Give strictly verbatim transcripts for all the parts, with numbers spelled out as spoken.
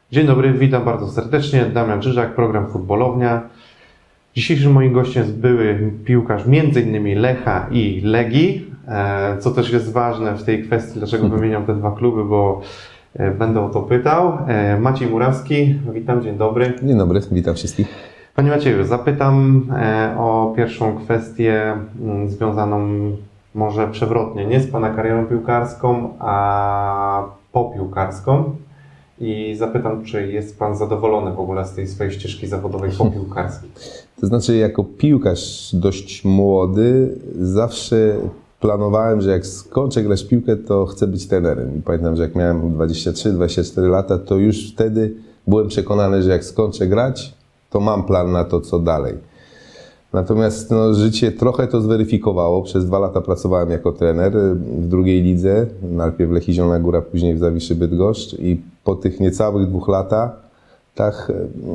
Dzień dobry, witam bardzo serdecznie. Damian Czyżak, program Futbolownia. Dzisiejszym moim gościem jest były piłkarz między innymi Lecha i Legii, co też jest ważne w tej kwestii, dlaczego wymieniam te dwa kluby, bo będę o to pytał. Maciej Murawski, witam, dzień dobry. Dzień dobry, witam wszystkich. Panie Macieju, zapytam o pierwszą kwestię związaną może przewrotnie, nie z Pana karierą piłkarską, a popiłkarską. I zapytam, czy jest Pan zadowolony w ogóle z tej swojej ścieżki zawodowej popiłkarskiej? To znaczy, jako piłkarz dość młody, zawsze planowałem, że jak skończę grać w piłkę, to chcę być trenerem. I pamiętam, że jak miałem dwadzieścia trzy dwadzieścia cztery lata, to już wtedy byłem przekonany, że jak skończę grać, to mam plan na to, co dalej. Natomiast no, życie trochę to zweryfikowało. Przez dwa lata pracowałem jako trener w drugiej lidze, najpierw w Lechii Zielona Góra, później w Zawiszy Bydgoszcz i po tych niecałych dwóch latach tak,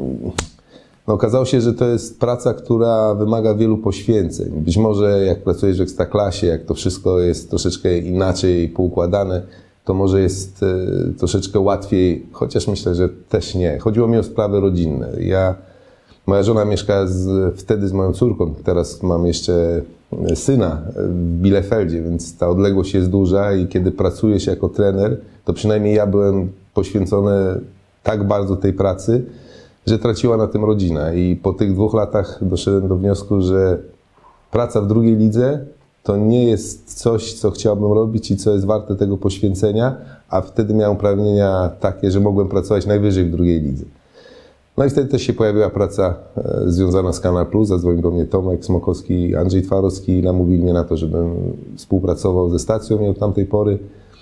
no, okazało się, że to jest praca, która wymaga wielu poświęceń. Być może jak pracujesz w Ekstraklasie, jak to wszystko jest troszeczkę inaczej poukładane, to może jest troszeczkę łatwiej, chociaż myślę, że też nie. Chodziło mi o sprawy rodzinne. Ja Moja żona mieszka z, wtedy z moją córką, teraz mam jeszcze syna w Bielefeldzie, więc ta odległość jest duża i kiedy pracuję się jako trener, to przynajmniej ja byłem poświęcony tak bardzo tej pracy, że traciła na tym rodzina. I po tych dwóch latach doszedłem do wniosku, że praca w drugiej lidze to nie jest coś, co chciałbym robić i co jest warte tego poświęcenia, a wtedy miałem uprawnienia takie, że mogłem pracować najwyżej w drugiej lidze. No i wtedy też się pojawiła praca e, związana z Kanal Plus. Zadzwonił do mnie Tomek Smokowski i Andrzej Twarowski i namówili mnie na to, żebym współpracował ze stacją i od tamtej pory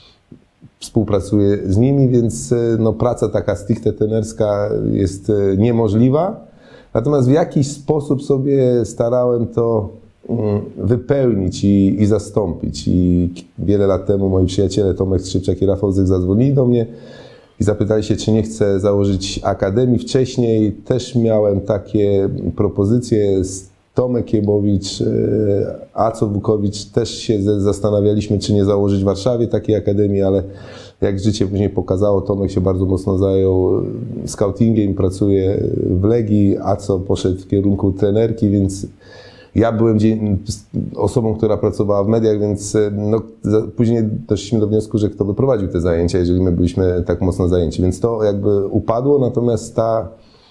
współpracuję z nimi, więc e, no, praca taka stricte trenerska jest e, niemożliwa. Natomiast w jakiś sposób sobie starałem to mm, wypełnić i, i zastąpić. I wiele lat temu moi przyjaciele Tomek Skrzypczak i Rafał Zych zadzwonili do mnie i zapytali się, czy nie chcę założyć akademii. Wcześniej też miałem takie propozycje z Tomek Kiebowicz, Aco Wukowicz. Też się zastanawialiśmy, czy nie założyć w Warszawie takiej akademii, ale jak życie później pokazało, Tomek się bardzo mocno zajął scoutingiem, pracuje w Legii, Aco poszedł w kierunku trenerki, więc ja byłem osobą, która pracowała w mediach, więc no, później doszliśmy do wniosku, że kto by prowadził te zajęcia, jeżeli my byliśmy tak mocno zajęci. Więc to jakby upadło, natomiast ta,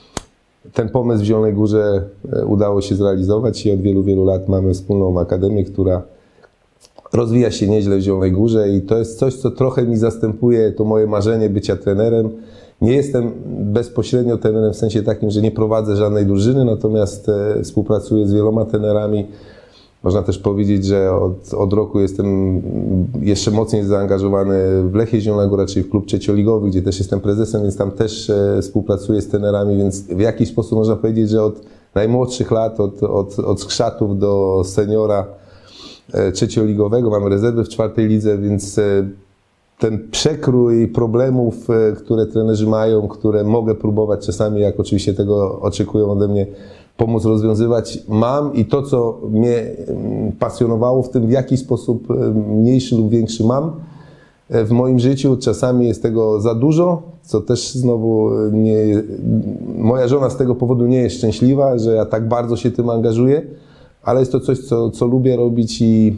ten pomysł w Zielonej Górze udało się zrealizować i od wielu, wielu lat mamy wspólną akademię, która rozwija się nieźle w Zielonej Górze i to jest coś, co trochę mi zastępuje to moje marzenie bycia trenerem. Nie jestem bezpośrednio trenerem w sensie takim, że nie prowadzę żadnej drużyny, natomiast e, współpracuję z wieloma trenerami. Można też powiedzieć, że od, od roku jestem jeszcze mocniej zaangażowany w Lechie Zielona Góra, czyli w klub trzecioligowy, gdzie też jestem prezesem, więc tam też e, współpracuję z trenerami, więc w jakiś sposób można powiedzieć, że od najmłodszych lat, od, od, od skrzatów do seniora e, trzecioligowego, mamy rezerwy w czwartej lidze, więc e, ten przekrój problemów, które trenerzy mają, które mogę próbować czasami, jak oczywiście tego oczekują ode mnie, pomóc rozwiązywać, mam i to, co mnie pasjonowało w tym, w jaki sposób mniejszy lub większy mam w moim życiu. Czasami jest tego za dużo, co też znowu nie, moja żona z tego powodu nie jest szczęśliwa, że ja tak bardzo się tym angażuję, ale jest to coś, co, co lubię robić i,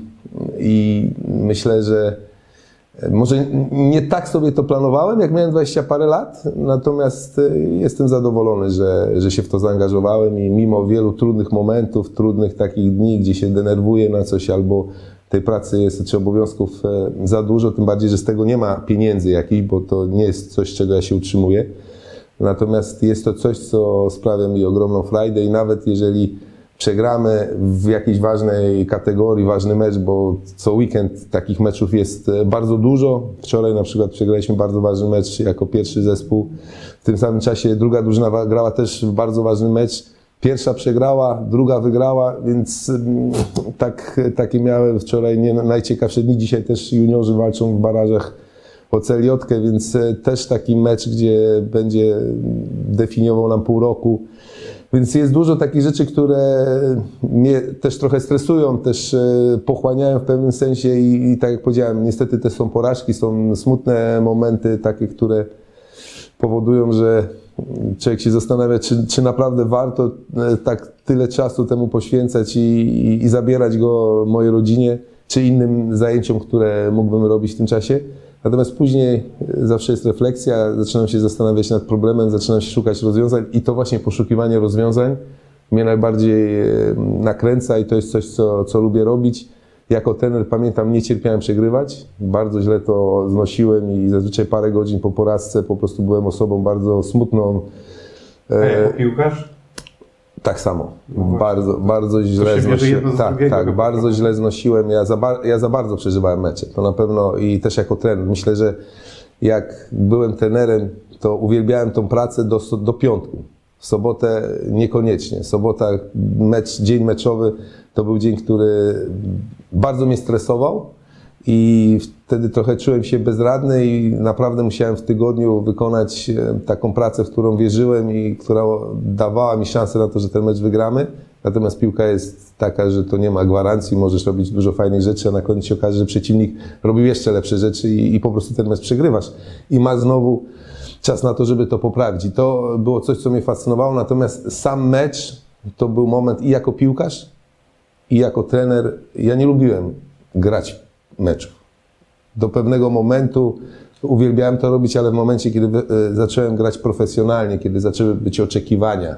i myślę, że może nie tak sobie to planowałem, jak miałem dwadzieścia parę lat, natomiast jestem zadowolony, że, że się w to zaangażowałem i mimo wielu trudnych momentów, trudnych takich dni, gdzie się denerwuję na coś albo tej pracy jest, czy obowiązków za dużo, tym bardziej, że z tego nie ma pieniędzy jakichś, bo to nie jest coś, z czego ja się utrzymuję. Natomiast jest to coś, co sprawia mi ogromną frajdę i nawet jeżeli przegramy w jakiejś ważnej kategorii, ważny mecz, bo co weekend takich meczów jest bardzo dużo. Wczoraj na przykład przegraliśmy bardzo ważny mecz jako pierwszy zespół. W tym samym czasie druga drużyna grała też bardzo ważny mecz. Pierwsza przegrała, druga wygrała, więc tak, takie miałem wczoraj nie najciekawsze dni. Dzisiaj też juniorzy walczą w barażach o celiotkę, więc też taki mecz, gdzie będzie definiował nam pół roku. Więc jest dużo takich rzeczy, które mnie też trochę stresują, też pochłaniają w pewnym sensie i, i tak jak powiedziałem, niestety też są porażki, są smutne momenty takie, które powodują, że człowiek się zastanawia, czy, czy naprawdę warto tak tyle czasu temu poświęcać i, i, i zabierać go mojej rodzinie, czy innym zajęciom, które mógłbym robić w tym czasie. Natomiast później zawsze jest refleksja, zaczynam się zastanawiać nad problemem, zaczynam się szukać rozwiązań i to właśnie poszukiwanie rozwiązań mnie najbardziej nakręca i to jest coś, co, co lubię robić. Jako trener pamiętam, nie cierpiałem przegrywać, bardzo źle to znosiłem i zazwyczaj parę godzin po porażce po prostu byłem osobą bardzo smutną. A jako piłkarz? Tak samo. No bardzo, bardzo źle znosiłem. Tak, tak, bardzo źle znosiłem. Ja za, bar- ja za bardzo przeżywałem mecze. To na pewno i też jako trener. Myślę, że jak byłem trenerem, to uwielbiałem tą pracę do, do piątku. W sobotę niekoniecznie. Sobota, mecz, dzień meczowy to był dzień, który bardzo mnie stresował i wtedy trochę czułem się bezradny i naprawdę musiałem w tygodniu wykonać taką pracę, w którą wierzyłem i która dawała mi szansę na to, że ten mecz wygramy. Natomiast piłka jest taka, że to nie ma gwarancji, możesz robić dużo fajnych rzeczy, a na koniec się okaże, że przeciwnik robił jeszcze lepsze rzeczy i, i po prostu ten mecz przegrywasz. I masz znowu czas na to, żeby to poprawić. I to było coś, co mnie fascynowało. Natomiast sam mecz to był moment i jako piłkarz, i jako trener. Ja nie lubiłem grać meczów. Do pewnego momentu uwielbiałem to robić, ale w momencie, kiedy zacząłem grać profesjonalnie, kiedy zaczęły być oczekiwania,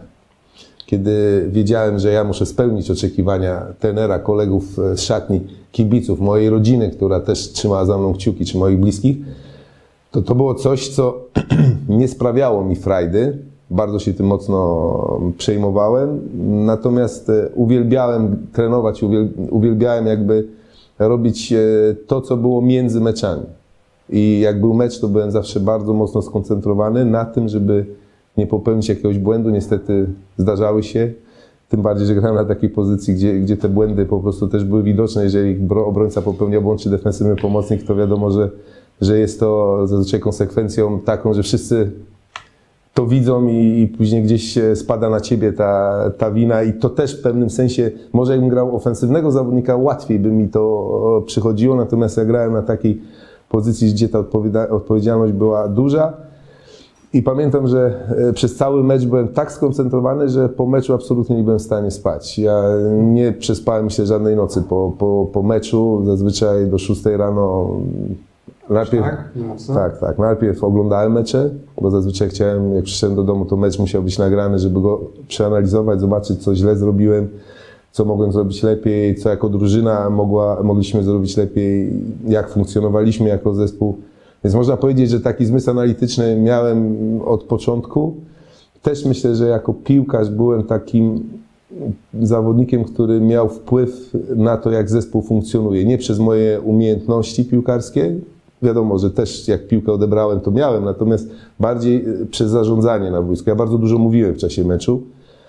kiedy wiedziałem, że ja muszę spełnić oczekiwania trenera, kolegów z szatni, kibiców, mojej rodziny, która też trzymała za mną kciuki, czy moich bliskich, to to było coś, co nie sprawiało mi frajdy. Bardzo się tym mocno przejmowałem. Natomiast uwielbiałem trenować, uwielbiałem jakby robić to, co było między meczami. I jak był mecz, to byłem zawsze bardzo mocno skoncentrowany na tym, żeby nie popełnić jakiegoś błędu. Niestety zdarzały się. Tym bardziej, że grałem na takiej pozycji, gdzie, gdzie te błędy po prostu też były widoczne. Jeżeli obrońca popełniał błąd, czy defensywny pomocnik, to wiadomo, że, że jest to zazwyczaj konsekwencją taką, że wszyscy to widzą i, i później gdzieś spada na ciebie ta, ta wina i to też w pewnym sensie, może jakbym grał ofensywnego zawodnika, łatwiej by mi to przychodziło, natomiast ja grałem na takiej pozycji, gdzie ta odpowiedzialność była duża i pamiętam, że przez cały mecz byłem tak skoncentrowany, że po meczu absolutnie nie byłem w stanie spać. Ja nie przespałem się żadnej nocy po, po, po meczu, zazwyczaj do szóstej rano. Najpierw, tak, tak, tak. Najpierw oglądałem mecze, bo zazwyczaj chciałem, jak przyszedłem do domu, to mecz musiał być nagrany, żeby go przeanalizować, zobaczyć, co źle zrobiłem, co mogłem zrobić lepiej, co jako drużyna mogła, mogliśmy zrobić lepiej, jak funkcjonowaliśmy jako zespół. Więc można powiedzieć, że taki zmysł analityczny miałem od początku. Też myślę, że jako piłkarz byłem takim zawodnikiem, który miał wpływ na to, jak zespół funkcjonuje. Nie przez moje umiejętności piłkarskie, wiadomo, że też jak piłkę odebrałem, to miałem, natomiast bardziej przez zarządzanie na boisku. Ja bardzo dużo mówiłem w czasie meczu.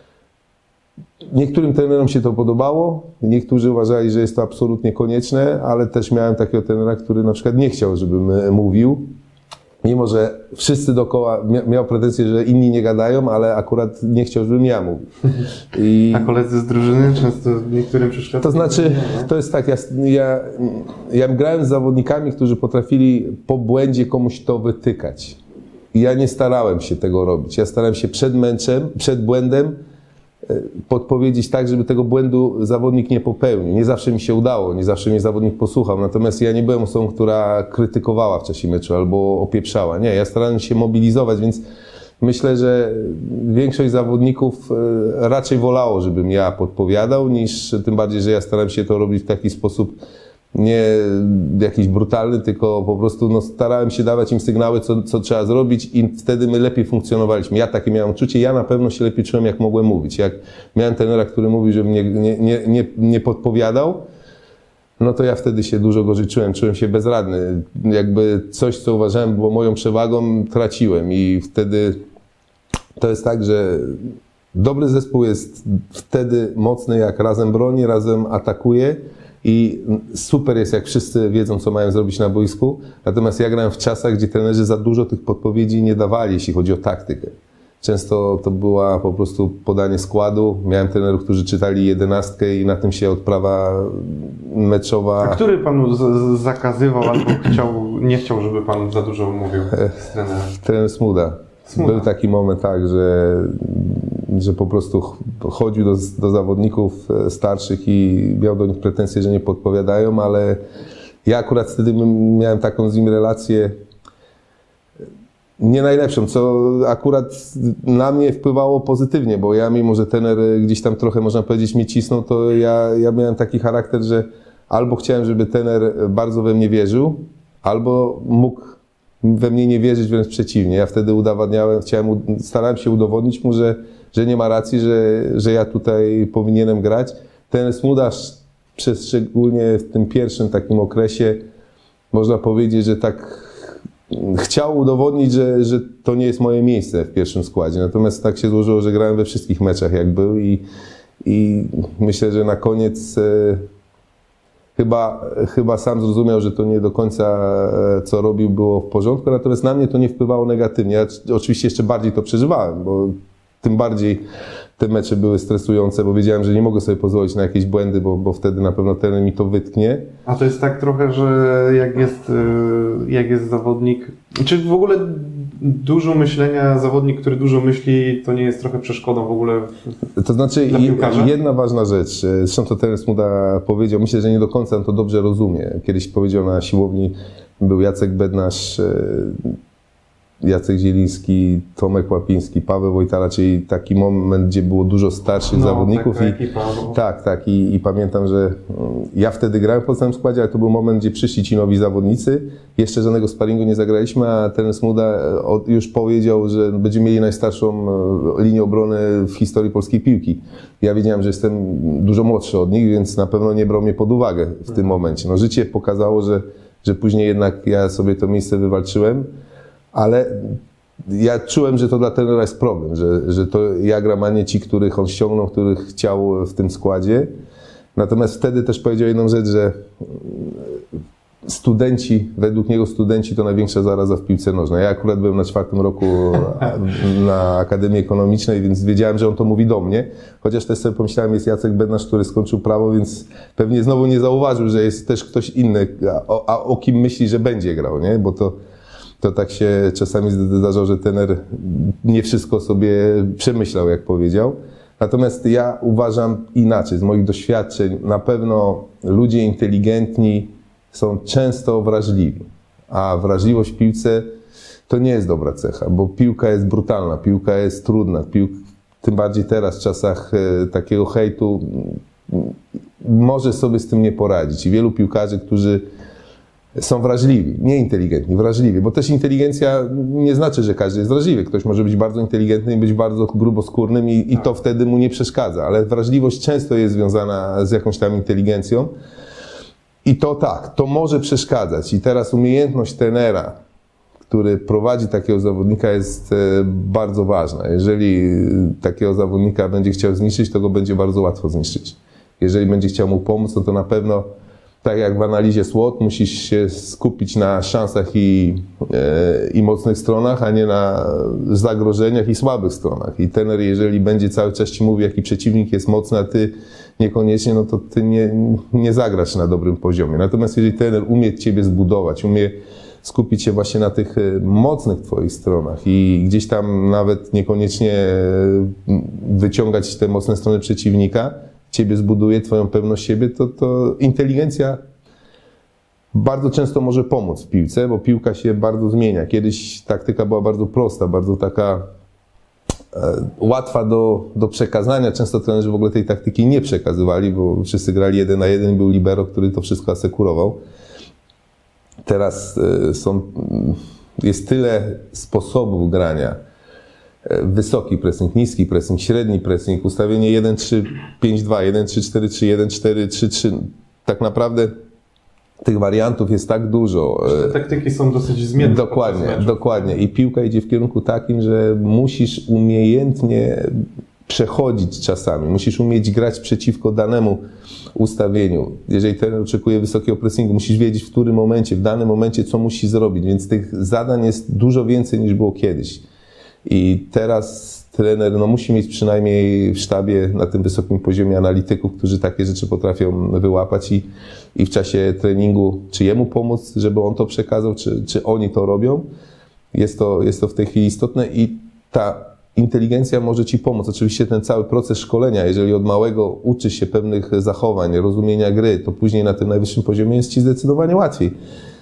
Niektórym trenerom się to podobało, niektórzy uważali, że jest to absolutnie konieczne, ale też miałem takiego trenera, który na przykład nie chciał, żebym mówił. Mimo że wszyscy dookoła miał pretensje, że inni nie gadają, ale akurat nie chciał, żebym ja mówił. I... A koledzy z drużyny często niektórym przeszkadzają? To znaczy, to jest tak, ja, ja, ja grałem z zawodnikami, którzy potrafili po błędzie komuś to wytykać. I ja nie starałem się tego robić. Ja starałem się przed meczem, przed błędem podpowiedzieć tak, żeby tego błędu zawodnik nie popełnił. Nie zawsze mi się udało, nie zawsze mnie zawodnik posłuchał, natomiast ja nie byłem osobą, która krytykowała w czasie meczu albo opieprzała. Nie, ja starałem się mobilizować, więc myślę, że większość zawodników raczej wolało, żebym ja podpowiadał, niż tym bardziej, że ja starałem się to robić w taki sposób nie jakiś brutalny, tylko po prostu no, starałem się dawać im sygnały, co, co trzeba zrobić i wtedy my lepiej funkcjonowaliśmy. Ja takie miałem uczucie, ja na pewno się lepiej czułem, jak mogłem mówić. Jak miałem trenera, który mówił, że mnie nie, nie, nie, nie podpowiadał, no to ja wtedy się dużo gorzej czułem, czułem się bezradny. Jakby coś, co uważałem było moją przewagą, traciłem i wtedy to jest tak, że dobry zespół jest wtedy mocny, jak razem broni, razem atakuje. I super jest, jak wszyscy wiedzą, co mają zrobić na boisku. Natomiast ja grałem w czasach, gdzie trenerzy za dużo tych podpowiedzi nie dawali, jeśli chodzi o taktykę. Często to była po prostu podanie składu. Miałem trenerów, którzy czytali jedenastkę i na tym się odprawa meczowa... A który panu z- zakazywał albo chciał, nie chciał, żeby pan za dużo mówił z trenera? Trener Smuda. Smuda. Był taki moment tak, że, że po prostu chodził do, do zawodników starszych i miał do nich pretensje, że nie podpowiadają, ale ja akurat wtedy miałem taką z nim relację nie najlepszą, co akurat na mnie wpływało pozytywnie, bo ja, mimo że trener gdzieś tam trochę, można powiedzieć, mnie cisnął, to ja, ja miałem taki charakter, że albo chciałem, żeby trener bardzo we mnie wierzył, albo mógł we mnie nie wierzyć, wręcz przeciwnie. Ja wtedy udowadniałem, chciałem, starałem się udowodnić mu, że, że nie ma racji, że, że ja tutaj powinienem grać. Ten Smudarz, przez szczególnie w tym pierwszym takim okresie, można powiedzieć, że tak chciał udowodnić, że, że to nie jest moje miejsce w pierwszym składzie. Natomiast tak się złożyło, że grałem we wszystkich meczach, jak był, i, i myślę, że na koniec e, chyba, chyba sam zrozumiał, że to nie do końca e, co robił było w porządku, natomiast na mnie to nie wpływało negatywnie. Ja oczywiście jeszcze bardziej to przeżywałem, bo tym bardziej te mecze były stresujące, bo wiedziałem, że nie mogę sobie pozwolić na jakieś błędy, bo, bo wtedy na pewno trener mi to wytknie. A to jest tak trochę, że jak jest, jak jest zawodnik, czy w ogóle dużo myślenia, zawodnik, który dużo myśli, to nie jest trochę przeszkodą w ogóle w, To znaczy dla piłkarza? Jedna ważna rzecz, zresztą to trener Smuda powiedział, myślę, że nie do końca on to dobrze rozumie. Kiedyś powiedział na siłowni, był Jacek Bednarz, Jacek Zieliński, Tomek Łapiński, Paweł Wojtala, czyli taki moment, gdzie było dużo starszych no, zawodników. taka I, ekipa, no. Tak, tak. I, I pamiętam, że ja wtedy grałem w podstawowym składzie, ale to był moment, gdzie przyszli ci nowi zawodnicy. Jeszcze żadnego sparingu nie zagraliśmy, a trener Smuda już powiedział, że będziemy mieli najstarszą linię obrony w historii polskiej piłki. Ja wiedziałem, że jestem dużo młodszy od nich, więc na pewno nie brał mnie pod uwagę w tym momencie. No, życie pokazało, że, że później jednak ja sobie to miejsce wywalczyłem. Ale ja czułem, że to dla trenera jest problem, że, że to ja gram, a nie ci, których on ściągnął, których chciał w tym składzie. Natomiast wtedy też powiedział jedną rzecz, że studenci, według niego studenci to największa zaraza w piłce nożnej. Ja akurat byłem na czwartym roku na Akademii Ekonomicznej, więc wiedziałem, że on to mówi do mnie. Chociaż też sobie pomyślałem, jest Jacek Bednarz, który skończył prawo, więc pewnie znowu nie zauważył, że jest też ktoś inny, a o, a o kim myśli, że będzie grał, nie? Bo to To tak się czasami zdarzało, że trener nie wszystko sobie przemyślał, jak powiedział. Natomiast ja uważam inaczej, z moich doświadczeń, na pewno ludzie inteligentni są często wrażliwi, a wrażliwość w piłce to nie jest dobra cecha, bo piłka jest brutalna, piłka jest trudna, pił... tym bardziej teraz, w czasach takiego hejtu, może sobie z tym nie poradzić. I wielu piłkarzy, którzy są wrażliwi, nie inteligentni, wrażliwi, bo też inteligencja nie znaczy, że każdy jest wrażliwy. Ktoś może być bardzo inteligentny i być bardzo gruboskórnym i, i to wtedy mu nie przeszkadza, ale wrażliwość często jest związana z jakąś tam inteligencją i to tak, to może przeszkadzać. I teraz umiejętność trenera, który prowadzi takiego zawodnika, jest bardzo ważna. Jeżeli takiego zawodnika będzie chciał zniszczyć, to go będzie bardzo łatwo zniszczyć. Jeżeli będzie chciał mu pomóc, no to na pewno tak jak w analizie SWOT, musisz się skupić na szansach i, e, i mocnych stronach, a nie na zagrożeniach i słabych stronach. I trener, jeżeli będzie cały czas ci mówił, jaki przeciwnik jest mocny, a ty niekoniecznie, no to ty nie, nie zagrasz na dobrym poziomie. Natomiast jeżeli trener umie ciebie zbudować, umie skupić się właśnie na tych mocnych twoich stronach i gdzieś tam nawet niekoniecznie wyciągać te mocne strony przeciwnika, ciebie zbuduje, twoją pewność siebie, to, to inteligencja bardzo często może pomóc w piłce, bo piłka się bardzo zmienia. Kiedyś taktyka była bardzo prosta, bardzo taka e, łatwa do, do przekazania. Często trenerzy w ogóle tej taktyki nie przekazywali, bo wszyscy grali jeden na jeden i był libero, który to wszystko asekurował. Teraz e, są, jest tyle sposobów grania. Wysoki pressing, niski pressing, średni pressing, ustawienie jeden trzy pięć dwa, jeden trzy cztery trzy, jeden cztery trzy trzy. Tak naprawdę tych wariantów jest tak dużo. Te taktyki są dosyć zmienne. Dokładnie, dokładnie. I piłka idzie w kierunku takim, że musisz umiejętnie przechodzić czasami. Musisz umieć grać przeciwko danemu ustawieniu. Jeżeli trener oczekuje wysokiego pressingu, musisz wiedzieć, w którym momencie, w danym momencie, co musi zrobić. Więc tych zadań jest dużo więcej niż było kiedyś. I teraz trener no, musi mieć przynajmniej w sztabie na tym wysokim poziomie analityków, którzy takie rzeczy potrafią wyłapać i, i w czasie treningu czy jemu pomóc, żeby on to przekazał, czy, czy oni to robią. Jest to, jest to w tej chwili istotne i ta inteligencja może Ci pomóc. Oczywiście ten cały proces szkolenia, jeżeli od małego uczy się pewnych zachowań, rozumienia gry, to później na tym najwyższym poziomie jest Ci zdecydowanie łatwiej.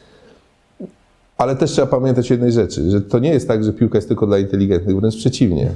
Ale też trzeba pamiętać o jednej rzeczy, że to nie jest tak, że piłka jest tylko dla inteligentnych, wręcz przeciwnie.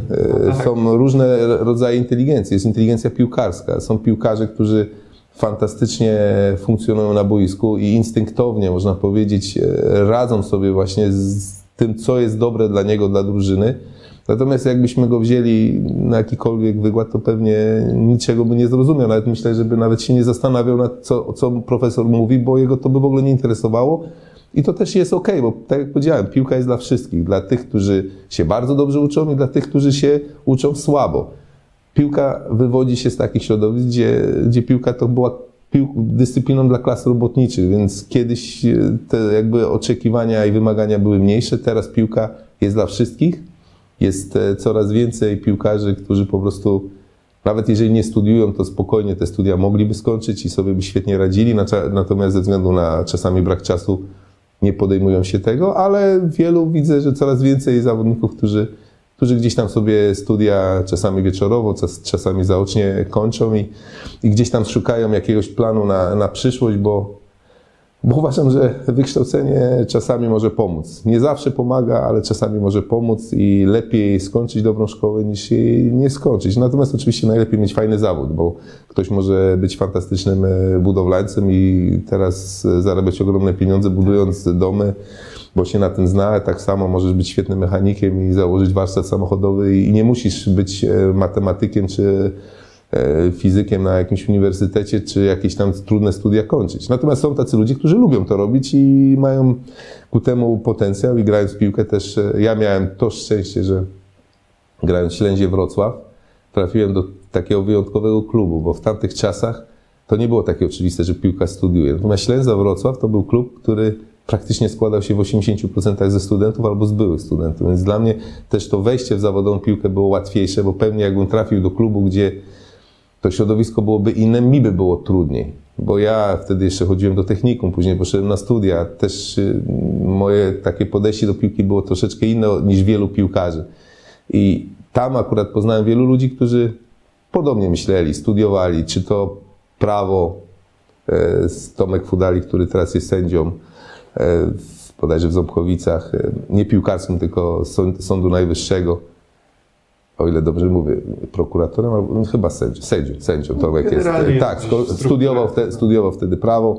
Są różne rodzaje inteligencji. Jest inteligencja piłkarska. Są piłkarze, którzy fantastycznie funkcjonują na boisku i instynktownie, można powiedzieć, radzą sobie właśnie z tym, co jest dobre dla niego, dla drużyny. Natomiast jakbyśmy go wzięli na jakikolwiek wykład, to pewnie niczego by nie zrozumiał. Nawet myślę, żeby nawet się nie zastanawiał nad co, co profesor mówi, bo jego to by w ogóle nie interesowało. I to też jest okej, bo tak jak powiedziałem, piłka jest dla wszystkich. Dla tych, którzy się bardzo dobrze uczą i dla tych, którzy się uczą słabo. Piłka wywodzi się z takich środowisk, gdzie, gdzie piłka to była pił- dyscypliną dla klas robotniczych, więc kiedyś te jakby oczekiwania i wymagania były mniejsze. Teraz piłka jest dla wszystkich. Jest coraz więcej piłkarzy, którzy po prostu, nawet jeżeli nie studiują, to spokojnie te studia mogliby skończyć i sobie by świetnie radzili, natomiast ze względu na czasami brak czasu nie podejmują się tego, ale wielu widzę, że coraz więcej zawodników, którzy, którzy gdzieś tam sobie studia czasami wieczorowo, czasami zaocznie kończą i, i gdzieś tam szukają jakiegoś planu na, na przyszłość, bo Bo uważam, że wykształcenie czasami może pomóc. Nie zawsze pomaga, ale czasami może pomóc i lepiej skończyć dobrą szkołę niż jej nie skończyć. Natomiast oczywiście najlepiej mieć fajny zawód, bo ktoś może być fantastycznym budowlańcem i teraz zarabiać ogromne pieniądze budując domy, bo się na tym zna. Tak samo możesz być świetnym mechanikiem i założyć warsztat samochodowy i nie musisz być matematykiem czy fizykiem na jakimś uniwersytecie, czy jakieś tam trudne studia kończyć. Natomiast są tacy ludzie, którzy lubią to robić i mają ku temu potencjał i grając w piłkę też, ja miałem to szczęście, że grając w Ślęzie Wrocław, trafiłem do takiego wyjątkowego klubu, bo w tamtych czasach to nie było takie oczywiste, że piłka studiuje. Natomiast Ślęza Wrocław to był klub, który praktycznie składał się w osiemdziesięciu procentach ze studentów albo z byłych studentów, więc dla mnie też to wejście w zawodową piłkę było łatwiejsze, bo pewnie jakbym trafił do klubu, gdzie to środowisko byłoby inne, mi by było trudniej, bo ja wtedy jeszcze chodziłem do technikum, później poszedłem na studia, też moje takie podejście do piłki było troszeczkę inne niż wielu piłkarzy i tam akurat poznałem wielu ludzi, którzy podobnie myśleli, studiowali, czy to prawo, Tomek Fudali, który teraz jest sędzią, bodajże w Ząbkowicach, nie piłkarskim, tylko Sądu Najwyższego, o ile dobrze mówię, prokuratorem, albo no, chyba sędzią, sędzią, sędzią Tomek jest. Tak, studiował, wtedy, studiował wtedy prawo.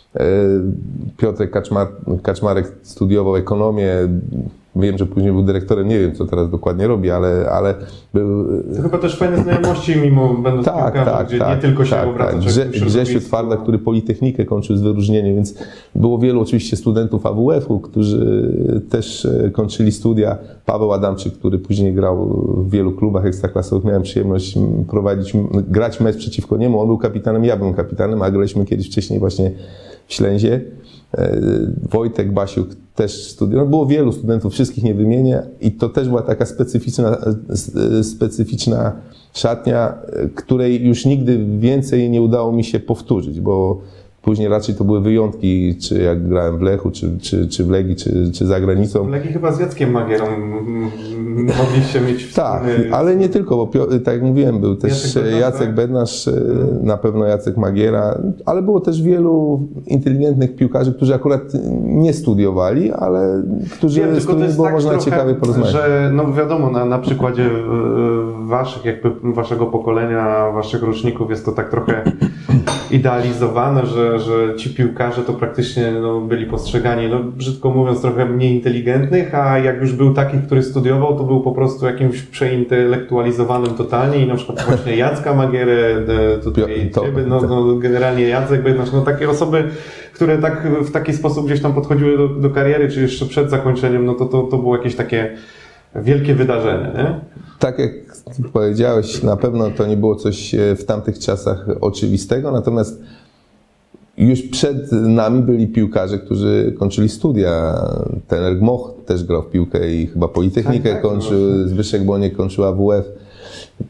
Piotrek Kaczmar, Kaczmarek studiował ekonomię. Wiem, że później był dyrektorem, nie wiem, co teraz dokładnie robi, ale, ale był... To chyba też fajne znajomości, mimo będąc tak, piłkarzem, tak, gdzie tak, nie tylko się tak, obraca. Tak. Grze, Grzesiu Twarda, który Politechnikę kończył z wyróżnieniem, więc było wielu oczywiście studentów A W F-u, którzy też kończyli studia. Paweł Adamczyk, który później grał w wielu klubach ekstraklasowych, miałem przyjemność prowadzić, grać mecz przeciwko niemu. On był kapitanem, ja byłem kapitanem, a graliśmy kiedyś wcześniej właśnie w Ślęzie. Wojtek Basiuk też studiował. Było wielu studentów, wszystkich nie wymienię i to też była taka specyficzna, specyficzna szatnia, której już nigdy więcej nie udało mi się powtórzyć, bo później raczej to były wyjątki, czy jak grałem w Lechu, czy, czy, czy w Legii, czy, czy za granicą. W Legii chyba z Jackiem Magierą mogliście mieć... Tak, ale nie tylko, bo tak jak mówiłem, był też Jacek Bednarz, Jacek tak? Bednarz, na pewno Jacek Magiera, ale było też wielu inteligentnych piłkarzy, którzy akurat nie studiowali, ale którzy, Wiem, z którymi było tak można trochę, ciekawie porozmawiać. Że, no wiadomo, na, na przykładzie waszych, jakby waszego pokolenia, waszych roczników jest to tak trochę idealizowane, że, że ci piłkarze to praktycznie no, byli postrzegani, no, brzydko mówiąc, trochę mniej inteligentnych, a jak już był taki, który studiował, to był po prostu jakimś przeintelektualizowanym totalnie i na przykład właśnie Jacka Magierę, tutaj to, ciebie, no, no generalnie Jacek Bednarz, no takie osoby, które tak w taki sposób gdzieś tam podchodziły do, do kariery, czy jeszcze przed zakończeniem, no to, to, to było jakieś takie wielkie wydarzenie, nie? Tak jak powiedziałeś, na pewno to nie było coś w tamtych czasach oczywistego, natomiast już przed nami byli piłkarze, którzy kończyli studia. Trener Gmoch też grał w piłkę i chyba Politechnikę tak, tak, kończył, no Zbyszek Boniek kończył A W F.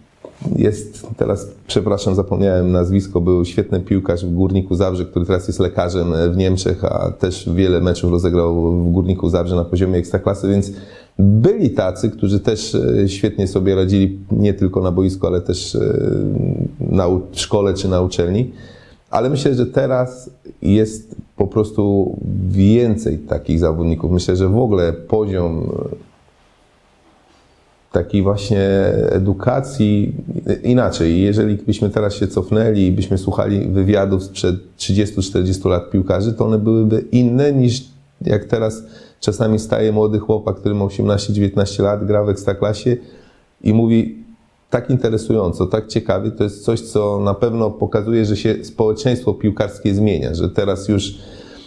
jest teraz, przepraszam, zapomniałem nazwisko, był świetny piłkarz w Górniku Zabrze, który teraz jest lekarzem w Niemczech, a też wiele meczów rozegrał w Górniku Zabrze na poziomie ekstraklasy, więc byli tacy, którzy też świetnie sobie radzili nie tylko na boisku, ale też na, w szkole czy na uczelni. Ale myślę, że teraz jest po prostu więcej takich zawodników. Myślę, że w ogóle poziom takiej właśnie edukacji inaczej. Jeżeli byśmy teraz się cofnęli i byśmy słuchali wywiadów sprzed trzydziestu czterdziestu lat piłkarzy, to one byłyby inne niż jak teraz czasami staje młody chłopak, który ma osiemnaście dziewiętnaście lat, gra w ekstraklasie i mówi tak interesująco, tak ciekawie. To jest coś, co na pewno pokazuje, że się społeczeństwo piłkarskie zmienia, że teraz już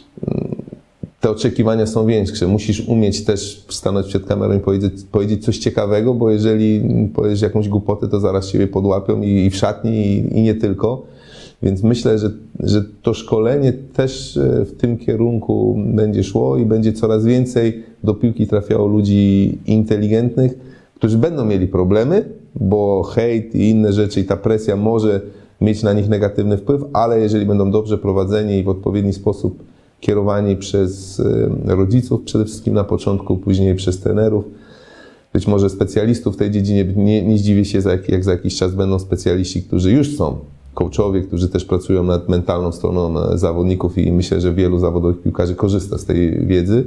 te oczekiwania są większe. Musisz umieć też stanąć przed kamerą i powiedzieć, powiedzieć coś ciekawego, bo jeżeli powiesz jakąś głupotę, to zaraz siebie podłapią i, i w szatni, i, i nie tylko. Więc myślę, że, że to szkolenie też w tym kierunku będzie szło i będzie coraz więcej do piłki trafiało ludzi inteligentnych, którzy będą mieli problemy, bo hejt i inne rzeczy i ta presja może mieć na nich negatywny wpływ, ale jeżeli będą dobrze prowadzeni i w odpowiedni sposób kierowani przez rodziców, przede wszystkim na początku, później przez trenerów, być może specjalistów w tej dziedzinie, nie, nie zdziwię się, jak, jak za jakiś czas będą specjaliści, którzy już są coachowie, którzy też pracują nad mentalną stroną zawodników i myślę, że wielu zawodowych piłkarzy korzysta z tej wiedzy,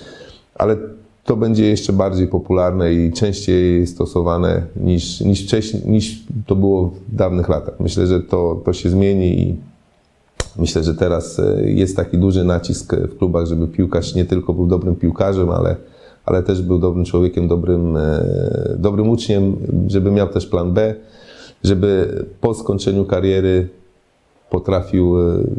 ale to będzie jeszcze bardziej popularne i częściej stosowane niż, niż wcześniej, niż to było w dawnych latach. Myślę, że to, to się zmieni i myślę, że teraz jest taki duży nacisk w klubach, żeby piłkarz nie tylko był dobrym piłkarzem, ale, ale też był dobrym człowiekiem, dobrym, dobrym uczniem, żeby miał też plan B, żeby po skończeniu kariery potrafił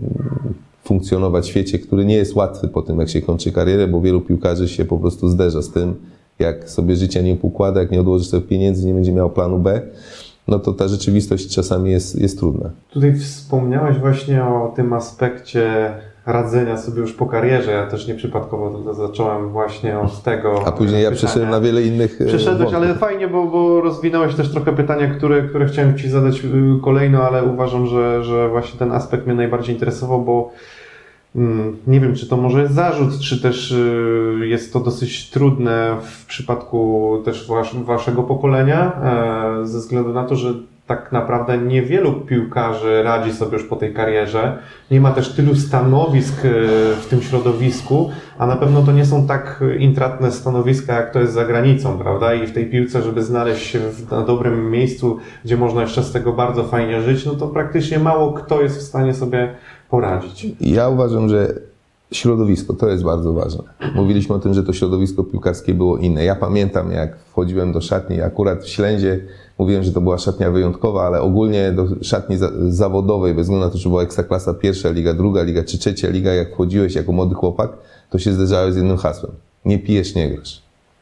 funkcjonować w świecie, który nie jest łatwy po tym, jak się kończy karierę, bo wielu piłkarzy się po prostu zderza z tym, jak sobie życia nie układa, jak nie odłoży sobie pieniędzy, nie będzie miał planu B, no to ta rzeczywistość czasami jest, jest trudna. Tutaj wspomniałeś właśnie o tym aspekcie radzenia sobie już po karierze. Ja też nieprzypadkowo to zacząłem właśnie od tego. A później ja pytania. przeszedłem na wiele innych Przeszedłeś, wątków. ale fajnie, bo, bo rozwinąłeś też trochę pytania, które, które chciałem Ci zadać kolejno, ale uważam, że, że właśnie ten aspekt mnie najbardziej interesował, bo hmm, nie wiem, czy to może jest zarzut, czy też y, jest to dosyć trudne w przypadku też was, Waszego pokolenia, e, ze względu na to, że tak naprawdę niewielu piłkarzy radzi sobie już po tej karierze. Nie ma też tylu stanowisk w tym środowisku, a na pewno to nie są tak intratne stanowiska, jak to jest za granicą, prawda? I w tej piłce, żeby znaleźć się na dobrym miejscu, gdzie można jeszcze z tego bardzo fajnie żyć, no to praktycznie mało kto jest w stanie sobie poradzić. Ja uważam, że środowisko to jest bardzo ważne. Mówiliśmy o tym, że to środowisko piłkarskie było inne. Ja pamiętam, jak wchodziłem do szatni, akurat w Ślędzie, mówiłem, że to była szatnia wyjątkowa, ale ogólnie do szatni za zawodowej, bez względu na to, czy była ekstraklasa, pierwsza liga, druga liga, czy trzecia liga, jak wchodziłeś jako młody chłopak, to się zderzałeś z jednym hasłem. Nie pijesz, nie grasz.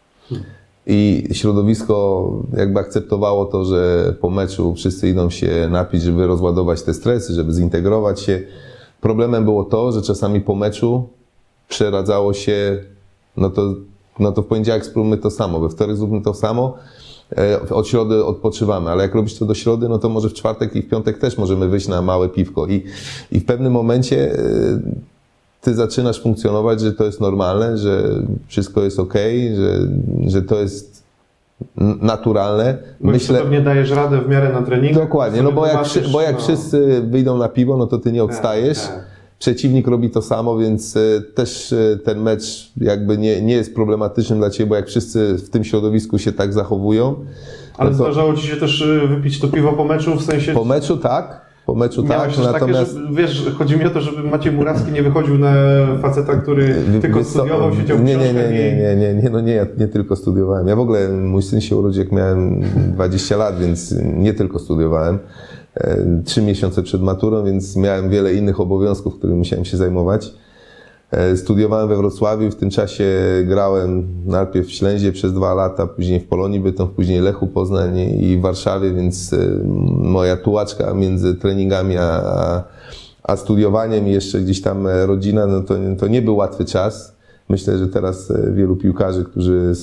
I środowisko jakby akceptowało to, że po meczu wszyscy idą się napić, żeby rozładować te stresy, żeby zintegrować się. Problemem było to, że czasami po meczu przeradzało się, no to, no to w poniedziałek spróbujmy to samo, we wtorek zróbmy to samo, od środy odpoczywamy, ale jak robisz to do środy, no to może w czwartek i w piątek też możemy wyjść na małe piwko i, i w pewnym momencie ty zaczynasz funkcjonować, że to jest normalne, że wszystko jest okej, że, że to jest naturalne. Bo Myślę, pewnie dajesz radę w miarę na treningu. Dokładnie, no bo jak, bo jak no. wszyscy wyjdą na piwo, no to ty nie odstajesz. Tak, tak. Przeciwnik robi to samo, więc też ten mecz jakby nie, nie jest problematyczny dla Ciebie, bo jak wszyscy w tym środowisku się tak zachowują. Ale no to... zdarzało Ci się też wypić to piwo po meczu, w sensie... Po meczu tak. Po meczu Miałeś tak, natomiast... Takie, że, wiesz, chodzi mi o to, żeby Maciej Murawski nie wychodził na faceta, który tylko wiesz, studiował, siedział w nie, nie, nie, nie, nie, nie, nie, no nie, ja nie tylko studiowałem. Ja w ogóle, mój syn się urodził, jak miałem dwadzieścia lat, więc nie tylko studiowałem. Trzy miesiące przed maturą, więc miałem wiele innych obowiązków, którymi musiałem się zajmować. Studiowałem we Wrocławiu, w tym czasie grałem najpierw w Ślęzie przez dwa lata, później w Polonii Bytom, później Lechu Poznań i w Warszawie, więc moja tułaczka między treningami a, a studiowaniem i jeszcze gdzieś tam rodzina, no to, to nie był łatwy czas. Myślę, że teraz wielu piłkarzy, którzy są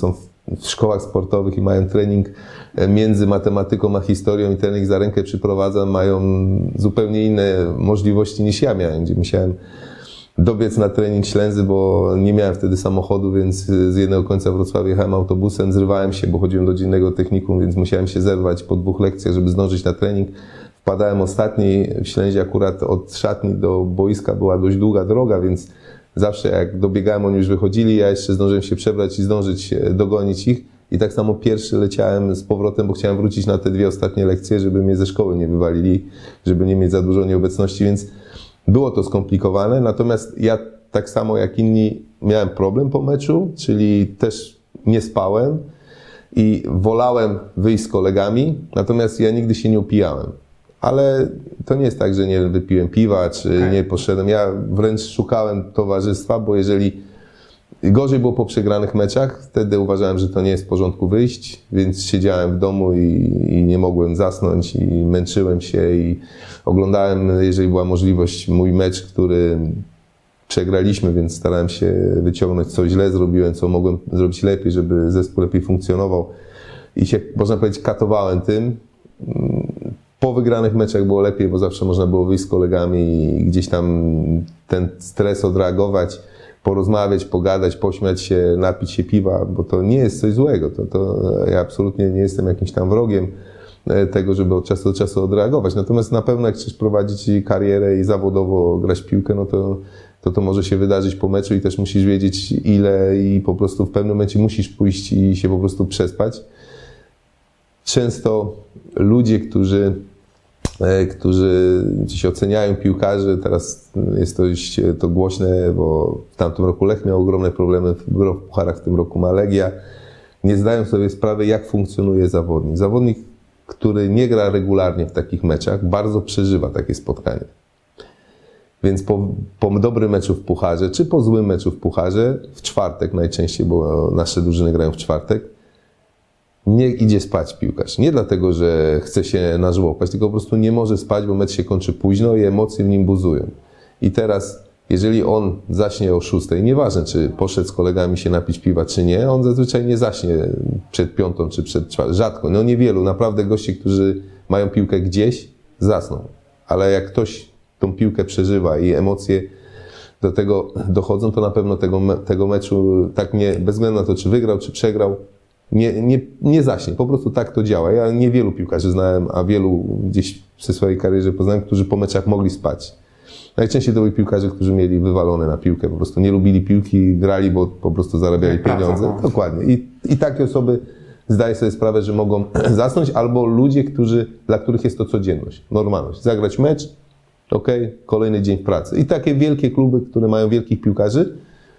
w szkołach sportowych i mają trening między matematyką a historią i trening za rękę przyprowadzam, mają zupełnie inne możliwości niż ja miałem, gdzie musiałem dobiec na trening Ślęzy, bo nie miałem wtedy samochodu, więc z jednego końca Wrocławia jechałem autobusem, zrywałem się, bo chodziłem do dziennego technikum, więc musiałem się zerwać po dwóch lekcjach, żeby zdążyć na trening. Wpadałem ostatni w Ślęzie, akurat od szatni do boiska była dość długa droga, więc zawsze jak dobiegałem, oni już wychodzili, ja jeszcze zdążyłem się przebrać i zdążyć dogonić ich. I tak samo pierwszy leciałem z powrotem, bo chciałem wrócić na te dwie ostatnie lekcje, żeby mnie ze szkoły nie wywalili, żeby nie mieć za dużo nieobecności, więc było to skomplikowane. Natomiast ja tak samo jak inni miałem problem po meczu, czyli też nie spałem i wolałem wyjść z kolegami, natomiast ja nigdy się nie upijałem. Ale to nie jest tak, że nie wypiłem piwa, czy okay. nie poszedłem. Ja wręcz szukałem towarzystwa, bo jeżeli gorzej było po przegranych meczach, wtedy uważałem, że to nie jest w porządku wyjść, więc siedziałem w domu i, i nie mogłem zasnąć i męczyłem się i oglądałem, jeżeli była możliwość, mój mecz, który przegraliśmy, więc starałem się wyciągnąć, co źle zrobiłem, co mogłem zrobić lepiej, żeby zespół lepiej funkcjonował i się, można powiedzieć, katowałem tym. Po wygranych meczach było lepiej, bo zawsze można było wyjść z kolegami i gdzieś tam ten stres odreagować, porozmawiać, pogadać, pośmiać się, napić się piwa, bo to nie jest coś złego. To, to ja absolutnie nie jestem jakimś tam wrogiem tego, żeby od czasu do czasu odreagować. Natomiast na pewno jak chcesz prowadzić karierę i zawodowo grać w piłkę, no to, to to może się wydarzyć po meczu i też musisz wiedzieć ile i po prostu w pewnym momencie musisz pójść i się po prostu przespać. Często ludzie, którzy którzy się oceniają piłkarzy, teraz jest to już to głośne, bo w tamtym roku Lech miał ogromne problemy, grał w pucharach, w tym roku ma Legia. Nie zdają sobie sprawy, jak funkcjonuje zawodnik. Zawodnik, który nie gra regularnie w takich meczach, bardzo przeżywa takie spotkanie. Więc po, po dobrym meczu w pucharze, czy po złym meczu w pucharze, w czwartek najczęściej, bo nasze drużyny grają w czwartek, nie idzie spać piłkarz. Nie dlatego, że chce się nażłopać, tylko po prostu nie może spać, bo mecz się kończy późno i emocje w nim buzują. I teraz, jeżeli on zaśnie o szóstej, nieważne, czy poszedł z kolegami się napić piwa, czy nie, on zazwyczaj nie zaśnie przed piątą, czy przed czwartą. Rzadko, no niewielu. Naprawdę goście, którzy mają piłkę gdzieś, zasną. Ale jak ktoś tą piłkę przeżywa i emocje do tego dochodzą, to na pewno tego, tego meczu, tak nie, bez względu na to, czy wygrał, czy przegrał, Nie, nie, nie zaśnie, po prostu tak to działa. Ja niewielu piłkarzy znałem, a wielu gdzieś przy swojej karierze poznałem, którzy po meczach mogli spać. Najczęściej to byli piłkarze, którzy mieli wywalone na piłkę, po prostu nie lubili piłki, grali, bo po prostu zarabiali pieniądze. Dokładnie. I, i takie osoby zdaję sobie sprawę, że mogą zasnąć, albo ludzie, którzy, dla których jest to codzienność, normalność. Zagrać mecz, okej, okay, kolejny dzień w pracy. I takie wielkie kluby, które mają wielkich piłkarzy,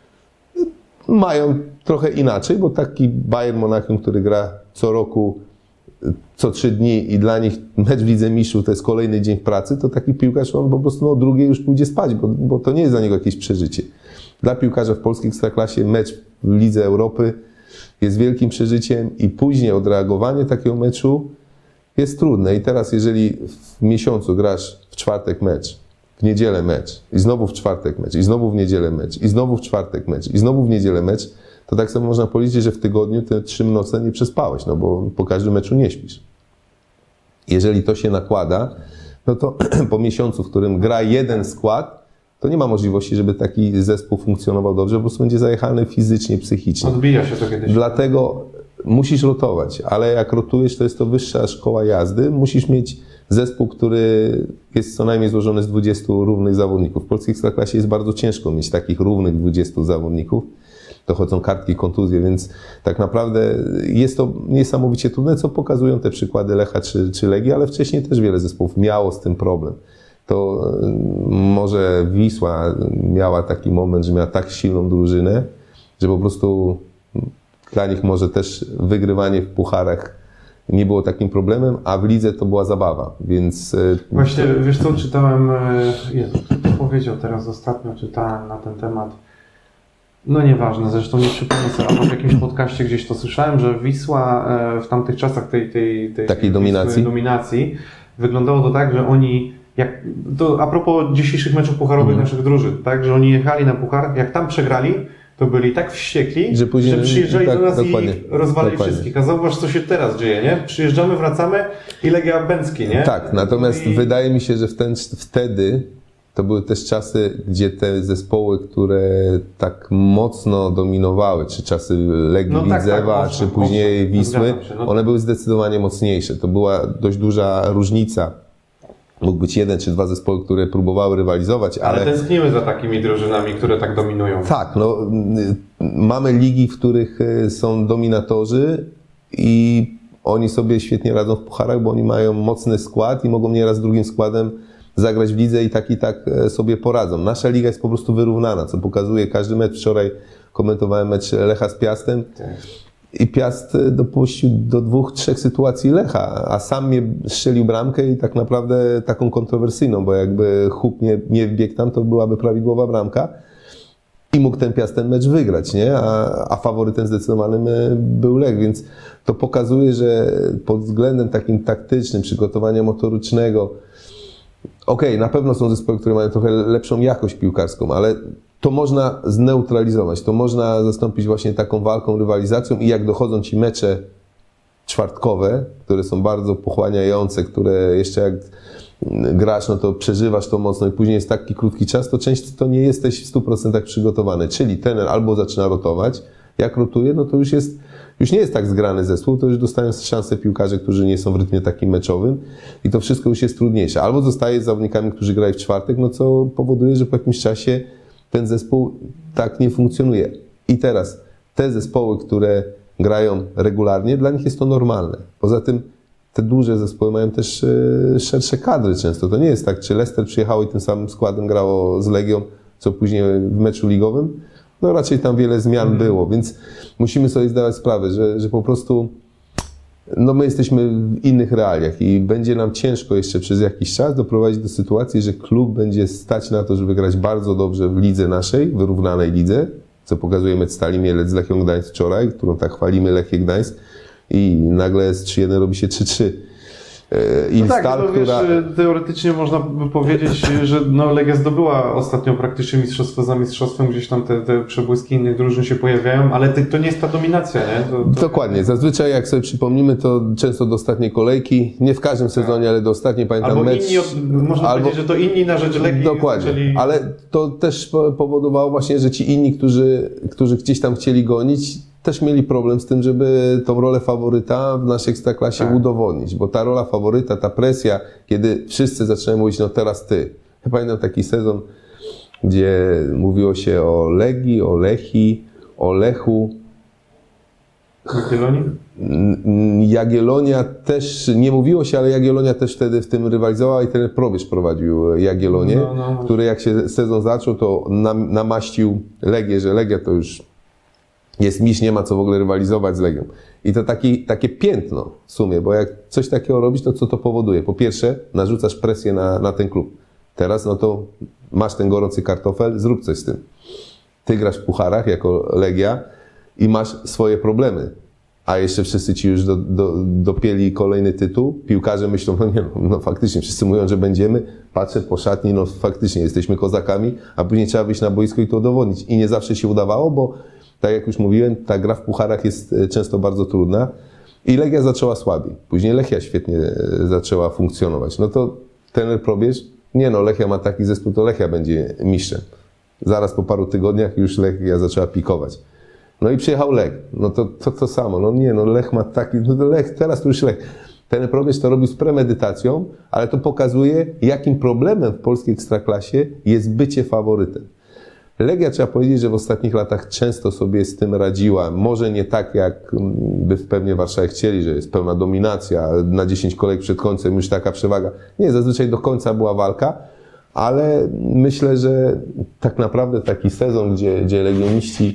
mają trochę inaczej, bo taki Bayern Monachium, który gra co roku, co trzy dni i dla nich mecz w Lidze Mistrzów to jest kolejny dzień w pracy, to taki piłkarz, on po prostu no, o drugiej już pójdzie spać, bo, bo to nie jest dla niego jakieś przeżycie. Dla piłkarza w polskiej ekstraklasie mecz w Lidze Europy jest wielkim przeżyciem i później odreagowanie takiego meczu jest trudne. I teraz jeżeli w miesiącu grasz w czwartek mecz, w niedzielę mecz i znowu w czwartek mecz i znowu w niedzielę mecz i znowu w czwartek mecz i znowu w niedzielę mecz, to tak samo można policzyć, że w tygodniu te trzy noce nie przespałeś, no bo po każdym meczu nie śpisz. Jeżeli to się nakłada, no to po miesiącu, w którym gra jeden skład, to nie ma możliwości, żeby taki zespół funkcjonował dobrze, po prostu będzie zajechany fizycznie, psychicznie. Odbija się to kiedyś. Dlatego musisz rotować, ale jak rotujesz, to jest to wyższa szkoła jazdy, musisz mieć zespół, który jest co najmniej złożony z dwudziestu równych zawodników. W polskiej ekstraklasie jest bardzo ciężko mieć takich równych dwudziestu zawodników. Dochodzą kartki, kontuzje, więc tak naprawdę jest to niesamowicie trudne, co pokazują te przykłady Lecha czy, czy Legii, ale wcześniej też wiele zespołów miało z tym problem. To może Wisła miała taki moment, że miała tak silną drużynę, że po prostu dla nich może też wygrywanie w pucharach nie było takim problemem, a w lidze to była zabawa, więc... Właśnie, wiesz co, czytałem, Jezu, kto to powiedział teraz ostatnio, czytałem na ten temat, no nieważne, zresztą nie przypomnę sobie, albo w jakimś podcaście gdzieś to słyszałem, że Wisła w tamtych czasach tej, tej, tej takiej dominacji. dominacji wyglądało to tak, że oni, jak, to a propos dzisiejszych meczów pucharowych hmm. naszych drużyn, tak, że oni jechali na puchar, jak tam przegrali, to to byli tak wściekli, że, później, że przyjeżdżali tak, do nas dokładnie, i rozwalili dokładnie. wszystkich. A zauważ, co się teraz dzieje, nie? Przyjeżdżamy, wracamy i Legia Bęcki, nie? Tak, natomiast I... wydaje mi się, że w ten, wtedy to były też czasy, gdzie te zespoły, które tak mocno dominowały, czy czasy Legii no Widzewa, tak, tak, czy owszem, później owszem, Wisły, no. one były zdecydowanie mocniejsze. To była dość duża różnica. Mógł być jeden czy dwa zespoły, które próbowały rywalizować, ale... Ale tęsknimy za takimi drużynami, które tak dominują. Tak, no mamy ligi, w których są dominatorzy i oni sobie świetnie radzą w pucharach, bo oni mają mocny skład i mogą nieraz drugim składem zagrać w lidze i tak i tak sobie poradzą. Nasza liga jest po prostu wyrównana, co pokazuje każdy mecz. Wczoraj komentowałem mecz Lecha z Piastem. Tak. I Piast dopuścił do dwóch, trzech sytuacji Lecha, a sam mnie strzelił bramkę i tak naprawdę taką kontrowersyjną, bo jakby Huk nie, nie wbiegł tam, to byłaby prawidłowa bramka i mógł ten Piast ten mecz wygrać, nie? A, a faworytem zdecydowanym był Lech, więc to pokazuje, że pod względem takim taktycznym, przygotowania motorycznego, okej, okay, na pewno są zespoły, które mają trochę lepszą jakość piłkarską, ale to można zneutralizować, to można zastąpić właśnie taką walką, rywalizacją i jak dochodzą ci mecze czwartkowe, które są bardzo pochłaniające, które jeszcze jak grasz, no to przeżywasz to mocno i później jest taki krótki czas, to często to nie jesteś w stu procentach przygotowany, czyli trener albo zaczyna rotować, jak rotuje, no to już jest, już nie jest tak zgrany zespół, to już dostają szansę piłkarze, którzy nie są w rytmie takim meczowym i to wszystko już jest trudniejsze. Albo zostaje z zawodnikami, którzy grają w czwartek, no co powoduje, że po jakimś czasie ten zespół tak nie funkcjonuje. I teraz te zespoły, które grają regularnie, dla nich jest to normalne. Poza tym te duże zespoły mają też szersze kadry często. To nie jest tak, czy Leicester przyjechało i tym samym składem grało z Legią, co później w meczu ligowym. No raczej tam wiele zmian mm. było, więc musimy sobie zdawać sprawę, że, że po prostu no my jesteśmy w innych realiach i będzie nam ciężko jeszcze przez jakiś czas doprowadzić do sytuacji, że klub będzie stać na to, żeby grać bardzo dobrze w lidze naszej, wyrównanej lidze, co pokazuje mecz Stali Mielec z Lechią Gdańsk wczoraj, którą tak chwalimy, Lechię Gdańsk, i nagle z trzy jeden robi się trzy trzy. I no tak, Stal, no wiesz, która... teoretycznie można by powiedzieć, że no Legia zdobyła ostatnio praktycznie mistrzostwo za mistrzostwem, gdzieś tam te, te przebłyski innych drużyn się pojawiają, ale to nie jest ta dominacja, nie? To, to... Dokładnie, zazwyczaj jak sobie przypomnimy, to często do ostatniej kolejki, nie w każdym sezonie, ale do ostatniej, pamiętam albo mecz... Inni, można albo... powiedzieć, że to inni na rzecz Legii. Dokładnie, zaczęli... ale to też powodowało właśnie, że ci inni, którzy, którzy gdzieś tam chcieli gonić, też mieli problem z tym, żeby tą rolę faworyta w naszej ekstraklasie tak. udowodnić, bo ta rola faworyta, ta presja, kiedy wszyscy zaczynają mówić, no teraz ty. Ja pamiętam taki sezon, gdzie mówiło się o Legii, o Lechii, o Lechu. Jagiellonii? Jagiellonia też, nie mówiło się, ale Jagiellonia też wtedy w tym rywalizowała i ten Probierz prowadził Jagiellonię, no, no, no. który jak się sezon zaczął, to nam, namaścił Legię, że Legia to już jest mistrz, nie ma co w ogóle rywalizować z Legią. I to taki, takie piętno w sumie, bo jak coś takiego robisz, to co to powoduje? Po pierwsze, narzucasz presję na, na ten klub. Teraz, no to masz ten gorący kartofel, zrób coś z tym. Ty grasz w pucharach jako Legia i masz swoje problemy. A jeszcze wszyscy ci już do, do, dopieli kolejny tytuł. Piłkarze myślą, no nie, no faktycznie, wszyscy mówią, że będziemy. Patrzę po szatni, no faktycznie jesteśmy kozakami, a później trzeba wyjść na boisko i to udowodnić. I nie zawsze się udawało, bo tak jak już mówiłem, ta gra w pucharach jest często bardzo trudna i Legia zaczęła słabiej. Później Lechia świetnie zaczęła funkcjonować. No to trener Probierz, nie no, Lechia ma taki zespół, to Lechia będzie mistrzem. Zaraz po paru tygodniach już Lechia zaczęła pikować. No i przyjechał Lech. No to to, to samo. No nie, no Lech ma taki, no to Lech, teraz to już Lech. Trener Probierz to robił z premedytacją, ale to pokazuje, jakim problemem w polskiej ekstraklasie jest bycie faworytem. Legia, trzeba powiedzieć, że w ostatnich latach często sobie z tym radziła. Może nie tak, jak by pewnie w Warszawie chcieli, że jest pełna dominacja, na dziesięć kolejek przed końcem już taka przewaga. Nie, zazwyczaj do końca była walka, ale myślę, że tak naprawdę taki sezon, gdzie, gdzie legioniści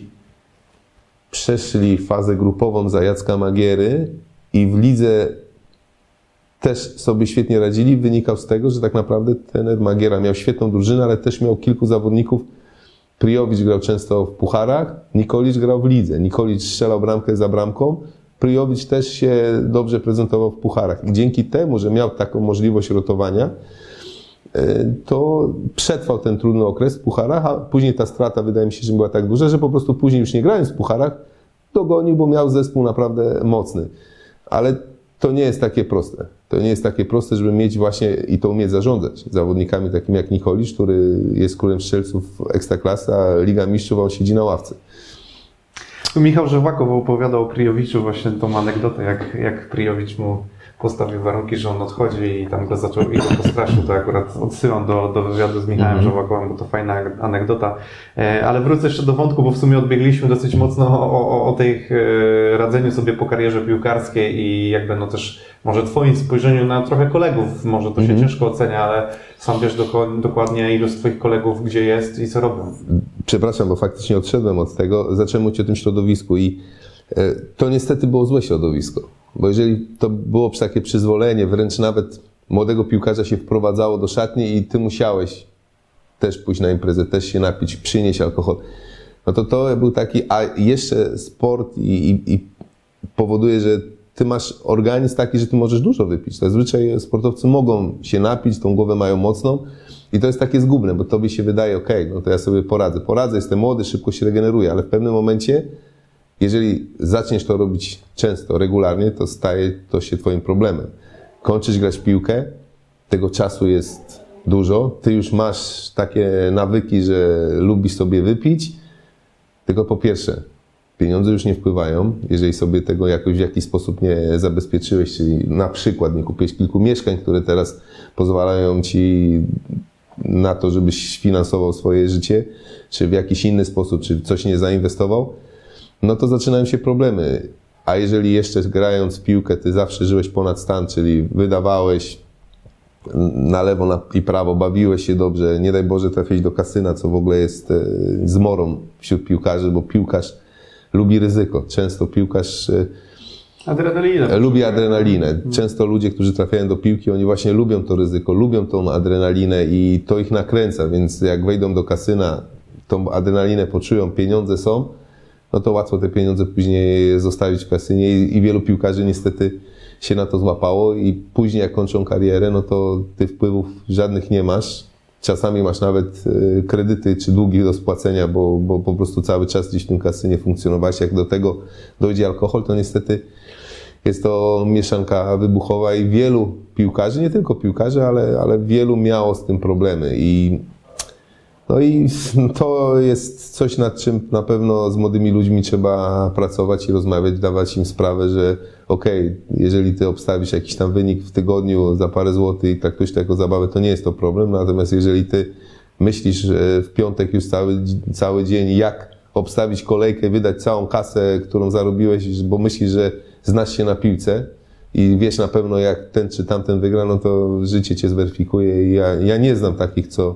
przeszli fazę grupową za Jacka Magiery i w lidze też sobie świetnie radzili, wynikał z tego, że tak naprawdę trener Magiera miał świetną drużynę, ale też miał kilku zawodników. Pryjowicz grał często w pucharach, Nikolicz grał w lidze. Nikolicz strzelał bramkę za bramką, Pryjowicz też się dobrze prezentował w pucharach. I dzięki temu, że miał taką możliwość rotowania, to przetrwał ten trudny okres w pucharach, a później ta strata wydaje mi się, że była tak duża, że po prostu później już nie grając w pucharach, dogonił, bo miał zespół naprawdę mocny. Ale to nie jest takie proste. To nie jest takie proste, żeby mieć właśnie i to umieć zarządzać zawodnikami takimi jak Nikolisz, który jest królem strzelców Ekstraklasy, a Liga Mistrzów, a on siedzi na ławce. Michał Żełakow opowiadał o Prijowiczu właśnie tą anegdotę, jak, jak Prijowicz mu postawił warunki, że on odchodzi i tam go zaczął i go postraszył. To akurat odsyłam do, do wywiadu z Michałem mm-hmm. Żełakowem, bo to fajna anegdota. Ale wrócę jeszcze do wątku, bo w sumie odbiegliśmy dosyć mocno o, o, o tej radzeniu sobie po karierze piłkarskiej i jakby no też może twoim spojrzeniu na trochę kolegów, może to się mm-hmm. ciężko ocenia, ale sam wiesz dokładnie ilu z twoich kolegów gdzie jest i co robią. Przepraszam, bo faktycznie odszedłem od tego. Zacząłem mówić o tym środowisku i to niestety było złe środowisko. Bo jeżeli to było takie przyzwolenie, wręcz nawet młodego piłkarza się wprowadzało do szatni i ty musiałeś też pójść na imprezę, też się napić, przynieść alkohol, no to to był taki, a jeszcze sport i, i, i powoduje, że ty masz organizm taki, że ty możesz dużo wypić. Zazwyczaj sportowcy mogą się napić, tą głowę mają mocną i to jest takie zgubne, bo tobie się wydaje, okej, okay, no to ja sobie poradzę, poradzę, jestem młody, szybko się regeneruję, ale w pewnym momencie jeżeli zaczniesz to robić często, regularnie, to staje to się twoim problemem. Kończysz grać w piłkę, tego czasu jest dużo, ty już masz takie nawyki, że lubisz sobie wypić, tylko po pierwsze, pieniądze już nie wpływają, jeżeli sobie tego jakoś w jakiś sposób nie zabezpieczyłeś, czyli na przykład nie kupiłeś kilku mieszkań, które teraz pozwalają ci na to, żebyś finansował swoje życie, czy w jakiś inny sposób, czy coś nie zainwestował, no to zaczynają się problemy. A jeżeli jeszcze grając w piłkę, ty zawsze żyłeś ponad stan, czyli wydawałeś na lewo na i prawo, bawiłeś się dobrze, nie daj Boże trafić do kasyna, co w ogóle jest zmorą wśród piłkarzy, bo piłkarz lubi ryzyko. Często piłkarz adrenalinę. lubi adrenalinę. Często ludzie, którzy trafiają do piłki, oni właśnie lubią to ryzyko, lubią tą adrenalinę i to ich nakręca, więc jak wejdą do kasyna, tą adrenalinę poczują, pieniądze są, no to łatwo te pieniądze później zostawić w kasynie i, i wielu piłkarzy niestety się na to złapało i później jak kończą karierę, no to ty wpływów żadnych nie masz. Czasami masz nawet kredyty czy długi do spłacenia, bo, bo po prostu cały czas gdzieś w tym kasynie funkcjonowałeś. Jak do tego dojdzie alkohol, to niestety jest to mieszanka wybuchowa i wielu piłkarzy, nie tylko piłkarzy, ale, ale wielu miało z tym problemy. I No i to jest coś, nad czym na pewno z młodymi ludźmi trzeba pracować i rozmawiać, dawać im sprawę, że okej, okay, jeżeli ty obstawisz jakiś tam wynik w tygodniu za parę złotych i traktujesz to jako zabawę, to nie jest to problem. Natomiast jeżeli ty myślisz w piątek już cały, cały dzień, jak obstawić kolejkę, wydać całą kasę, którą zarobiłeś, bo myślisz, że znasz się na piłce i wiesz na pewno, jak ten czy tamten wygra, no to życie cię zweryfikuje. I ja, ja nie znam takich, co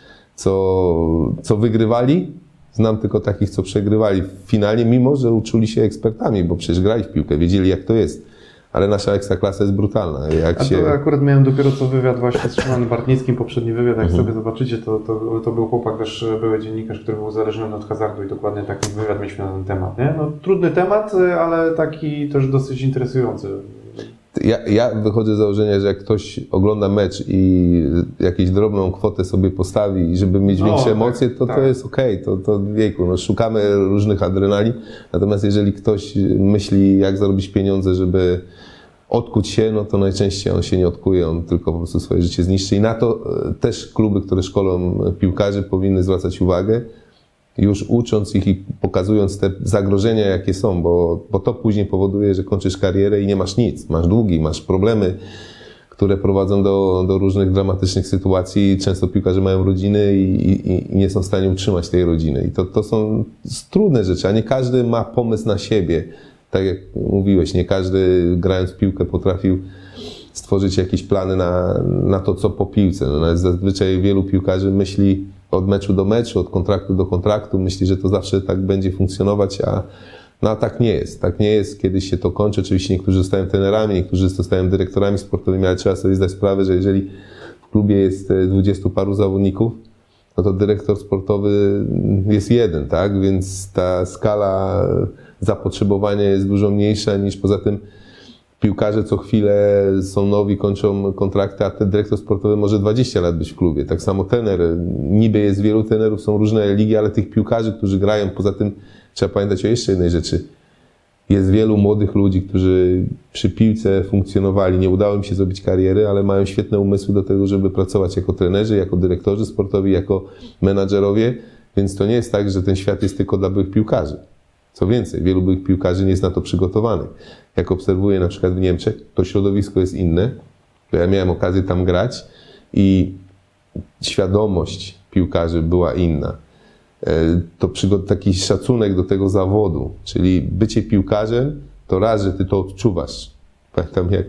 Co, co wygrywali, znam tylko takich, co przegrywali finalnie, mimo że uczuli się ekspertami, bo przecież grali w piłkę, wiedzieli jak to jest. Ale nasza ekstraklasa jest brutalna. Jak A się... to akurat miałem dopiero co wywiad właśnie z Szymonem Bartnickim, poprzedni wywiad, jak mhm. sobie zobaczycie, to, to, to był chłopak, też były dziennikarz, który był uzależniony od hazardu i dokładnie taki wywiad mieliśmy na ten temat. Nie? No, trudny temat, ale taki też dosyć interesujący. Ja, ja wychodzę z założenia, że jak ktoś ogląda mecz i jakąś drobną kwotę sobie postawi, żeby mieć no, większe emocje, to tak. to jest okej, okay. to, to wieku, no, szukamy różnych adrenalin, natomiast jeżeli ktoś myśli, jak zarobić pieniądze, żeby odkuć się, no to najczęściej on się nie odkuje, on tylko po prostu swoje życie zniszczy i na to też kluby, które szkolą piłkarzy, powinny zwracać uwagę, już ucząc ich i pokazując te zagrożenia, jakie są, bo, bo to później powoduje, że kończysz karierę i nie masz nic. Masz długi, masz problemy, które prowadzą do, do różnych dramatycznych sytuacji. Często piłkarze mają rodziny i, i, i nie są w stanie utrzymać tej rodziny. I to, to są trudne rzeczy, a nie każdy ma pomysł na siebie. Tak jak mówiłeś, nie każdy grając w piłkę potrafił stworzyć jakieś plany na, na to, co po piłce. No, nawet zazwyczaj wielu piłkarzy myśli od meczu do meczu, od kontraktu do kontraktu, myśli, że to zawsze tak będzie funkcjonować, a no, a tak nie jest. Tak nie jest, kiedyś się to kończy. Oczywiście niektórzy zostają trenerami, niektórzy zostają dyrektorami sportowymi, ale trzeba sobie zdać sprawę, że jeżeli w klubie jest dwudziestu paru zawodników, no to dyrektor sportowy jest jeden, tak? Więc ta skala zapotrzebowania jest dużo mniejsza niż poza tym piłkarze co chwilę są nowi, kończą kontrakty, a ten dyrektor sportowy może dwadzieścia lat być w klubie. Tak samo trener. Niby jest wielu trenerów, są różne ligi, ale tych piłkarzy, którzy grają, poza tym trzeba pamiętać o jeszcze jednej rzeczy. Jest wielu młodych ludzi, którzy przy piłce funkcjonowali, nie udało im się zrobić kariery, ale mają świetne umysły do tego, żeby pracować jako trenerzy, jako dyrektorzy sportowi, jako menadżerowie, więc to nie jest tak, że ten świat jest tylko dla byłych piłkarzy. Co więcej, wielu byłych piłkarzy nie jest na to przygotowanych. Jak obserwuję na przykład w Niemczech, to środowisko jest inne, bo ja miałem okazję tam grać i świadomość piłkarzy była inna. To taki szacunek do tego zawodu, czyli bycie piłkarzem, to raz, że ty to odczuwasz. Pamiętam jak,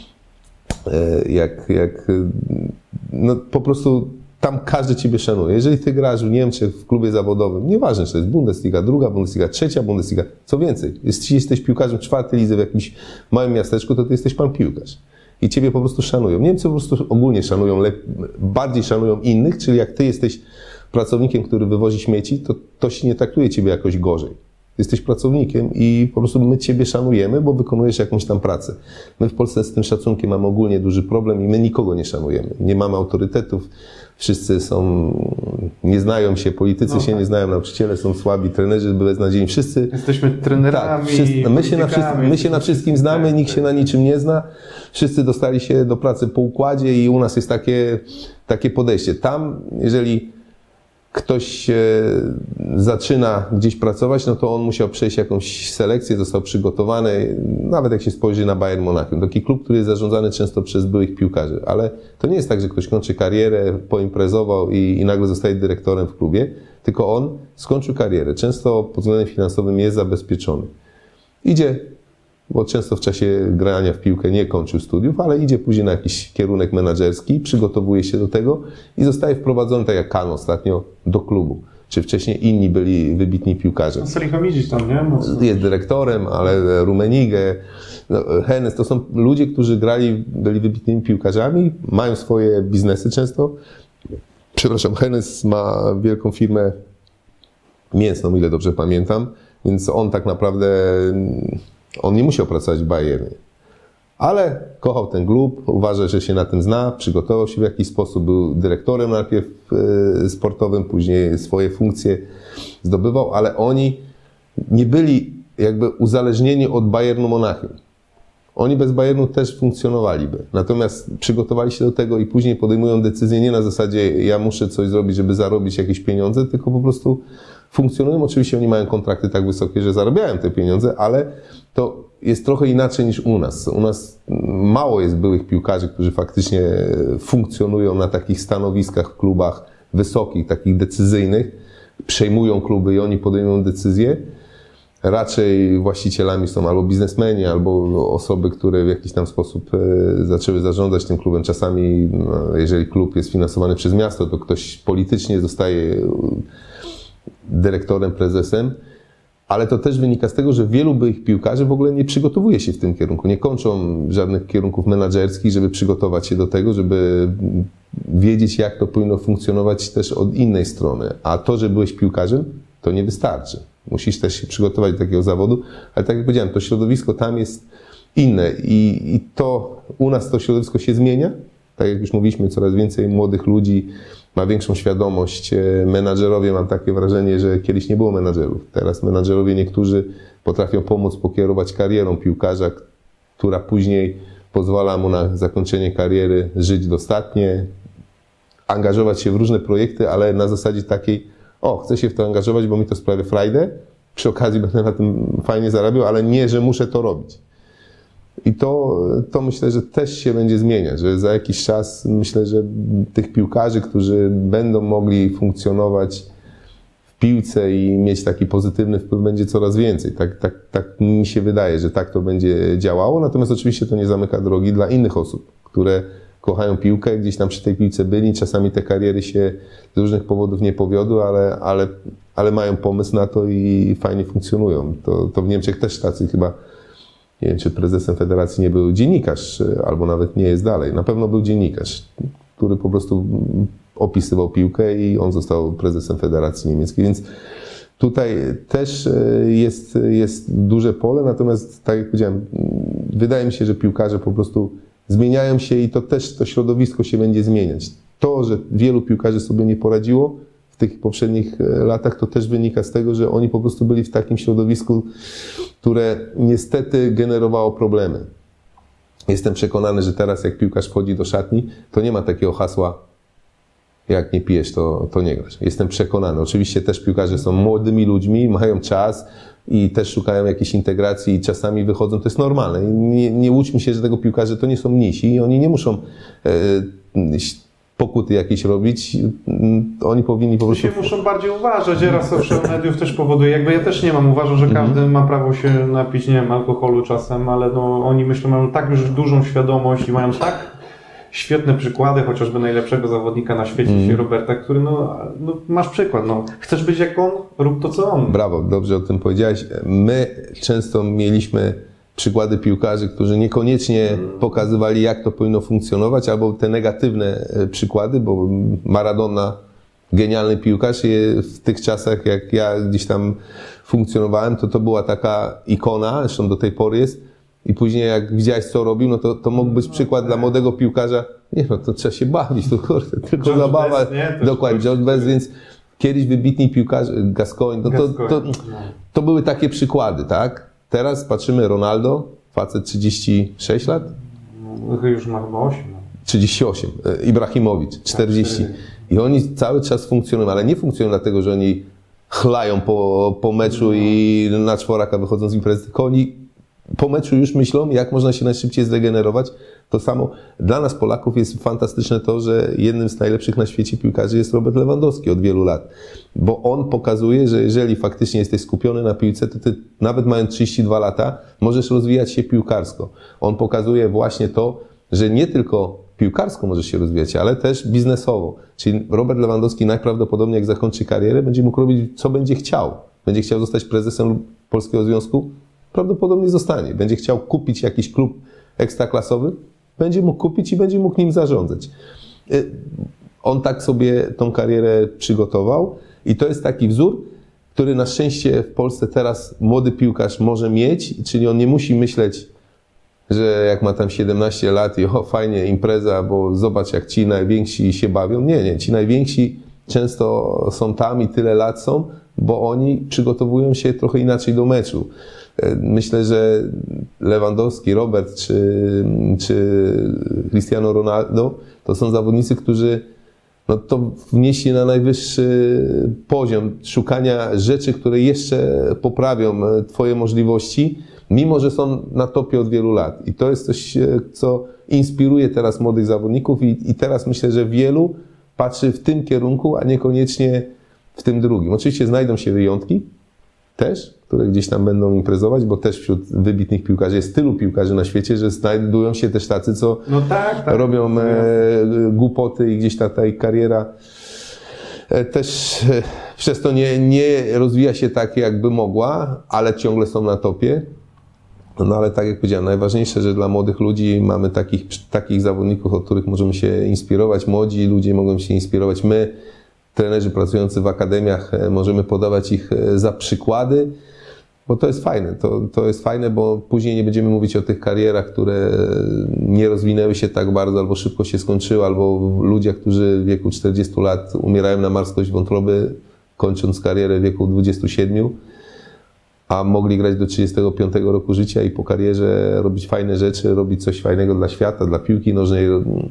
jak, jak no po prostu tam każdy ciebie szanuje. Jeżeli ty grasz w Niemczech w klubie zawodowym, nieważne, czy to jest Bundesliga, druga Bundesliga, trzecia Bundesliga, co więcej, jeśli jesteś piłkarzem czwartej lidze w jakimś małym miasteczku, to ty jesteś pan piłkarz. I ciebie po prostu szanują. Niemcy po prostu ogólnie szanują, bardziej szanują innych, czyli jak ty jesteś pracownikiem, który wywozi śmieci, to to się nie traktuje ciebie jakoś gorzej. Jesteś pracownikiem i po prostu my ciebie szanujemy, bo wykonujesz jakąś tam pracę. My w Polsce z tym szacunkiem mamy ogólnie duży problem i my nikogo nie szanujemy. Nie mamy autorytetów, wszyscy są, nie znają się, politycy no, się tak. nie znają, nauczyciele są słabi, trenerzy beznadziejni, wszyscy... Jesteśmy trenerami, tak, wszyscy, my, się na wszystkim, my się na wszystkim znamy, tak, nikt się na niczym nie zna, wszyscy dostali się do pracy po układzie i u nas jest takie, takie podejście. Tam, jeżeli ktoś zaczyna gdzieś pracować, no to on musiał przejść jakąś selekcję, został przygotowany, nawet jak się spojrzy na Bayern Monachium. Taki klub, który jest zarządzany często przez byłych piłkarzy, ale to nie jest tak, że ktoś kończy karierę, poimprezował i, i nagle zostaje dyrektorem w klubie, tylko on skończył karierę. Często pod względem finansowym jest zabezpieczony. Idzie, bo często w czasie grania w piłkę nie kończył studiów, ale idzie później na jakiś kierunek menadżerski, przygotowuje się do tego i zostaje wprowadzony, tak jak Kahn ostatnio, do klubu. Czy wcześniej inni byli wybitni piłkarze. Salihomidzic tam, nie? Mocno. Jest dyrektorem, ale Rummenigge, no, Hennes, to są ludzie, którzy grali, byli wybitnymi piłkarzami, mają swoje biznesy często. Przepraszam, Hennes ma wielką firmę mięsną, ile dobrze pamiętam, więc on tak naprawdę... On nie musiał pracować w Bayernie, ale kochał ten klub, uważa, że się na tym zna, przygotował się w jakiś sposób, był dyrektorem najpierw sportowym, później swoje funkcje zdobywał, ale oni nie byli jakby uzależnieni od Bayernu Monachium. Oni bez Bayernu też funkcjonowaliby, natomiast przygotowali się do tego i później podejmują decyzje nie na zasadzie ja muszę coś zrobić, żeby zarobić jakieś pieniądze, tylko po prostu funkcjonują. Oczywiście oni mają kontrakty tak wysokie, że zarabiają te pieniądze, ale to jest trochę inaczej niż u nas. U nas mało jest byłych piłkarzy, którzy faktycznie funkcjonują na takich stanowiskach w klubach wysokich, takich decyzyjnych, przejmują kluby i oni podejmują decyzje. Raczej właścicielami są albo biznesmeni, albo osoby, które w jakiś tam sposób zaczęły zarządzać tym klubem. Czasami, no, jeżeli klub jest finansowany przez miasto, to ktoś politycznie zostaje dyrektorem, prezesem, ale to też wynika z tego, że wielu byłych piłkarzy w ogóle nie przygotowuje się w tym kierunku, nie kończą żadnych kierunków menadżerskich, żeby przygotować się do tego, żeby wiedzieć, jak to powinno funkcjonować też od innej strony. A to, że byłeś piłkarzem, to nie wystarczy. Musisz też się przygotować do takiego zawodu, ale tak jak powiedziałem, to środowisko tam jest inne i, i to u nas to środowisko się zmienia. Tak jak już mówiliśmy, coraz więcej młodych ludzi ma większą świadomość. Menadżerowie, mam takie wrażenie, że kiedyś nie było menadżerów. Teraz menadżerowie niektórzy potrafią pomóc pokierować karierą piłkarza, która później pozwala mu na zakończenie kariery żyć dostatnie, angażować się w różne projekty, ale na zasadzie takiej, o, chcę się w to angażować, bo mi to sprawia frajdę, przy okazji będę na tym fajnie zarabiał, ale nie, że muszę to robić. I to, to myślę, że też się będzie zmieniać, że za jakiś czas myślę, że tych piłkarzy, którzy będą mogli funkcjonować w piłce i mieć taki pozytywny wpływ, będzie coraz więcej. Tak, tak, tak mi się wydaje, że tak to będzie działało, natomiast oczywiście to nie zamyka drogi dla innych osób, które kochają piłkę, gdzieś tam przy tej piłce byli, czasami te kariery się z różnych powodów nie powiodły, ale, ale, ale mają pomysł na to i fajnie funkcjonują. To, to w Niemczech też tacy chyba, nie wiem, czy prezesem federacji nie był dziennikarz, albo nawet nie jest dalej. Na pewno był dziennikarz, który po prostu opisywał piłkę i on został prezesem Federacji Niemieckiej, więc tutaj też jest, jest duże pole, natomiast tak jak powiedziałem, wydaje mi się, że piłkarze po prostu zmieniają się i to też to środowisko się będzie zmieniać. To, że wielu piłkarzy sobie nie poradziło w tych poprzednich latach, to też wynika z tego, że oni po prostu byli w takim środowisku, które niestety generowało problemy. Jestem przekonany, że teraz jak piłkarz wchodzi do szatni, to nie ma takiego hasła, jak nie pijesz, to, to nie grasz. Jestem przekonany. Oczywiście też piłkarze są młodymi ludźmi, mają czas i też szukają jakiejś integracji i czasami wychodzą, to jest normalne. Nie, nie łudźmy się, że tego piłkarze to nie są mnisi i oni nie muszą e, pokuty jakieś robić. Oni powinni po prostu... Się muszą bardziej uważać. Raz social mediów też powoduje, jakby ja też nie mam, uważam, że każdy ma prawo się napić, nie wiem, alkoholu czasem, ale no, oni myślą, mają tak już dużą świadomość i mają tak świetne przykłady, chociażby najlepszego zawodnika na świecie, mm. Roberta, który no, no masz przykład, no chcesz być jak on, rób to co on. Brawo, dobrze o tym powiedziałeś. My często mieliśmy przykłady piłkarzy, którzy niekoniecznie pokazywali, jak to powinno funkcjonować, albo te negatywne przykłady, bo Maradona, genialny piłkarz, w tych czasach, jak ja gdzieś tam funkcjonowałem, to to była taka ikona, zresztą do tej pory jest. I później jak widziałeś, co robił, no to, to mógł być przykład dla młodego piłkarza. Nie no, to trzeba się bawić, to kurde, tylko George zabawa. Best, nie? Dokładnie, George Best, więc kiedyś wybitni piłkarze, Gascoigne, no to, to, to były takie przykłady, tak? Teraz patrzymy, Ronaldo, facet trzydzieści sześć lat? No, już ma chyba osiem. trzydzieści osiem. Ibrahimowicz, czterdzieści. I oni cały czas funkcjonują, ale nie funkcjonują dlatego, że oni chlają po, po meczu no. i na czworaka wychodzą z imprezy, tylko oni po meczu już myślą, jak można się najszybciej zregenerować. To samo dla nas Polaków jest fantastyczne to, że jednym z najlepszych na świecie piłkarzy jest Robert Lewandowski od wielu lat. Bo on pokazuje, że jeżeli faktycznie jesteś skupiony na piłce, to ty nawet mając trzydzieści dwa lata możesz rozwijać się piłkarsko. On pokazuje właśnie to, że nie tylko piłkarsko możesz się rozwijać, ale też biznesowo. Czyli Robert Lewandowski najprawdopodobniej jak zakończy karierę, będzie mógł robić co będzie chciał. Będzie chciał zostać prezesem Polskiego Związku? Prawdopodobnie zostanie. Będzie chciał kupić jakiś klub ekstraklasowy, będzie mógł kupić i będzie mógł nim zarządzać. On tak sobie tą karierę przygotował i to jest taki wzór, który na szczęście w Polsce teraz młody piłkarz może mieć, czyli on nie musi myśleć, że jak ma tam siedemnaście lat i o fajnie impreza, bo zobacz jak ci najwięksi się bawią. Nie, nie, ci najwięksi często są tam i tyle lat są, bo oni przygotowują się trochę inaczej do meczu. Myślę, że Lewandowski, Robert czy, czy Cristiano Ronaldo to są zawodnicy, którzy no to wnieśli na najwyższy poziom szukania rzeczy, które jeszcze poprawią twoje możliwości, mimo że są na topie od wielu lat. I to jest coś, co inspiruje teraz młodych zawodników i, i teraz myślę, że wielu patrzy w tym kierunku, a niekoniecznie w tym drugim. Oczywiście znajdą się wyjątki też, które gdzieś tam będą imprezować, bo też wśród wybitnych piłkarzy jest tylu piłkarzy na świecie, że znajdują się też tacy, co no tak, tak, robią e, głupoty i gdzieś ta, ta ich kariera e, też e, przez to nie, nie rozwija się tak, jakby mogła, ale ciągle są na topie. No ale tak jak powiedziałem, najważniejsze, że dla młodych ludzi mamy takich, takich zawodników, od których możemy się inspirować. Młodzi ludzie mogą się inspirować. My, trenerzy pracujący w akademiach, możemy podawać ich za przykłady, bo to jest fajne. To, to jest fajne, bo później nie będziemy mówić o tych karierach, które nie rozwinęły się tak bardzo, albo szybko się skończyły, albo ludziach, którzy w wieku czterdziestu lat umierają na marskość wątroby, kończąc karierę w wieku dwudziestu siedmiu, a mogli grać do trzydziestego piątego roku życia i po karierze robić fajne rzeczy, robić coś fajnego dla świata, dla piłki nożnej.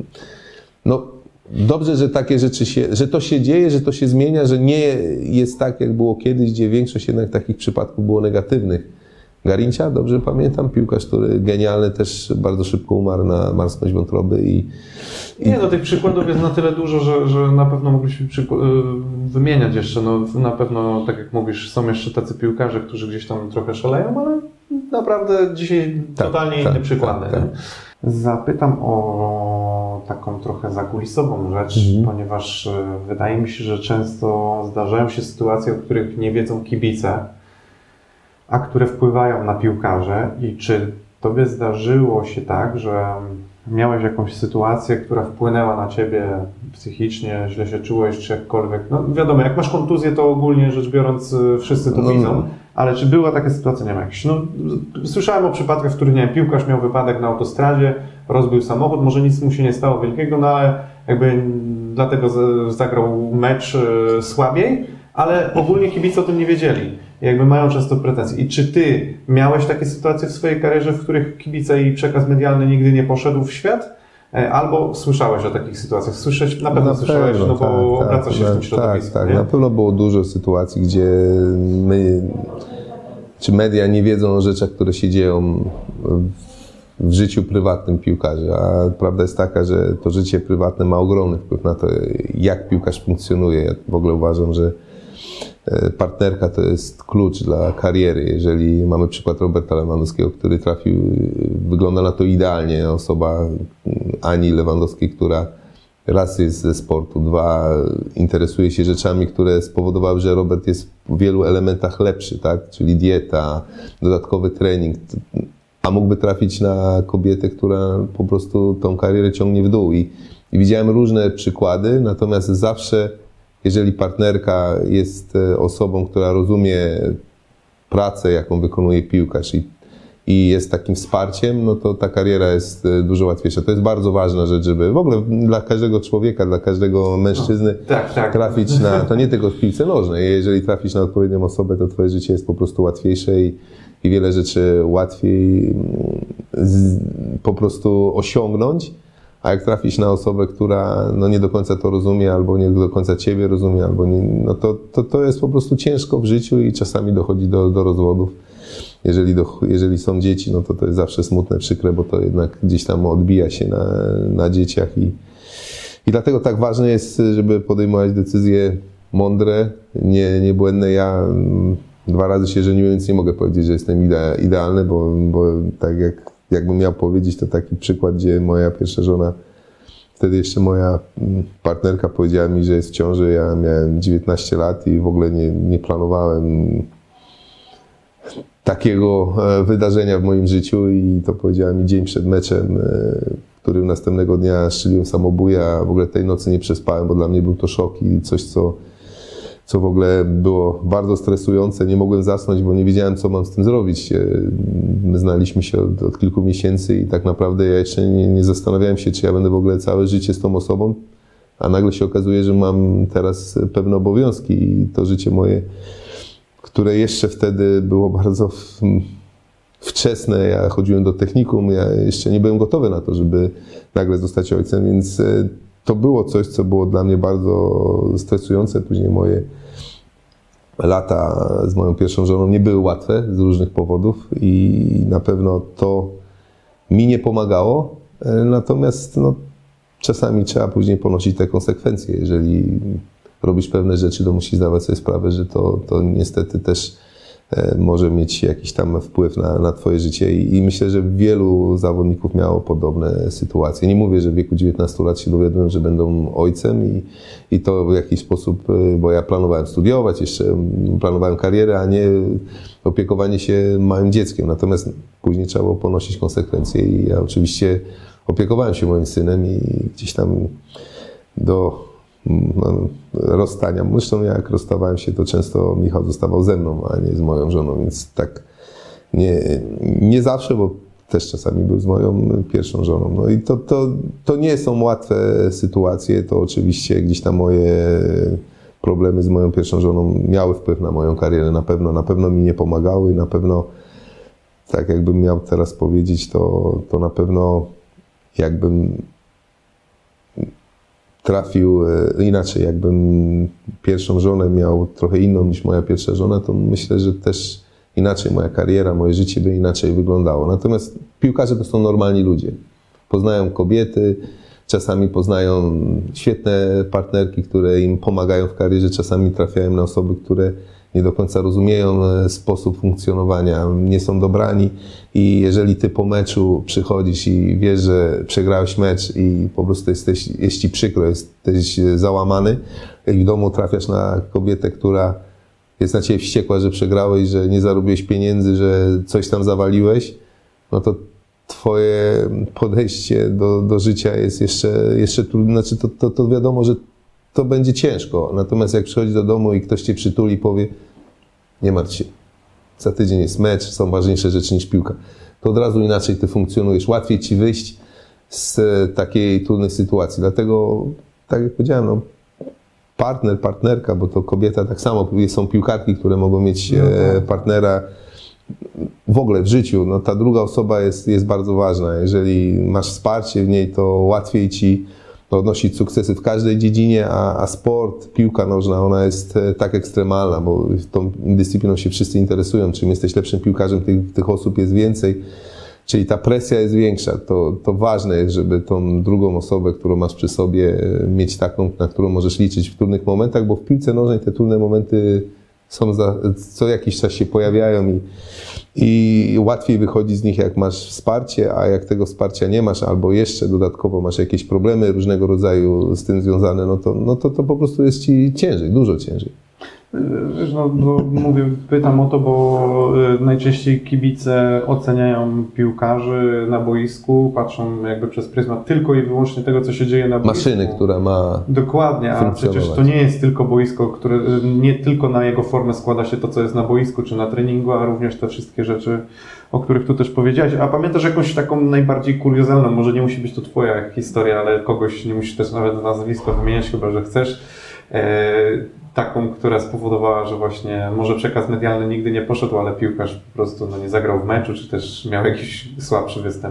No, dobrze, że takie rzeczy się, że to się dzieje, że to się zmienia, że nie jest tak, jak było kiedyś, gdzie większość jednak takich przypadków było negatywnych. Garrincha, dobrze pamiętam, piłkarz, który genialny, też bardzo szybko umarł na marskość wątroby i... i... Nie, no tych przykładów jest na tyle dużo, że, że na pewno mogliśmy wymieniać jeszcze. No, na pewno, tak jak mówisz, są jeszcze tacy piłkarze, którzy gdzieś tam trochę szaleją, ale naprawdę dzisiaj tak, totalnie tak, inne przykłady. Tak, tak. Zapytam o taką trochę zakulisową rzecz, mhm. ponieważ wydaje mi się, że często zdarzają się sytuacje, o których nie wiedzą kibice, a które wpływają na piłkarze. I czy tobie zdarzyło się tak, że miałeś jakąś sytuację, która wpłynęła na ciebie psychicznie, źle się czułeś, czy jakkolwiek? No wiadomo, jak masz kontuzję, to ogólnie rzecz biorąc wszyscy to no, widzą, ale czy była taka sytuacja, nie wiem, jakiś, no słyszałem o przypadkach, w których, nie wiem, piłkarz miał wypadek na autostradzie, rozbił samochód, może nic mu się nie stało wielkiego, no ale jakby dlatego zagrał mecz słabiej, ale ogólnie kibice o tym nie wiedzieli. Jakby mają często pretensje. I czy ty miałeś takie sytuacje w swojej karierze, w których kibice i przekaz medialny nigdy nie poszedł w świat? Albo słyszałeś o takich sytuacjach? Słyszeć na pewno na słyszałeś, pewno, no bo tak, obracasz się tak, w tym środowisku. Tak, tak. Nie? Na pewno było dużo sytuacji, gdzie my, czy media nie wiedzą o rzeczach, które się dzieją w życiu prywatnym piłkarzy, a prawda jest taka, że to życie prywatne ma ogromny wpływ na to, jak piłkarz funkcjonuje. Ja w ogóle uważam, że partnerka to jest klucz dla kariery. Jeżeli mamy przykład Roberta Lewandowskiego, który trafił, wygląda na to idealnie, osoba Ani Lewandowskiej, która raz jest ze sportu, dwa interesuje się rzeczami, które spowodowały, że Robert jest w wielu elementach lepszy, tak? Czyli dieta, dodatkowy trening, a mógłby trafić na kobietę, która po prostu tą karierę ciągnie w dół. I, i widziałem różne przykłady, natomiast zawsze jeżeli partnerka jest osobą, która rozumie pracę, jaką wykonuje piłkarz i, i jest takim wsparciem, no to ta kariera jest dużo łatwiejsza. To jest bardzo ważna rzecz, żeby w ogóle dla każdego człowieka, dla każdego mężczyzny no, tak, tak. trafić na, to nie tylko w piłce nożnej, jeżeli trafisz na odpowiednią osobę, to twoje życie jest po prostu łatwiejsze i, i wiele rzeczy łatwiej z, po prostu osiągnąć. A jak trafisz na osobę, która no nie do końca to rozumie, albo nie do końca ciebie rozumie, albo nie, no to, to, to jest po prostu ciężko w życiu i czasami dochodzi do, do rozwodów. Jeżeli, do, jeżeli są dzieci, no to to jest zawsze smutne, przykre, bo to jednak gdzieś tam odbija się na, na dzieciach. I, I dlatego tak ważne jest, żeby podejmować decyzje mądre, nie, niebłędne. Ja dwa razy się żeniłem, więc nie mogę powiedzieć, że jestem idea, idealny, bo, bo tak jak Jakbym miał powiedzieć, to taki przykład, gdzie moja pierwsza żona, wtedy jeszcze moja partnerka powiedziała mi, że jest w ciąży. Ja miałem dziewiętnaście lat i w ogóle nie, nie planowałem takiego wydarzenia w moim życiu i to powiedziała mi dzień przed meczem, w którym następnego dnia strzeliłem samobuja. W ogóle tej nocy nie przespałem, bo dla mnie był to szok i coś, co co w ogóle było bardzo stresujące. Nie mogłem zasnąć, bo nie wiedziałem, co mam z tym zrobić. My znaliśmy się od, od kilku miesięcy i tak naprawdę ja jeszcze nie, nie zastanawiałem się, czy ja będę w ogóle całe życie z tą osobą, a nagle się okazuje, że mam teraz pewne obowiązki i to życie moje, które jeszcze wtedy było bardzo wczesne. Ja chodziłem do technikum, ja jeszcze nie byłem gotowy na to, żeby nagle zostać ojcem, więc to było coś, co było dla mnie bardzo stresujące. Później moje lata z moją pierwszą żoną nie były łatwe z różnych powodów i na pewno to mi nie pomagało. Natomiast no, czasami trzeba później ponosić te konsekwencje. Jeżeli robisz pewne rzeczy, to musisz zdawać sobie sprawę, że to, to niestety też może mieć jakiś tam wpływ na, na twoje życie I, i myślę, że wielu zawodników miało podobne sytuacje. Nie mówię, że w wieku dziewiętnastu lat się dowiadują, że będą ojcem i, i to w jakiś sposób, bo ja planowałem studiować, jeszcze planowałem karierę, a nie opiekowanie się małym dzieckiem. Natomiast później trzeba było ponosić konsekwencje i ja oczywiście opiekowałem się moim synem i gdzieś tam do No, rozstania. Zresztą jak rozstawałem się, to często Michał zostawał ze mną, a nie z moją żoną, więc tak nie, nie zawsze, bo też czasami był z moją pierwszą żoną. No i to, to, to nie są łatwe sytuacje, to oczywiście gdzieś tam moje problemy z moją pierwszą żoną miały wpływ na moją karierę, na pewno, na pewno mi nie pomagały, na pewno, tak jakbym miał teraz powiedzieć, to, to na pewno jakbym trafił inaczej, jakbym pierwszą żonę miał trochę inną niż moja pierwsza żona, to myślę, że też inaczej moja kariera, moje życie by inaczej wyglądało. Natomiast piłkarze to są normalni ludzie. Poznają kobiety, czasami poznają świetne partnerki, które im pomagają w karierze, czasami trafiają na osoby, które nie do końca rozumieją sposób funkcjonowania, nie są dobrani i jeżeli ty po meczu przychodzisz i wiesz, że przegrałeś mecz i po prostu jesteś, jest ci przykro, jesteś załamany i w domu trafiasz na kobietę, która jest na ciebie wściekła, że przegrałeś, że nie zarobiłeś pieniędzy, że coś tam zawaliłeś, no to twoje podejście do, do życia jest jeszcze, jeszcze trudne, znaczy to, to, to wiadomo, że to będzie ciężko. Natomiast jak przychodzi do domu i ktoś cię przytuli i powie, nie martw się, za tydzień jest mecz, są ważniejsze rzeczy niż piłka, to od razu inaczej ty funkcjonujesz. Łatwiej ci wyjść z takiej trudnej sytuacji. Dlatego, tak jak powiedziałem, no, partner, partnerka, bo to kobieta tak samo, są piłkarki, które mogą mieć no tak. partnera w ogóle w życiu. No, ta druga osoba jest, jest bardzo ważna. Jeżeli masz wsparcie w niej, to łatwiej ci odnosić sukcesy w każdej dziedzinie, a, a sport, piłka nożna, ona jest tak ekstremalna, bo tą dyscypliną się wszyscy interesują. Czym jesteś lepszym piłkarzem, tych, tych osób jest więcej. Czyli ta presja jest większa. To, to ważne jest, żeby tą drugą osobę, którą masz przy sobie, mieć taką, na którą możesz liczyć w trudnych momentach, bo w piłce nożnej te trudne momenty są za, co jakiś czas się pojawiają i, i łatwiej wychodzi z nich, jak masz wsparcie, a jak tego wsparcia nie masz, albo jeszcze dodatkowo masz jakieś problemy różnego rodzaju z tym związane, no to, no to, to po prostu jest ci ciężej, dużo ciężej. Wiesz, no, bo mówię, pytam o to, bo najczęściej kibice oceniają piłkarzy na boisku, patrzą jakby przez pryzmat tylko i wyłącznie tego, co się dzieje na boisku. Maszyny, która ma Dokładnie, a przecież to nie jest tylko boisko, które nie tylko na jego formę składa się to, co jest na boisku czy na treningu, a również te wszystkie rzeczy, o których tu też powiedziałeś. A pamiętasz jakąś taką najbardziej kuriozalną, może nie musi być to twoja historia, ale kogoś, nie musisz też nawet nazwisko wymieniać, chyba że chcesz, e, taką, która spowodowała, że właśnie może przekaz medialny nigdy nie poszedł, ale piłkarz po prostu no, nie zagrał w meczu, czy też miał jakiś słabszy występ.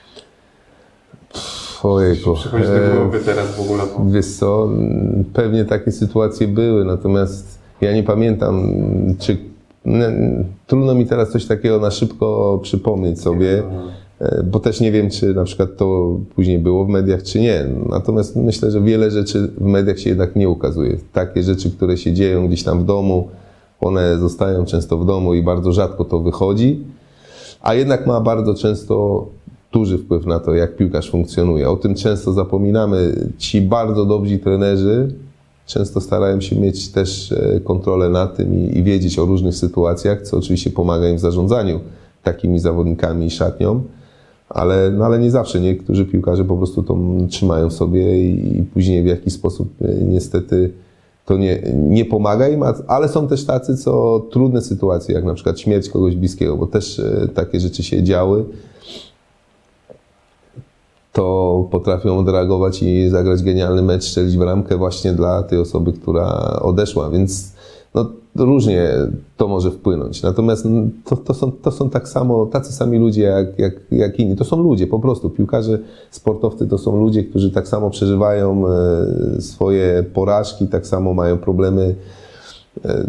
Ojejku. Przychodzi do głowy teraz w ogóle. Bo... Wiesz co, pewnie takie sytuacje były, natomiast ja nie pamiętam, czy trudno mi teraz coś takiego na szybko przypomnieć sobie, bo też nie wiem, czy na przykład to później było w mediach, czy nie. Natomiast myślę, że wiele rzeczy w mediach się jednak nie ukazuje. Takie rzeczy, które się dzieją gdzieś tam w domu, one zostają często w domu i bardzo rzadko to wychodzi, a jednak ma bardzo często duży wpływ na to, jak piłkarz funkcjonuje. O tym często zapominamy. Ci bardzo dobrzy trenerzy często starają się mieć też kontrolę nad tym i, i wiedzieć o różnych sytuacjach, co oczywiście pomaga im w zarządzaniu takimi zawodnikami i szatnią. Ale, no ale nie zawsze. Niektórzy piłkarze po prostu to trzymają w sobie i, i później w jakiś sposób niestety to nie, nie pomaga im, ale są też tacy, co trudne sytuacje, jak na przykład śmierć kogoś bliskiego, bo też takie rzeczy się działy, to potrafią odreagować i zagrać genialny mecz, strzelić bramkę właśnie dla tej osoby, która odeszła, więc no, różnie to może wpłynąć. Natomiast to, to, są, to są tak samo, tacy sami ludzie jak, jak, jak inni. To są ludzie po prostu. Piłkarze, sportowcy to są ludzie, którzy tak samo przeżywają e, swoje porażki, tak samo mają problemy e,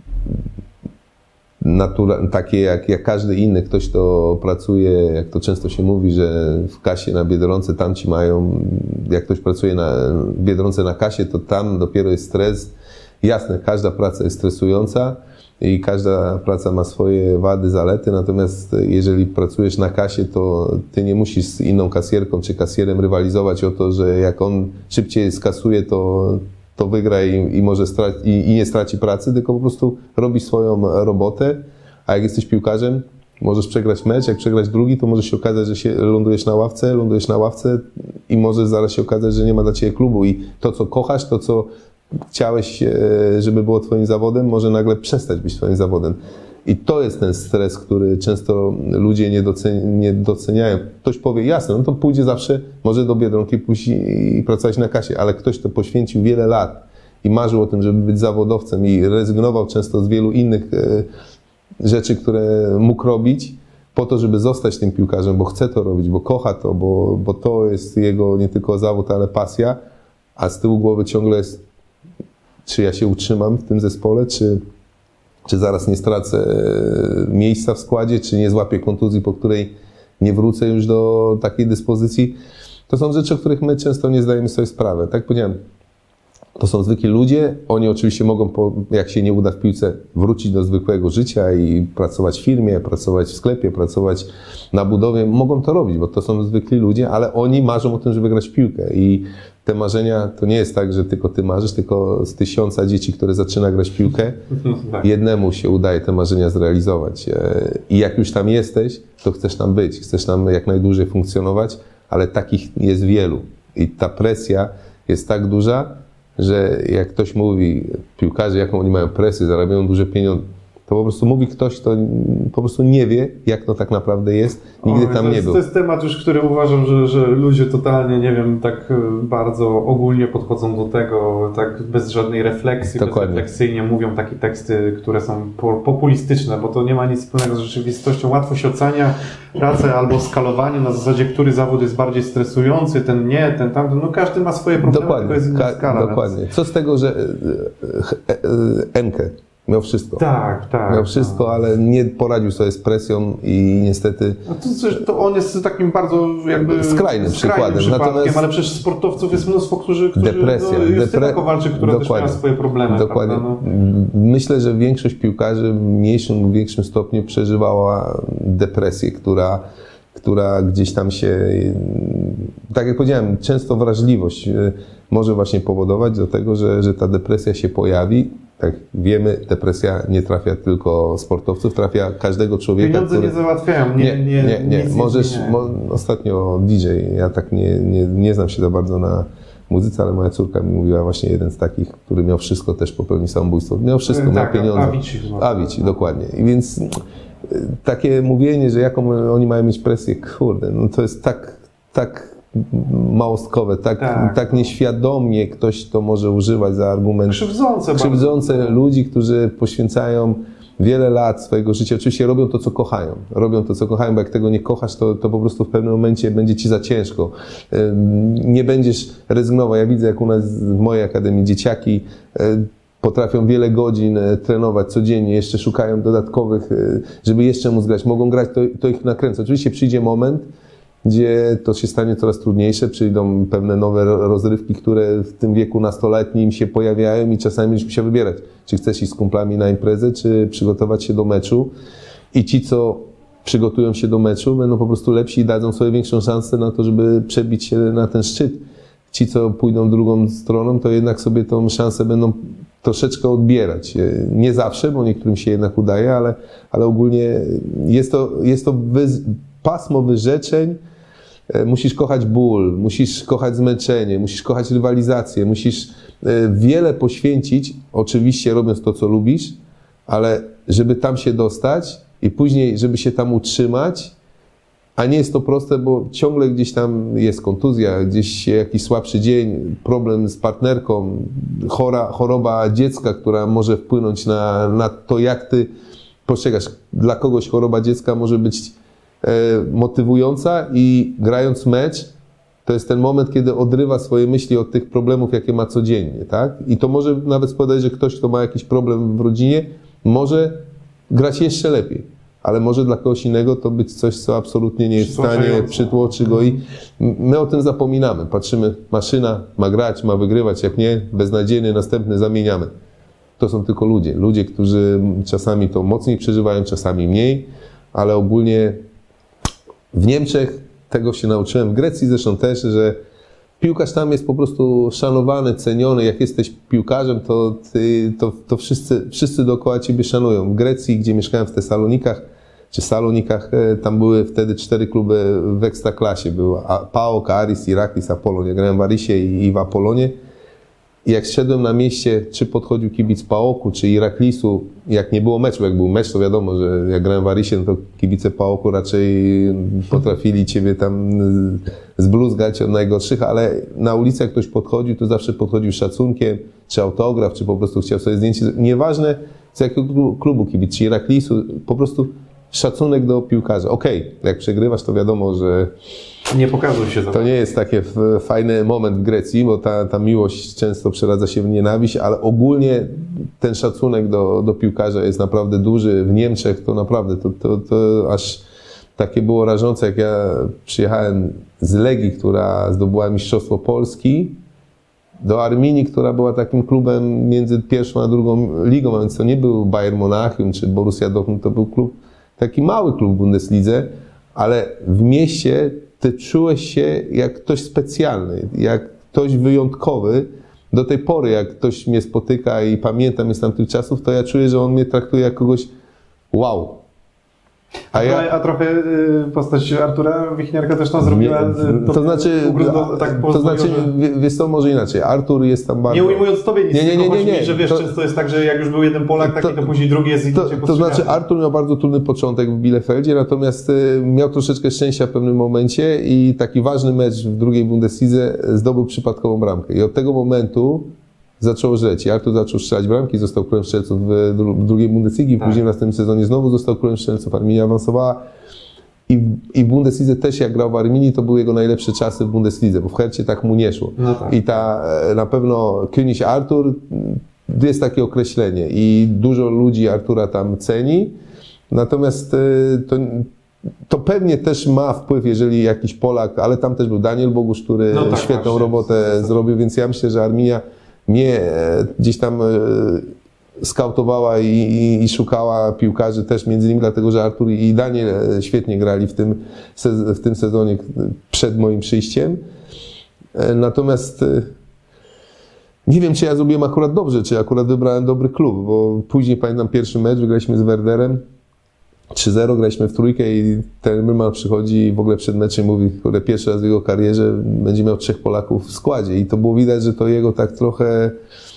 natura, takie jak, jak każdy inny. Ktoś, kto pracuje, jak to często się mówi, że w kasie na Biedronce tamci mają, jak ktoś pracuje na w Biedronce na kasie, to tam dopiero jest stres. Jasne, każda praca jest stresująca i każda praca ma swoje wady, zalety, natomiast jeżeli pracujesz na kasie, to ty nie musisz z inną kasjerką czy kasjerem rywalizować o to, że jak on szybciej skasuje, to, to wygra i, i, może straci, i, i nie straci pracy, tylko po prostu robisz swoją robotę, a jak jesteś piłkarzem, możesz przegrać mecz, jak przegrać drugi, to może się okazać, że się lądujesz na ławce, lądujesz na ławce i może zaraz się okazać, że nie ma dla ciebie klubu i to, co kochasz, to, co chciałeś, żeby było twoim zawodem, może nagle przestać być twoim zawodem. I to jest ten stres, który często ludzie nie, doceni- nie doceniają. Ktoś powie, jasne, no to pójdzie zawsze, może do Biedronki pójść i, i pracować na kasie, ale ktoś, kto poświęcił wiele lat i marzył o tym, żeby być zawodowcem i rezygnował często z wielu innych e, rzeczy, które mógł robić, po to, żeby zostać tym piłkarzem, bo chce to robić, bo kocha to, bo, bo to jest jego nie tylko zawód, ale pasja, a z tyłu głowy ciągle jest, czy ja się utrzymam w tym zespole, czy, czy zaraz nie stracę miejsca w składzie, czy nie złapię kontuzji, po której nie wrócę już do takiej dyspozycji. To są rzeczy, o których my często nie zdajemy sobie sprawy. Tak jak powiedziałem, to są zwykli ludzie, oni oczywiście mogą, po, jak się nie uda w piłce, wrócić do zwykłego życia i pracować w firmie, pracować w sklepie, pracować na budowie. Mogą to robić, bo to są zwykli ludzie, ale oni marzą o tym, żeby grać w piłkę i te marzenia to nie jest tak, że tylko ty marzysz, tylko z tysiąca dzieci, które zaczyna grać w piłkę, jednemu się udaje te marzenia zrealizować. I jak już tam jesteś, to chcesz tam być, chcesz tam jak najdłużej funkcjonować, ale takich jest wielu. I ta presja jest tak duża, że jak ktoś mówi, piłkarze, jaką oni mają presję, zarabiają duże pieniądze, to po prostu mówi ktoś, kto po prostu nie wie, jak to tak naprawdę jest, nigdy Oj, tam to nie jest, był. To jest temat już, który uważam, że, że ludzie totalnie, nie wiem, tak bardzo ogólnie podchodzą do tego, tak bez żadnej refleksji, Dokładnie. bezrefleksyjnie mówią takie teksty, które są po, populistyczne, bo to nie ma nic wspólnego z rzeczywistością. Łatwo się ocenia pracę albo skalowanie na zasadzie, który zawód jest bardziej stresujący, ten nie, ten tamten. No każdy ma swoje problemy, Dokładnie. tylko jest inna Ka- skala. dokładnie. Więc... Co z tego, że e, e, e, Enke miał wszystko. Tak, tak. Miał wszystko, tak. ale nie poradził sobie z presją i niestety... No to, to on jest takim bardzo jakby skrajnym przykładem. przypadkiem, Natomiast ale przecież sportowców jest mnóstwo, którzy... którzy depresja. no, Justyna Depre... Kowalczyk, która Dokładnie. też miała swoje problemy. Dokładnie. Prawda? No. Myślę, że większość piłkarzy w mniejszym lub większym stopniu przeżywała depresję, która, która gdzieś tam się... Tak jak powiedziałem, często wrażliwość może właśnie powodować do tego, że, że ta depresja się pojawi. Tak wiemy, depresja nie trafia tylko sportowców, trafia każdego człowieka. Pieniądze który... nie załatwiają. Nie, nie, nie. nie, nie. Nic Możesz, nie. mo, ostatnio D J, ja tak nie, nie, nie znam się za bardzo na muzyce, ale moja córka mi mówiła właśnie jeden z takich, który miał wszystko, też popełnił samobójstwo. Miał wszystko, tak, miał pieniądze. Avicii chyba. Avicii, dokładnie. I więc takie mówienie, że jaką oni mają mieć presję, kurde, no to jest tak, tak małostkowe, tak, Tak. tak nieświadomie ktoś to może używać za argument. Krzywdzące. Krzywdzące bardzo. ludzi, którzy poświęcają wiele lat swojego życia. Oczywiście robią to, co kochają. Robią to, co kochają, bo jak tego nie kochasz, to, to po prostu w pewnym momencie będzie ci za ciężko. Nie będziesz rezygnował. Ja widzę, jak u nas w mojej akademii dzieciaki potrafią wiele godzin trenować codziennie, jeszcze szukają dodatkowych, żeby jeszcze móc grać. Mogą grać, to, to ich nakręca. Oczywiście przyjdzie moment, gdzie to się stanie coraz trudniejsze, przyjdą pewne nowe rozrywki, które w tym wieku nastoletnim się pojawiają i czasami będziesz musiał wybierać, czy chcesz iść z kumplami na imprezę, czy przygotować się do meczu. I ci, co przygotują się do meczu, będą po prostu lepsi i dadzą sobie większą szansę na to, żeby przebić się na ten szczyt. Ci, co pójdą drugą stroną, to jednak sobie tą szansę będą troszeczkę odbierać. Nie zawsze, bo niektórym się jednak udaje, ale, ale ogólnie jest to, jest to wy, pasmo wyrzeczeń. Musisz kochać ból, musisz kochać zmęczenie, musisz kochać rywalizację, musisz wiele poświęcić, oczywiście robiąc to, co lubisz, ale żeby tam się dostać i później, żeby się tam utrzymać, a nie jest to proste, bo ciągle gdzieś tam jest kontuzja, gdzieś jakiś słabszy dzień, problem z partnerką, chora, choroba dziecka, która może wpłynąć na, na to, jak ty postrzegasz. Dla kogoś choroba dziecka może być motywująca i grając mecz, to jest ten moment, kiedy odrywa swoje myśli od tych problemów, jakie ma codziennie, tak? I to może nawet spowodować, że ktoś, kto ma jakiś problem w rodzinie, może grać jeszcze lepiej, ale może dla kogoś innego to być coś, co absolutnie nie jest w stanie, przytłoczy go i my o tym zapominamy. Patrzymy, maszyna ma grać, ma wygrywać, jak nie, beznadziejny, następny zamieniamy. To są tylko ludzie. Ludzie, którzy czasami to mocniej przeżywają, czasami mniej, ale ogólnie w Niemczech tego się nauczyłem, w Grecji zresztą też, że piłkarz tam jest po prostu szanowany, ceniony. Jak jesteś piłkarzem, to, ty, to, to wszyscy, wszyscy dookoła ciebie szanują. W Grecji, gdzie mieszkałem w Tesalonikach, czy Salonikach, tam były wtedy cztery kluby w Ekstraklasie. Były PAOK, Aris, Iraklis, Apollon. Ja grałem w Arisie i w Apollonie. I jak szedłem na mieście, czy podchodził kibic PAOK-u, czy Iraklisu, jak nie było meczu, jak był mecz, to wiadomo, że jak grałem w Arisie, no to kibice PAOK-u raczej potrafili ciebie tam zbluzgać od najgorszych, ale na ulicy jak ktoś podchodził, to zawsze podchodził z szacunkiem, czy autograf, czy po prostu chciał sobie zdjęcie. Nieważne z jakiego klubu kibic, czy Iraklisu, po prostu szacunek do piłkarza. Okej, okay, jak przegrywasz, to wiadomo, że nie pokazuj się za to nie jest taki fajny moment w Grecji, bo ta, ta miłość często przeradza się w nienawiść, ale ogólnie ten szacunek do, do piłkarza jest naprawdę duży. W Niemczech to naprawdę, to, to, to aż takie było rażące, jak ja przyjechałem z Legii, która zdobyła Mistrzostwo Polski, do Arminii, która była takim klubem między pierwszą a drugą ligą, a więc to nie był Bayern Monachium czy Borussia Dortmund, to był klub, taki mały klub w Bundeslidze, ale w mieście ty czułeś się jak ktoś specjalny, jak ktoś wyjątkowy. Do tej pory, jak ktoś mnie spotyka i pamiętam je z tamtych czasów, to ja czuję, że on mnie traktuje jak kogoś wow. A, ja, a trochę y, postać Artura Wichniarka też tam zrobiła. To, to znaczy, ugrundo, tak to znaczy że... wiesz co, może inaczej. Artur jest tam bardzo... Nie ujmując tobie nic, nie, nie, nie, nie, nie, mi, że wiesz, to, często jest tak, że jak już był jeden Polak, taki, to, to później drugi jest i to, to znaczy Artur miał bardzo trudny początek w Bielefeldzie, natomiast y, miał troszeczkę szczęścia w pewnym momencie i taki ważny mecz w drugiej Bundeslidze zdobył przypadkową bramkę. I od tego momentu zaczął żreć. I Artur zaczął strzelać bramki, został królem strzelców w drugiej Bundesligi, tak. Później w następnym sezonie znowu został królem strzelców, Arminia awansowała. I, I w Bundeslidze też jak grał w Arminii, to były jego najlepsze czasy w Bundeslidze, bo w Hercie tak mu nie szło. No tak. I ta na pewno König Artur jest takie określenie i dużo ludzi Artura tam ceni, natomiast to, to pewnie też ma wpływ, jeżeli jakiś Polak, ale tam też był Daniel Bogusz, który no tak, świetną właśnie, robotę tak. zrobił, więc ja myślę, że Arminia mnie gdzieś tam skautowała i, i, i szukała piłkarzy też między innymi dlatego, że Artur i Daniel świetnie grali w tym, w tym sezonie przed moim przyjściem. Natomiast nie wiem, czy ja zrobiłem akurat dobrze, czy akurat wybrałem dobry klub, bo później pamiętam pierwszy mecz, wygraliśmy z Werderem trzy zero, graliśmy w trójkę i ten Myman przychodzi i w ogóle przed meczem mówi, że pierwszy raz w jego karierze będzie miał trzech Polaków w składzie i to było widać, że to jego tak trochę...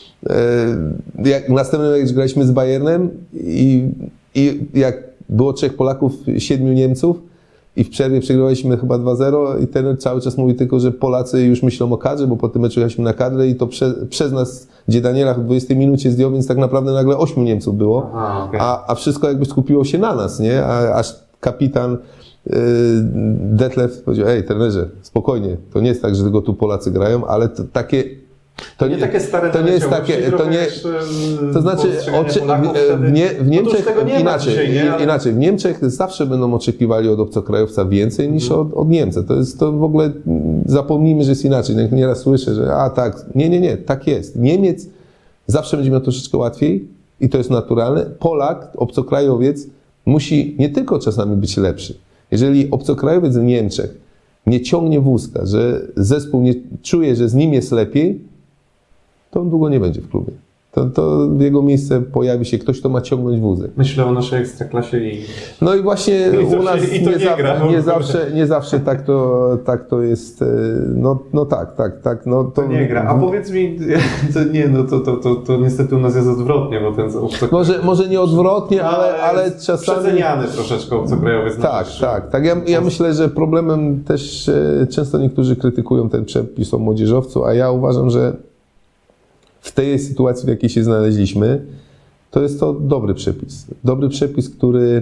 Jak następnym mecz graliśmy z Bayernem i, i jak było trzech Polaków, siedmiu Niemców i w przerwie przegrywaliśmy chyba dwa zero i ten cały czas mówi tylko, że Polacy już myślą o kadrze, bo po tym meczu jechaliśmy na kadrę i to prze, przez nas, gdzie Daniela w dwudziestej minucie zdjął, więc tak naprawdę nagle ośmiu Niemców było, Aha, okay. a, a wszystko jakby skupiło się na nas, nie? A, aż kapitan yy, Detlef powiedział, ej trenerze, spokojnie, to nie jest tak, że tylko tu Polacy grają, ale to takie To nie takie stare to nie jest takie, to nie, to znaczy oczy, w, nie, w Niemczech no nie inaczej, dzisiaj, nie? Ale... inaczej, w Niemczech zawsze będą oczekiwali od obcokrajowca więcej niż od, od Niemca. To jest to w ogóle, zapomnijmy, że jest inaczej. Nieraz słyszę, że a tak, nie, nie, nie, tak jest. Niemiec zawsze będzie miał troszeczkę łatwiej i to jest naturalne. Polak, obcokrajowiec musi nie tylko czasami być lepszy. Jeżeli obcokrajowiec w Niemczech nie ciągnie wózka, że zespół nie czuje, że z nim jest lepiej, to on długo nie będzie w klubie. To, to w jego miejsce pojawi się ktoś, kto ma ciągnąć wózek. Myślę o naszej ekstraklasie i... No i właśnie I u nas się, i nie, nie, za, gra, nie, zawsze, nie zawsze tak to, tak to jest. No, no tak, tak, tak. No to, to nie gra. A powiedz mi, to nie, no to, to, to, to niestety u nas jest odwrotnie, bo ten obcokrajowiec... Może, może nie odwrotnie, ale, ale czasami... Przeceniany troszeczkę obcokrajowiec. Tak, tak, tak. Ja, ja myślę, że problemem też często niektórzy krytykują ten przepis o młodzieżowcu, a ja uważam, że w tej sytuacji, w jakiej się znaleźliśmy, to jest to dobry przepis. Dobry przepis, który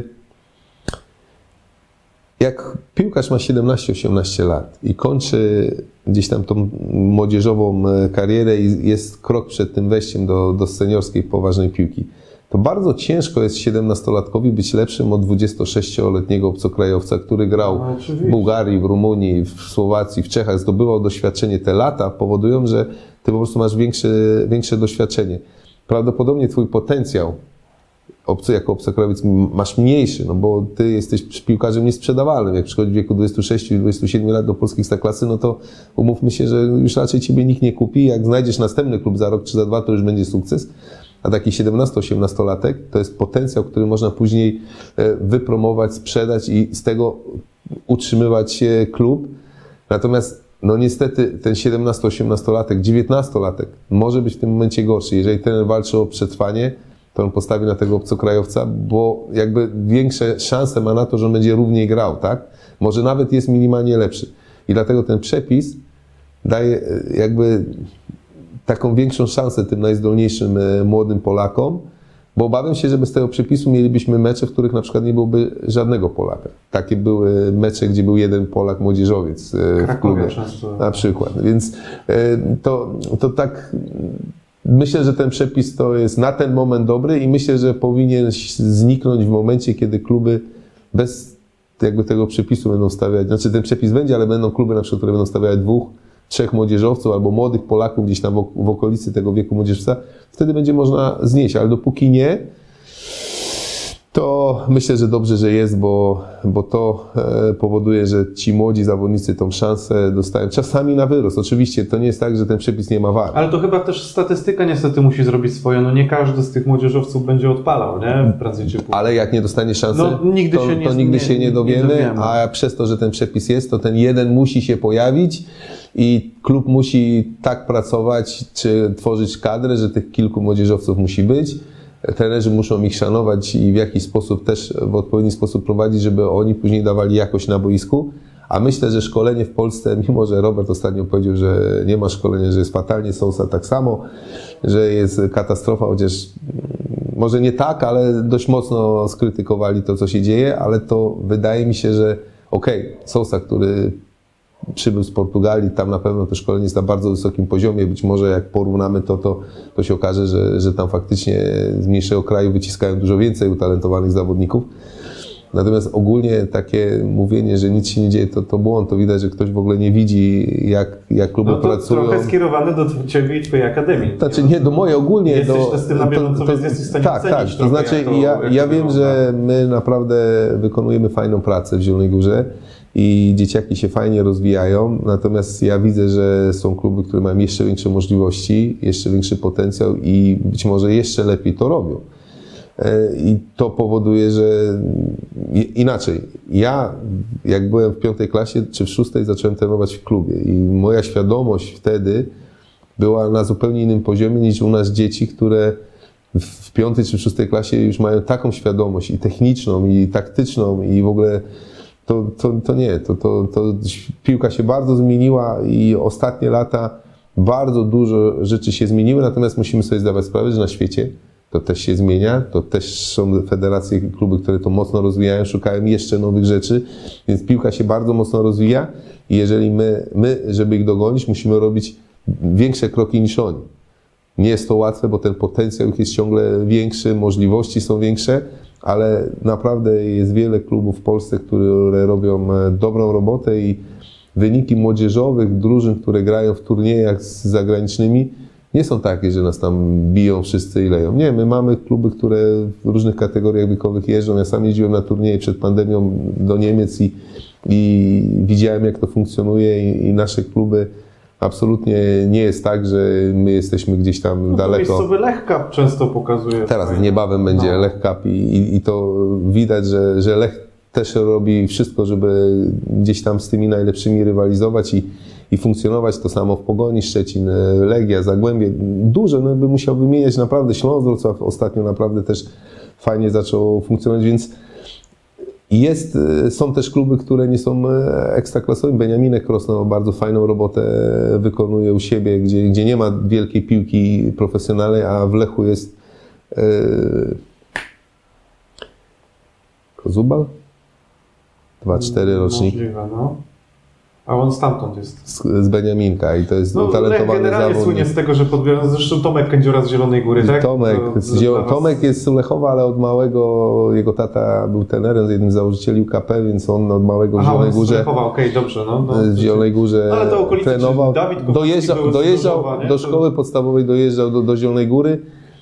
jak piłkarz ma siedemnaście osiemnaście lat i kończy gdzieś tam tą młodzieżową karierę i jest krok przed tym wejściem do, do seniorskiej, poważnej piłki, to bardzo ciężko jest siedemnastolatkowi być lepszym od dwudziestosześcioletniego obcokrajowca, który grał no, w Bułgarii, w Rumunii, w Słowacji, w Czechach, zdobywał doświadczenie. Te lata powodują, że ty po prostu masz większe, większe doświadczenie. Prawdopodobnie twój potencjał obcy, jako obcokrajowiec masz mniejszy, no bo ty jesteś piłkarzem niesprzedawalnym. Jak przychodzi w wieku dwudziestu sześciu dwudziestu siedmiu lat do polskiej ekstraklasy, no to umówmy się, że już raczej ciebie nikt nie kupi. Jak znajdziesz następny klub za rok czy za dwa, to już będzie sukces. A taki siedemnasto osiemnastolatek to jest potencjał, który można później wypromować, sprzedać i z tego utrzymywać klub. Natomiast no niestety ten siedemnasto osiemnastolatek, dziewiętnastolatek może być w tym momencie gorszy. Jeżeli trener walczy o przetrwanie, to on postawi na tego obcokrajowca, bo jakby większe szanse ma na to, że on będzie równiej grał, tak? Może nawet jest minimalnie lepszy. I dlatego ten przepis daje jakby taką większą szansę tym najzdolniejszym młodym Polakom, bo obawiam się, że bez tego przepisu mielibyśmy mecze, w których na przykład nie byłoby żadnego Polaka. Takie były mecze, gdzie był jeden Polak młodzieżowiec w klubie. Często. Na przykład. Więc to, to tak... Myślę, że ten przepis to jest na ten moment dobry i myślę, że powinien zniknąć w momencie, kiedy kluby bez jakby tego przepisu będą stawiać, znaczy ten przepis będzie, ale będą kluby na przykład, które będą stawiać dwóch, trzech młodzieżowców albo młodych Polaków gdzieś tam w, w okolicy tego wieku młodzieżowca, wtedy będzie można znieść, ale dopóki nie, To myślę, że dobrze, że jest, bo, bo to e, powoduje, że ci młodzi zawodnicy tą szansę dostają czasami na wyrost. Oczywiście to nie jest tak, że ten przepis nie ma wad. Ale to chyba też statystyka niestety musi zrobić swoje. No nie każdy z tych młodzieżowców będzie odpalał, nie? Prędzej czy później. Ale jak nie dostanie szansy, no, nigdy to, się nie, to nigdy się nie dowiemy, nie dowiemy, a przez to, że ten przepis jest, to ten jeden musi się pojawić i klub musi tak pracować, czy tworzyć kadrę, że tych kilku młodzieżowców musi być. Trenerzy muszą ich szanować i w jakiś sposób też w odpowiedni sposób prowadzić, żeby oni później dawali jakość na boisku. A myślę, że szkolenie w Polsce, mimo że Robert ostatnio powiedział, że nie ma szkolenia, że jest fatalnie, Sousa tak samo, że jest katastrofa, chociaż może nie tak, ale dość mocno skrytykowali to, co się dzieje, ale to wydaje mi się, że okej, okay, Sousa, który przybył z Portugalii, tam na pewno to szkolenie jest na bardzo wysokim poziomie, być może jak porównamy to, to, to się okaże, że, że tam faktycznie z mniejszego kraju wyciskają dużo więcej utalentowanych zawodników. Natomiast ogólnie takie mówienie, że nic się nie dzieje, to, to błąd. To widać, że ktoś w ogóle nie widzi, jak, jak kluby no to pracują. Trochę skierowane do Ciebie i Twojej akademii. Znaczy nie, do mojej ogólnie. Jesteś do, z tym na bieżąco, to, to, więc jesteś w stanie tak, tak. To znaczy to, ja, ja wiem, że my naprawdę wykonujemy fajną pracę w Zielonej Górze i dzieciaki się fajnie rozwijają, natomiast ja widzę, że są kluby, które mają jeszcze większe możliwości, jeszcze większy potencjał i być może jeszcze lepiej to robią. I to powoduje, że inaczej. Ja, jak byłem w piątej klasie czy w szóstej, zacząłem trenować w klubie i moja świadomość wtedy była na zupełnie innym poziomie niż u nas dzieci, które w piątej czy w szóstej klasie już mają taką świadomość i techniczną, i taktyczną, i w ogóle to, to, to nie. To, to, to piłka się bardzo zmieniła i ostatnie lata bardzo dużo rzeczy się zmieniły, natomiast musimy sobie zdawać sprawę, że na świecie to też się zmienia, to też są federacje, kluby, które to mocno rozwijają, szukają jeszcze nowych rzeczy, więc piłka się bardzo mocno rozwija i jeżeli my, my, żeby ich dogonić, musimy robić większe kroki niż oni. Nie jest to łatwe, bo ten potencjał jest ciągle większy, możliwości są większe, ale naprawdę jest wiele klubów w Polsce, które robią dobrą robotę i wyniki młodzieżowych drużyn, które grają w turniejach z zagranicznymi, nie są takie, że nas tam biją wszyscy i leją. Nie, my mamy kluby, które w różnych kategoriach wiekowych jeżdżą. Ja sam jeździłem na turnieje przed pandemią do Niemiec i, i widziałem, jak to funkcjonuje i, i nasze kluby absolutnie nie jest tak, że my jesteśmy gdzieś tam no, daleko. Miejscowy Lech Cup często pokazuje. Teraz fajnie. Niebawem będzie no. Lech Cup i, i, i to widać, że, że Lech też robi wszystko, żeby gdzieś tam z tymi najlepszymi rywalizować i i funkcjonować. To samo w Pogoni, Szczecin, Legia, Zagłębie. Duże, no by musiał wymieniać naprawdę. Śląsk Wrocław ostatnio naprawdę też fajnie zaczął funkcjonować, więc jest, są też kluby, które nie są ekstraklasowe. Beniaminek Krosno bardzo fajną robotę wykonuje u siebie, gdzie, gdzie nie ma wielkiej piłki profesjonalnej, a w Lechu jest yy... Kozubal? dwa cztery rocznik. Możliwe, no. A on stamtąd jest. Z, z Beniaminka i to jest no, utalentowany zawodnik. Generalnie słynie z tego, że podbiera, zresztą Tomek Kędziora z Zielonej Góry, tak? Tomek, to, z Ziel... Tomek jest z Lechowa, ale od małego, jego tata był trenerem, z jednym z założycieli U K P, więc on od małego w Aha, Zielonej Górze. Lechowa, okej, okay, dobrze. No, no, w Zielonej Górze ale to okolice, trenował. Dawid dojeżdżał dojeżdżał do, do szkoły podstawowej, dojeżdżał do, do Zielonej Góry.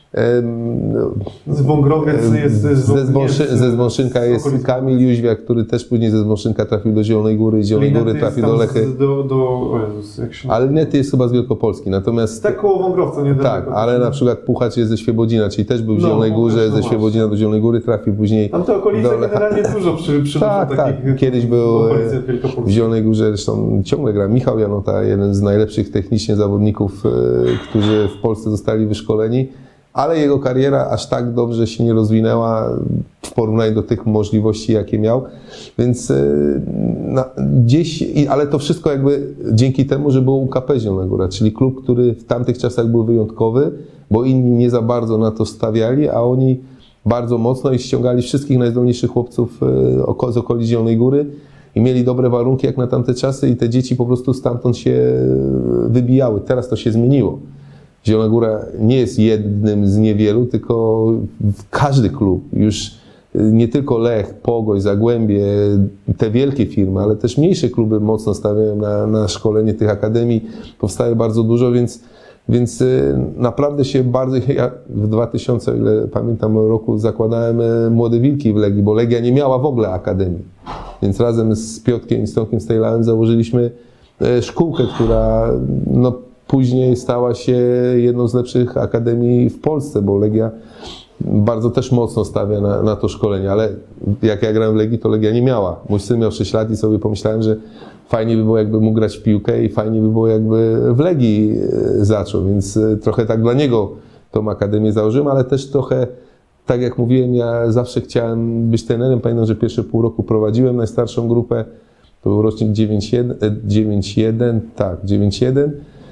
Z Wągrowiec jest... Ze, Zbąszy, ze Zbąszynka jest Kamil Jóźwiak, który też później ze Zbąszynka trafił do Zielonej Góry i z Zielonej Góry trafił do Lechy. Do, do, o Jezus, jak się... Ale Nety jest chyba z Wielkopolski, natomiast... Tak koło Wągrowca, nie Tak, ale na przykład Puchacz jest ze Świebodzina, czyli też był w no, Zielonej Górze, ze Świebodzina do Zielonej Góry trafił później... Tam te okolice do generalnie dużo przy, przy Tak, tak, kiedyś był w Zielonej Górze, zresztą ciągle gra Michał Janota, jeden z najlepszych technicznie zawodników, którzy w Polsce zostali wyszkoleni. Ale jego kariera aż tak dobrze się nie rozwinęła w porównaniu do tych możliwości, jakie miał. Więc na, gdzieś, ale to wszystko jakby dzięki temu, że było U K P Zielona Góra, czyli klub, który w tamtych czasach był wyjątkowy, bo inni nie za bardzo na to stawiali, a oni bardzo mocno i ściągali wszystkich najzdolniejszych chłopców z okolic Zielonej Góry i mieli dobre warunki jak na tamte czasy i te dzieci po prostu stamtąd się wybijały. Teraz to się zmieniło. Zielona Góra nie jest jednym z niewielu, tylko każdy klub, już nie tylko Lech, Pogoń, Zagłębie, te wielkie firmy, ale też mniejsze kluby mocno stawiają na, na szkolenie tych akademii. Powstaje bardzo dużo, więc Więc y, naprawdę się bardzo, ja w dwa tysiące, o ile pamiętam, roku zakładałem y, Młode Wilki w Legii, bo Legia nie miała w ogóle akademii. Więc razem z Piotrkiem i z Tomkiem Stejlałem założyliśmy y, szkółkę, która no, później stała się jedną z lepszych akademii w Polsce, bo Legia bardzo też mocno stawia na, na to szkolenie, ale jak ja grałem w Legii, to Legia nie miała. Mój syn miał sześć lat i sobie pomyślałem, że fajnie by było, jakby mógł grać w piłkę i fajnie by było, jakby w Legii zaczął, więc trochę tak dla niego tą akademię założyłem, ale też trochę, tak jak mówiłem, ja zawsze chciałem być trenerem. Pamiętam, że pierwsze pół roku prowadziłem najstarszą grupę, to był rocznik dziewięć jeden, tak, dziewięć jeden.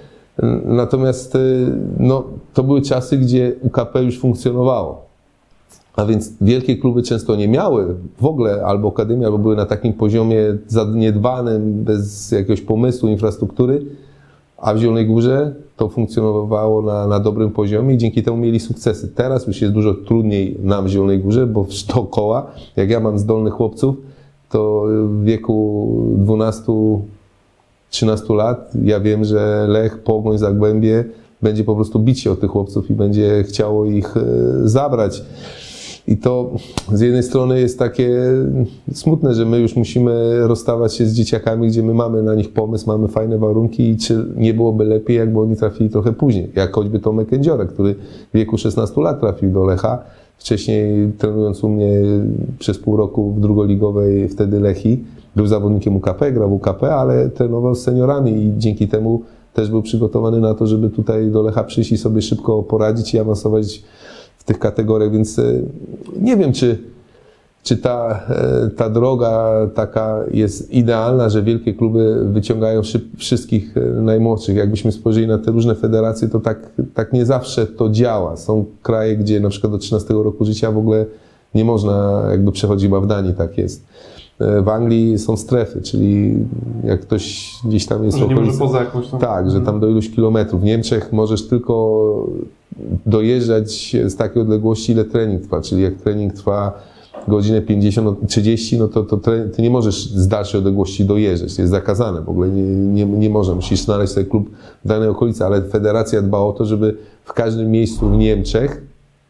Natomiast no, to były czasy, gdzie U K P już funkcjonowało. A więc wielkie kluby często nie miały w ogóle albo akademii, albo były na takim poziomie zaniedbanym, bez jakiegoś pomysłu, infrastruktury, a w Zielonej Górze to funkcjonowało na, na dobrym poziomie i dzięki temu mieli sukcesy. Teraz już jest dużo trudniej nam w Zielonej Górze, bo dookoła, jak ja mam zdolnych chłopców, to w wieku dwunastu trzynastu lat ja wiem, że Lech, Pogoń, Zagłębie będzie po prostu bić się o tych chłopców i będzie chciało ich zabrać. I to z jednej strony jest takie smutne, że my już musimy rozstawać się z dzieciakami, gdzie my mamy na nich pomysł, mamy fajne warunki i czy nie byłoby lepiej, jakby oni trafili trochę później. Jak choćby Tomek Kędziora, który w wieku szesnastu lat trafił do Lecha. Wcześniej trenując u mnie przez pół roku w drugoligowej wtedy Lechii, był zawodnikiem U K P, grał w U K P, ale trenował z seniorami i dzięki temu też był przygotowany na to, żeby tutaj do Lecha przyjść i sobie szybko poradzić i awansować w tych kategoriach, więc nie wiem, czy, czy ta, ta droga taka jest idealna, że wielkie kluby wyciągają szyb, wszystkich najmłodszych. Jakbyśmy spojrzeli na te różne federacje, to tak, tak nie zawsze to działa. Są kraje, gdzie na przykład do trzynastego roku życia w ogóle nie można jakby przechodzić, chyba w Danii tak jest. W Anglii są strefy, czyli jak ktoś gdzieś tam jest... Że nie okolicy, może poza jakąś tam... Tak, że tam do iluś kilometrów. W Niemczech możesz tylko dojeżdżać z takiej odległości, ile trening trwa, czyli jak trening trwa godzinę pięćdziesiąt, trzydzieści, no to, to ty nie możesz z dalszej odległości dojeżdżać, to jest zakazane, w ogóle nie, nie, nie może, musisz znaleźć sobie klub w danej okolicy, ale federacja dba o to, żeby w każdym miejscu w Niemczech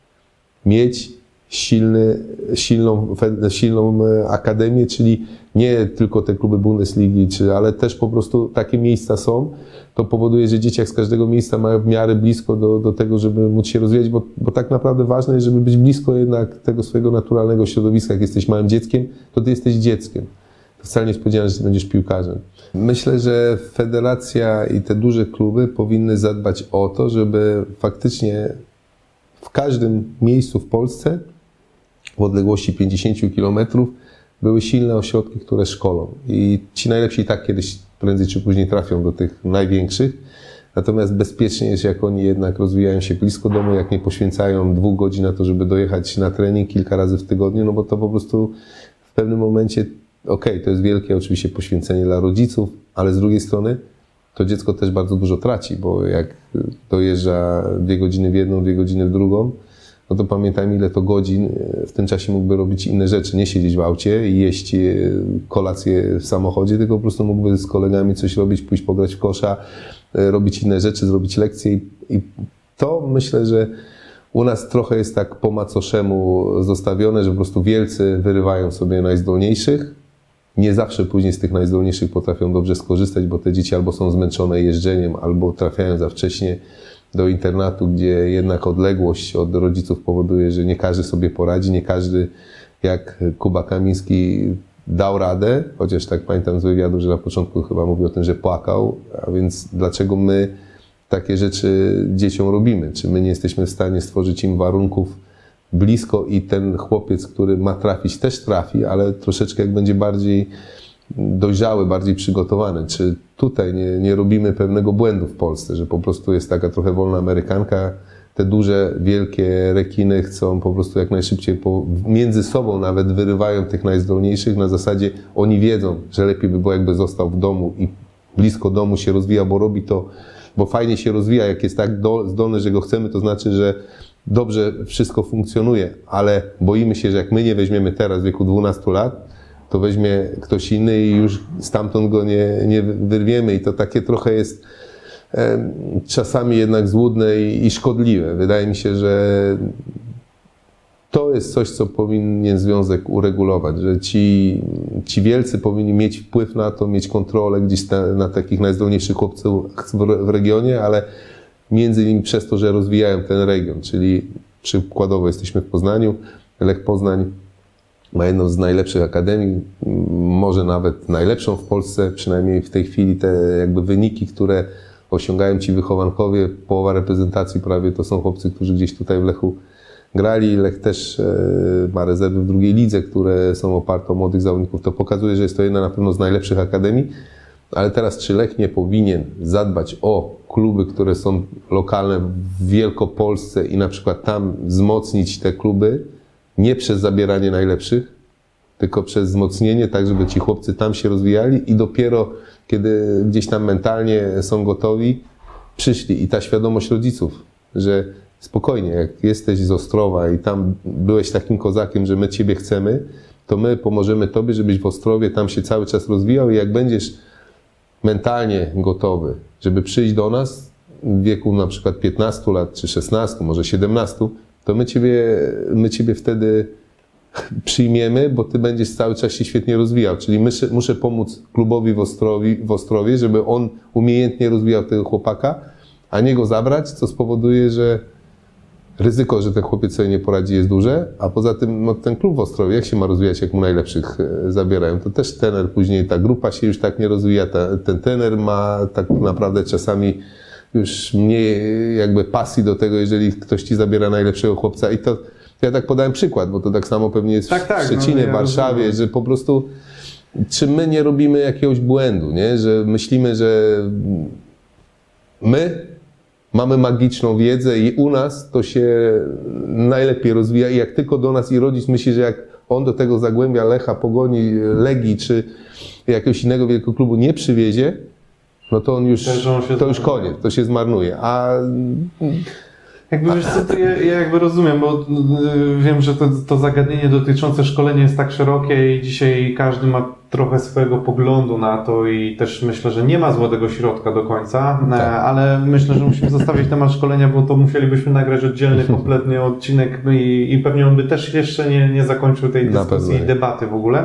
mieć silny, silną, silną akademię, czyli nie tylko te kluby Bundesligi, czy, ale też po prostu takie miejsca są. To powoduje, że dzieciak z każdego miejsca mają w miarę blisko do, do tego, żeby móc się rozwijać, bo, bo tak naprawdę ważne jest, żeby być blisko jednak tego swojego naturalnego środowiska. Jak jesteś małym dzieckiem, to ty jesteś dzieckiem. To wcale nie spodziewam się, że będziesz piłkarzem. Myślę, że federacja i te duże kluby powinny zadbać o to, żeby faktycznie w każdym miejscu w Polsce w odległości pięćdziesięciu kilometrów były silne ośrodki, które szkolą. I ci najlepsi i tak kiedyś, prędzej czy później trafią do tych największych. Natomiast bezpiecznie jest, jak oni jednak rozwijają się blisko domu, jak nie poświęcają dwóch godzin na to, żeby dojechać na trening kilka razy w tygodniu, no bo to po prostu w pewnym momencie, okej, okay, to jest wielkie oczywiście poświęcenie dla rodziców, ale z drugiej strony to dziecko też bardzo dużo traci, bo jak dojeżdża dwie godziny w jedną, dwie godziny w drugą, no to pamiętajmy, ile to godzin w tym czasie mógłby robić inne rzeczy. Nie siedzieć w aucie i jeść kolację w samochodzie, tylko po prostu mógłby z kolegami coś robić, pójść pograć w kosza, robić inne rzeczy, zrobić lekcje. I to myślę, że u nas trochę jest tak po macoszemu zostawione, że po prostu wielcy wyrywają sobie najzdolniejszych. Nie zawsze później z tych najzdolniejszych potrafią dobrze skorzystać, bo te dzieci albo są zmęczone jeżdżeniem, albo trafiają za wcześnie do internatu, gdzie jednak odległość od rodziców powoduje, że nie każdy sobie poradzi, nie każdy, jak Kuba Kamiński, dał radę, chociaż tak pamiętam z wywiadu, że na początku chyba mówił o tym, że płakał, a więc dlaczego my takie rzeczy dzieciom robimy? Czy my nie jesteśmy w stanie stworzyć im warunków blisko i ten chłopiec, który ma trafić, też trafi, ale troszeczkę jak będzie bardziej dojrzały, bardziej przygotowany. Czy tutaj nie, nie robimy pewnego błędu w Polsce, że po prostu jest taka trochę wolna amerykanka, te duże, wielkie rekiny chcą po prostu jak najszybciej, po, między sobą nawet wyrywają tych najzdolniejszych, na zasadzie oni wiedzą, że lepiej by było jakby został w domu i blisko domu się rozwija, bo robi to, bo fajnie się rozwija, jak jest tak do, zdolny, że go chcemy, to znaczy, że dobrze wszystko funkcjonuje, ale boimy się, że jak my nie weźmiemy teraz w wieku dwunastu lat, to weźmie ktoś inny i już stamtąd go nie, nie wyrwiemy. I to takie trochę jest czasami jednak złudne i szkodliwe. Wydaje mi się, że to jest coś, co powinien związek uregulować, że ci, ci wielcy powinni mieć wpływ na to, mieć kontrolę gdzieś na, na takich najzdolniejszych chłopców w, w regionie, ale między innymi przez to, że rozwijają ten region, czyli przykładowo jesteśmy w Poznaniu, Lech Poznań ma jedną z najlepszych akademii, może nawet najlepszą w Polsce, przynajmniej w tej chwili te jakby wyniki, które osiągają ci wychowankowie, połowa reprezentacji prawie to są chłopcy, którzy gdzieś tutaj w Lechu grali. Lech też ma rezerwy w drugiej lidze, które są oparte o młodych zawodników. To pokazuje, że jest to jedna na pewno z najlepszych akademii. Ale teraz czy Lech nie powinien zadbać o kluby, które są lokalne w Wielkopolsce i na przykład tam wzmocnić te kluby, nie przez zabieranie najlepszych, tylko przez wzmocnienie, tak żeby ci chłopcy tam się rozwijali i dopiero kiedy gdzieś tam mentalnie są gotowi, przyszli. I ta świadomość rodziców, że spokojnie, jak jesteś z Ostrowa i tam byłeś takim kozakiem, że my ciebie chcemy, to my pomożemy tobie, żebyś w Ostrowie tam się cały czas rozwijał i jak będziesz mentalnie gotowy, żeby przyjść do nas w wieku na przykład piętnastu lat, czy szesnastu, może siedemnastu, to my ciebie, my ciebie wtedy przyjmiemy, bo ty będziesz cały czas się świetnie rozwijał. Czyli muszę, muszę pomóc klubowi w Ostrowi, w Ostrowie, żeby on umiejętnie rozwijał tego chłopaka, a nie go zabrać, co spowoduje, że ryzyko, że ten chłopiec sobie nie poradzi, jest duże, a poza tym no, ten klub w Ostrowie, jak się ma rozwijać, jak mu najlepszych zabierają, to też trener później, ta grupa się już tak nie rozwija, ta, ten trener ma tak naprawdę czasami już mniej jakby pasji do tego, jeżeli ktoś ci zabiera najlepszego chłopca i to, ja tak podałem przykład, bo to tak samo pewnie jest tak, w tak, Szczecinie, no, ja Warszawie, rozumiem. że po prostu czy my nie robimy jakiegoś błędu, nie? Że myślimy, że my mamy magiczną wiedzę i u nas to się najlepiej rozwija i jak tylko do nas i rodzic myśli, że jak on do tego Zagłębia, Lecha, Pogoni, Legii czy jakiegoś innego wielkiego klubu nie przywiezie, no to on już, Też, że on się to już zmarnuje. koniec, to się zmarnuje. A Jakby wiesz co, to ja, ja jakby rozumiem, bo y, wiem, że to, to zagadnienie dotyczące szkolenia jest tak szerokie i dzisiaj każdy ma trochę swojego poglądu na to i też myślę, że nie ma złotego środka do końca, Tak. e, ale myślę, że musimy zostawić temat szkolenia, bo to musielibyśmy nagrać oddzielny, kompletny odcinek i, i pewnie on by też jeszcze nie, nie zakończył tej Na dyskusji pewno i nie. debaty w ogóle.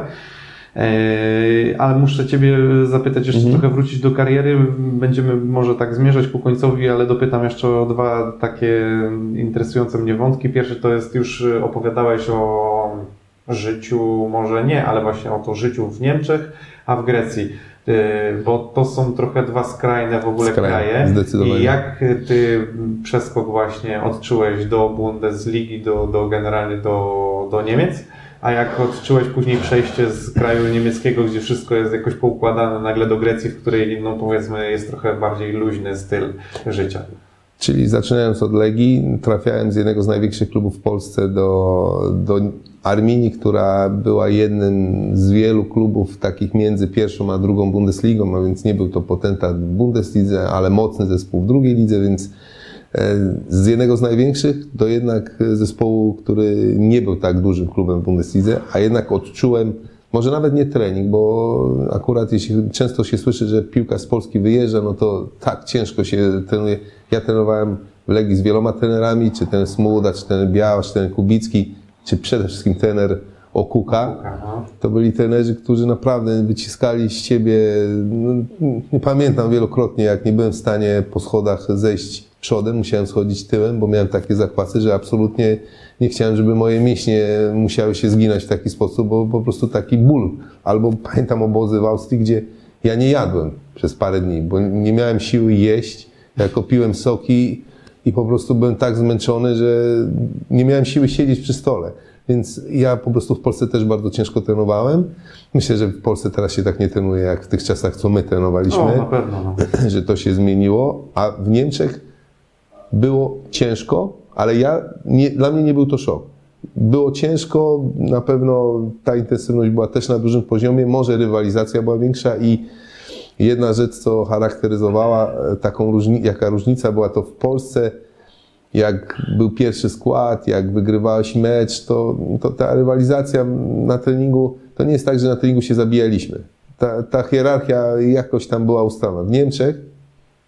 E, Ale muszę Ciebie zapytać jeszcze Mhm. trochę wrócić do kariery. Będziemy może tak zmierzać ku końcowi, ale dopytam jeszcze o dwa takie interesujące mnie wątki. Pierwszy to jest, już opowiadałeś o życiu, może nie, ale właśnie o to życiu w Niemczech, a w Grecji. E, Bo to są trochę dwa skrajne w ogóle Skrajne, kraje. zdecydowanie. I jak Ty przeskok właśnie odczułeś do Bundesligi, do, do generalnie do, do Niemiec? A jak odczułeś później przejście z kraju niemieckiego, gdzie wszystko jest jakoś poukładane, nagle do Grecji, w której, no powiedzmy, jest trochę bardziej luźny styl życia? Czyli zaczynając od Legii, trafiałem z jednego z największych klubów w Polsce do, do Arminii, która była jednym z wielu klubów takich między pierwszą a drugą Bundesligą, a więc nie był to potentat w Bundeslidze, ale mocny zespół w drugiej lidze, więc z jednego z największych do jednak zespołu, który nie był tak dużym klubem w Bundeslidze, a jednak odczułem, może nawet nie trening, bo akurat jeśli często się słyszy, że piłkarz z Polski wyjeżdża, no to tak ciężko się trenuje. Ja trenowałem w Legii z wieloma trenerami, czy ten Smuda, czy ten Biała, czy ten Kubicki, czy przede wszystkim trener Okuka. To byli trenerzy, którzy naprawdę wyciskali z ciebie, no, nie pamiętam wielokrotnie, jak nie byłem w stanie po schodach zejść przodem, musiałem schodzić tyłem, bo miałem takie zakłasy, że absolutnie nie chciałem, żeby moje mięśnie musiały się zginać w taki sposób, bo po prostu taki ból. Albo pamiętam obozy w Austrii, gdzie ja nie jadłem przez parę dni, bo nie miałem siły jeść, jako piłem soki i po prostu byłem tak zmęczony, że nie miałem siły siedzieć przy stole. Więc ja po prostu w Polsce też bardzo ciężko trenowałem. Myślę, że w Polsce teraz się tak nie trenuje, jak w tych czasach, co my trenowaliśmy. O, na pewno. No. Że to się zmieniło, a w Niemczech było ciężko, ale ja, nie, dla mnie nie był to szok. Było ciężko, na pewno ta intensywność była też na dużym poziomie, może rywalizacja była większa i jedna rzecz, co charakteryzowała taką różnicę, jaka różnica była to w Polsce, jak był pierwszy skład, jak wygrywałeś mecz, to, to ta rywalizacja na treningu, to nie jest tak, że na treningu się zabijaliśmy. Ta, ta hierarchia jakoś tam była ustalona. W Niemczech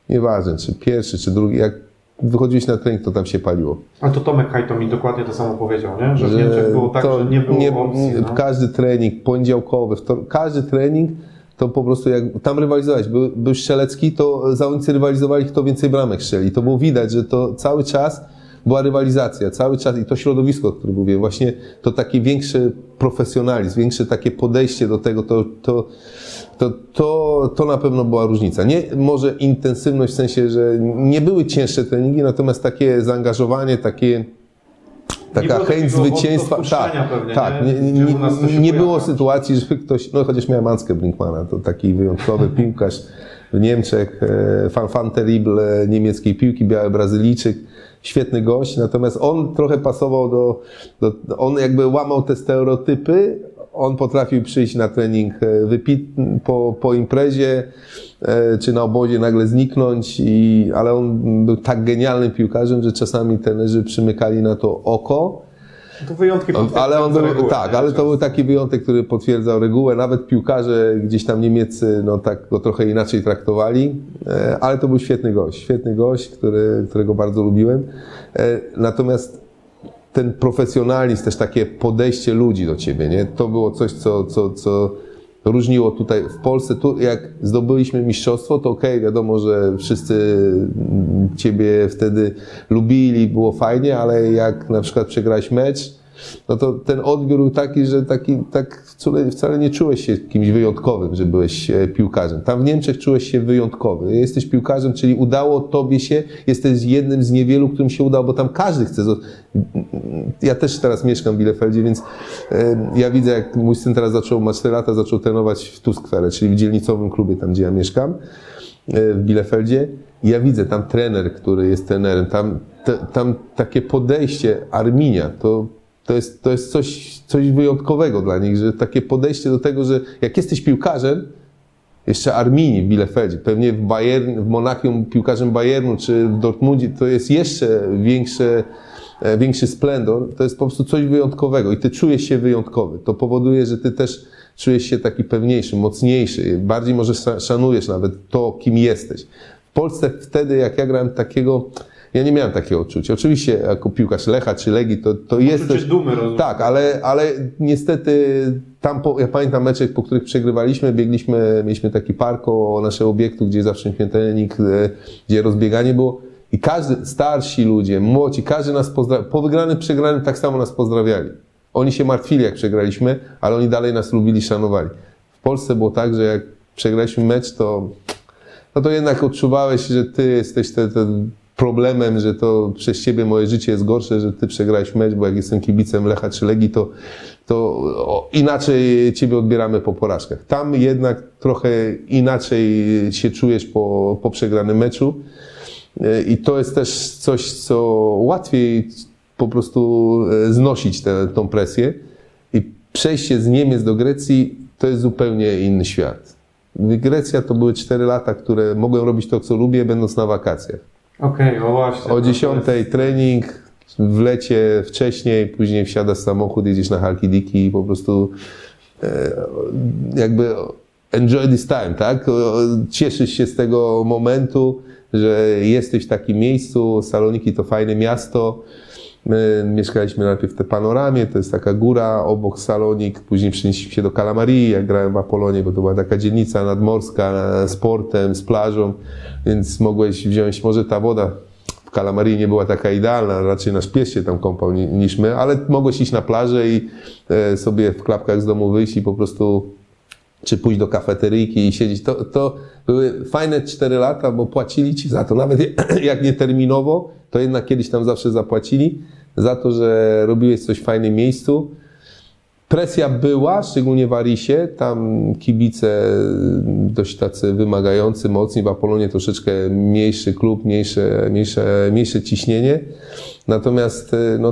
Nieważne, czy pierwszy, czy drugi, jak wychodziłeś na trening, to tam się paliło. A to Tomek Hajto mi dokładnie to samo powiedział, nie? Że w Niemczech było tak, że nie było nie, opcji. No. Każdy trening poniedziałkowy, wtor- każdy trening, to po prostu jak tam rywalizowałeś, był, był Strzelecki, to zawodnicy rywalizowali, kto więcej bramek strzeli. To było widać, że to cały czas była rywalizacja, cały czas i to środowisko, o którym mówię, właśnie to taki większy profesjonalizm, większe takie podejście do tego, to, to, to, to, to na pewno była różnica. Nie może intensywność w sensie, że nie były cięższe treningi, natomiast takie zaangażowanie, takie taka chęć zwycięstwa. Tak, pewnie, tak. Nie, nie, nie, nie było sytuacji, żeby ktoś, no chociaż miałem Anskę Brinkmana, to taki wyjątkowy piłkarz w Niemczech, fan, fan terrible niemieckiej piłki, biały Brazylijczyk, świetny gość, natomiast on trochę pasował do, do on jakby łamał te stereotypy, on potrafił przyjść na trening wypit po, po imprezie, czy na obozie nagle zniknąć, i, ale on był tak genialnym piłkarzem, że czasami trenerzy przymykali na to oko. To wyjątki ale on był, regułę, tak, ale to był taki wyjątek, który potwierdzał regułę. Nawet piłkarze gdzieś tam niemieccy, no tak go trochę inaczej traktowali, ale to był świetny gość, świetny gość, który, którego bardzo lubiłem. Natomiast ten profesjonalizm, też takie podejście ludzi do ciebie, nie? To było coś, co, co, co różniło tutaj w Polsce. Tu jak zdobyliśmy mistrzostwo, to okej, okay, wiadomo, że wszyscy ciebie wtedy lubili, było fajnie, ale jak na przykład przegrałeś mecz, no to ten odbiór był taki, że taki, tak wcale, wcale nie czułeś się kimś wyjątkowym, że byłeś piłkarzem. Tam w Niemczech czułeś się wyjątkowy. Jesteś piłkarzem, czyli udało tobie się, jesteś jednym z niewielu, którym się udało, bo tam każdy chce. Ja też teraz mieszkam w Bielefeldzie, więc ja widzę, jak mój syn teraz zaczął, ma cztery lata, zaczął trenować w Tuskwere, czyli w dzielnicowym klubie, tam gdzie ja mieszkam, w Bielefeldzie. I ja widzę tam trener, który jest trenerem, tam, te, tam takie podejście Arminia, to To jest, to jest coś, coś wyjątkowego dla nich, że takie podejście do tego, że jak jesteś piłkarzem, jeszcze Arminii w Bielefeldzie, pewnie w Bayern, w Monachium piłkarzem Bayernu czy w Dortmundzie, to jest jeszcze większe, większy splendor, to jest po prostu coś wyjątkowego i ty czujesz się wyjątkowy. To powoduje, że ty też czujesz się taki pewniejszy, mocniejszy, bardziej może szanujesz nawet to, kim jesteś. W Polsce wtedy, jak ja grałem takiego, ja nie miałem takiego odczucia. Oczywiście jako piłkarz Lecha czy Legii to, to jest też... dumy, rozumiem. Tak, ale, ale niestety tam, po, ja pamiętam mecze, po których przegrywaliśmy, biegliśmy, mieliśmy taki park koło naszego obiektu, gdzie zawsze mieliśmy trening, gdzie rozbieganie było i każdy, starsi ludzie, młodzi, każdy nas pozdrawiał. Po wygranym, przegranym tak samo nas pozdrawiali. Oni się martwili, jak przegraliśmy, ale oni dalej nas lubili, szanowali. W Polsce było tak, że jak przegraliśmy mecz, to, no to jednak odczuwałeś, że ty jesteś te, te problemem, że to przez ciebie moje życie jest gorsze, że ty przegrałeś mecz, bo jak jestem kibicem Lecha czy Legii, to, to o, inaczej ciebie odbieramy po porażkach. Tam jednak trochę inaczej się czujesz po, po przegranym meczu i to jest też coś, co łatwiej po prostu znosić tę tą presję i przejście z Niemiec do Grecji to jest zupełnie inny świat. Grecja to były cztery lata, które mogłem robić to, co lubię, będąc na wakacjach. Okej, okay, o właśnie. O dziesiątej jest... trening, w lecie wcześniej, później wsiadasz w samochód, jedziesz na Halkidiki i po prostu e, jakby enjoy this time, tak? Cieszysz się z tego momentu, że jesteś w takim miejscu. Saloniki to fajne miasto. My mieszkaliśmy najpierw w tej Panoramie, to jest taka góra obok Salonik, później przenieśliśmy się do Kalamarii, jak grałem w Apolonie, bo to była taka dzielnica nadmorska z portem, z plażą, więc mogłeś wziąć, może ta woda w Kalamarii nie była taka idealna, raczej nasz pies się tam kąpał niż my, ale mogłeś iść na plażę i sobie w klapkach z domu wyjść i po prostu, czy pójść do kafeteryjki i siedzieć. To, to były fajne cztery lata, bo płacili ci za to, nawet jak nie terminowo, to jednak kiedyś tam zawsze zapłacili za to, że robiłeś coś w fajnym miejscu. Presja była, szczególnie w Arisie, tam kibice dość tacy wymagający, mocni, w Apolonie troszeczkę mniejszy klub, mniejsze, mniejsze, mniejsze ciśnienie. Natomiast no,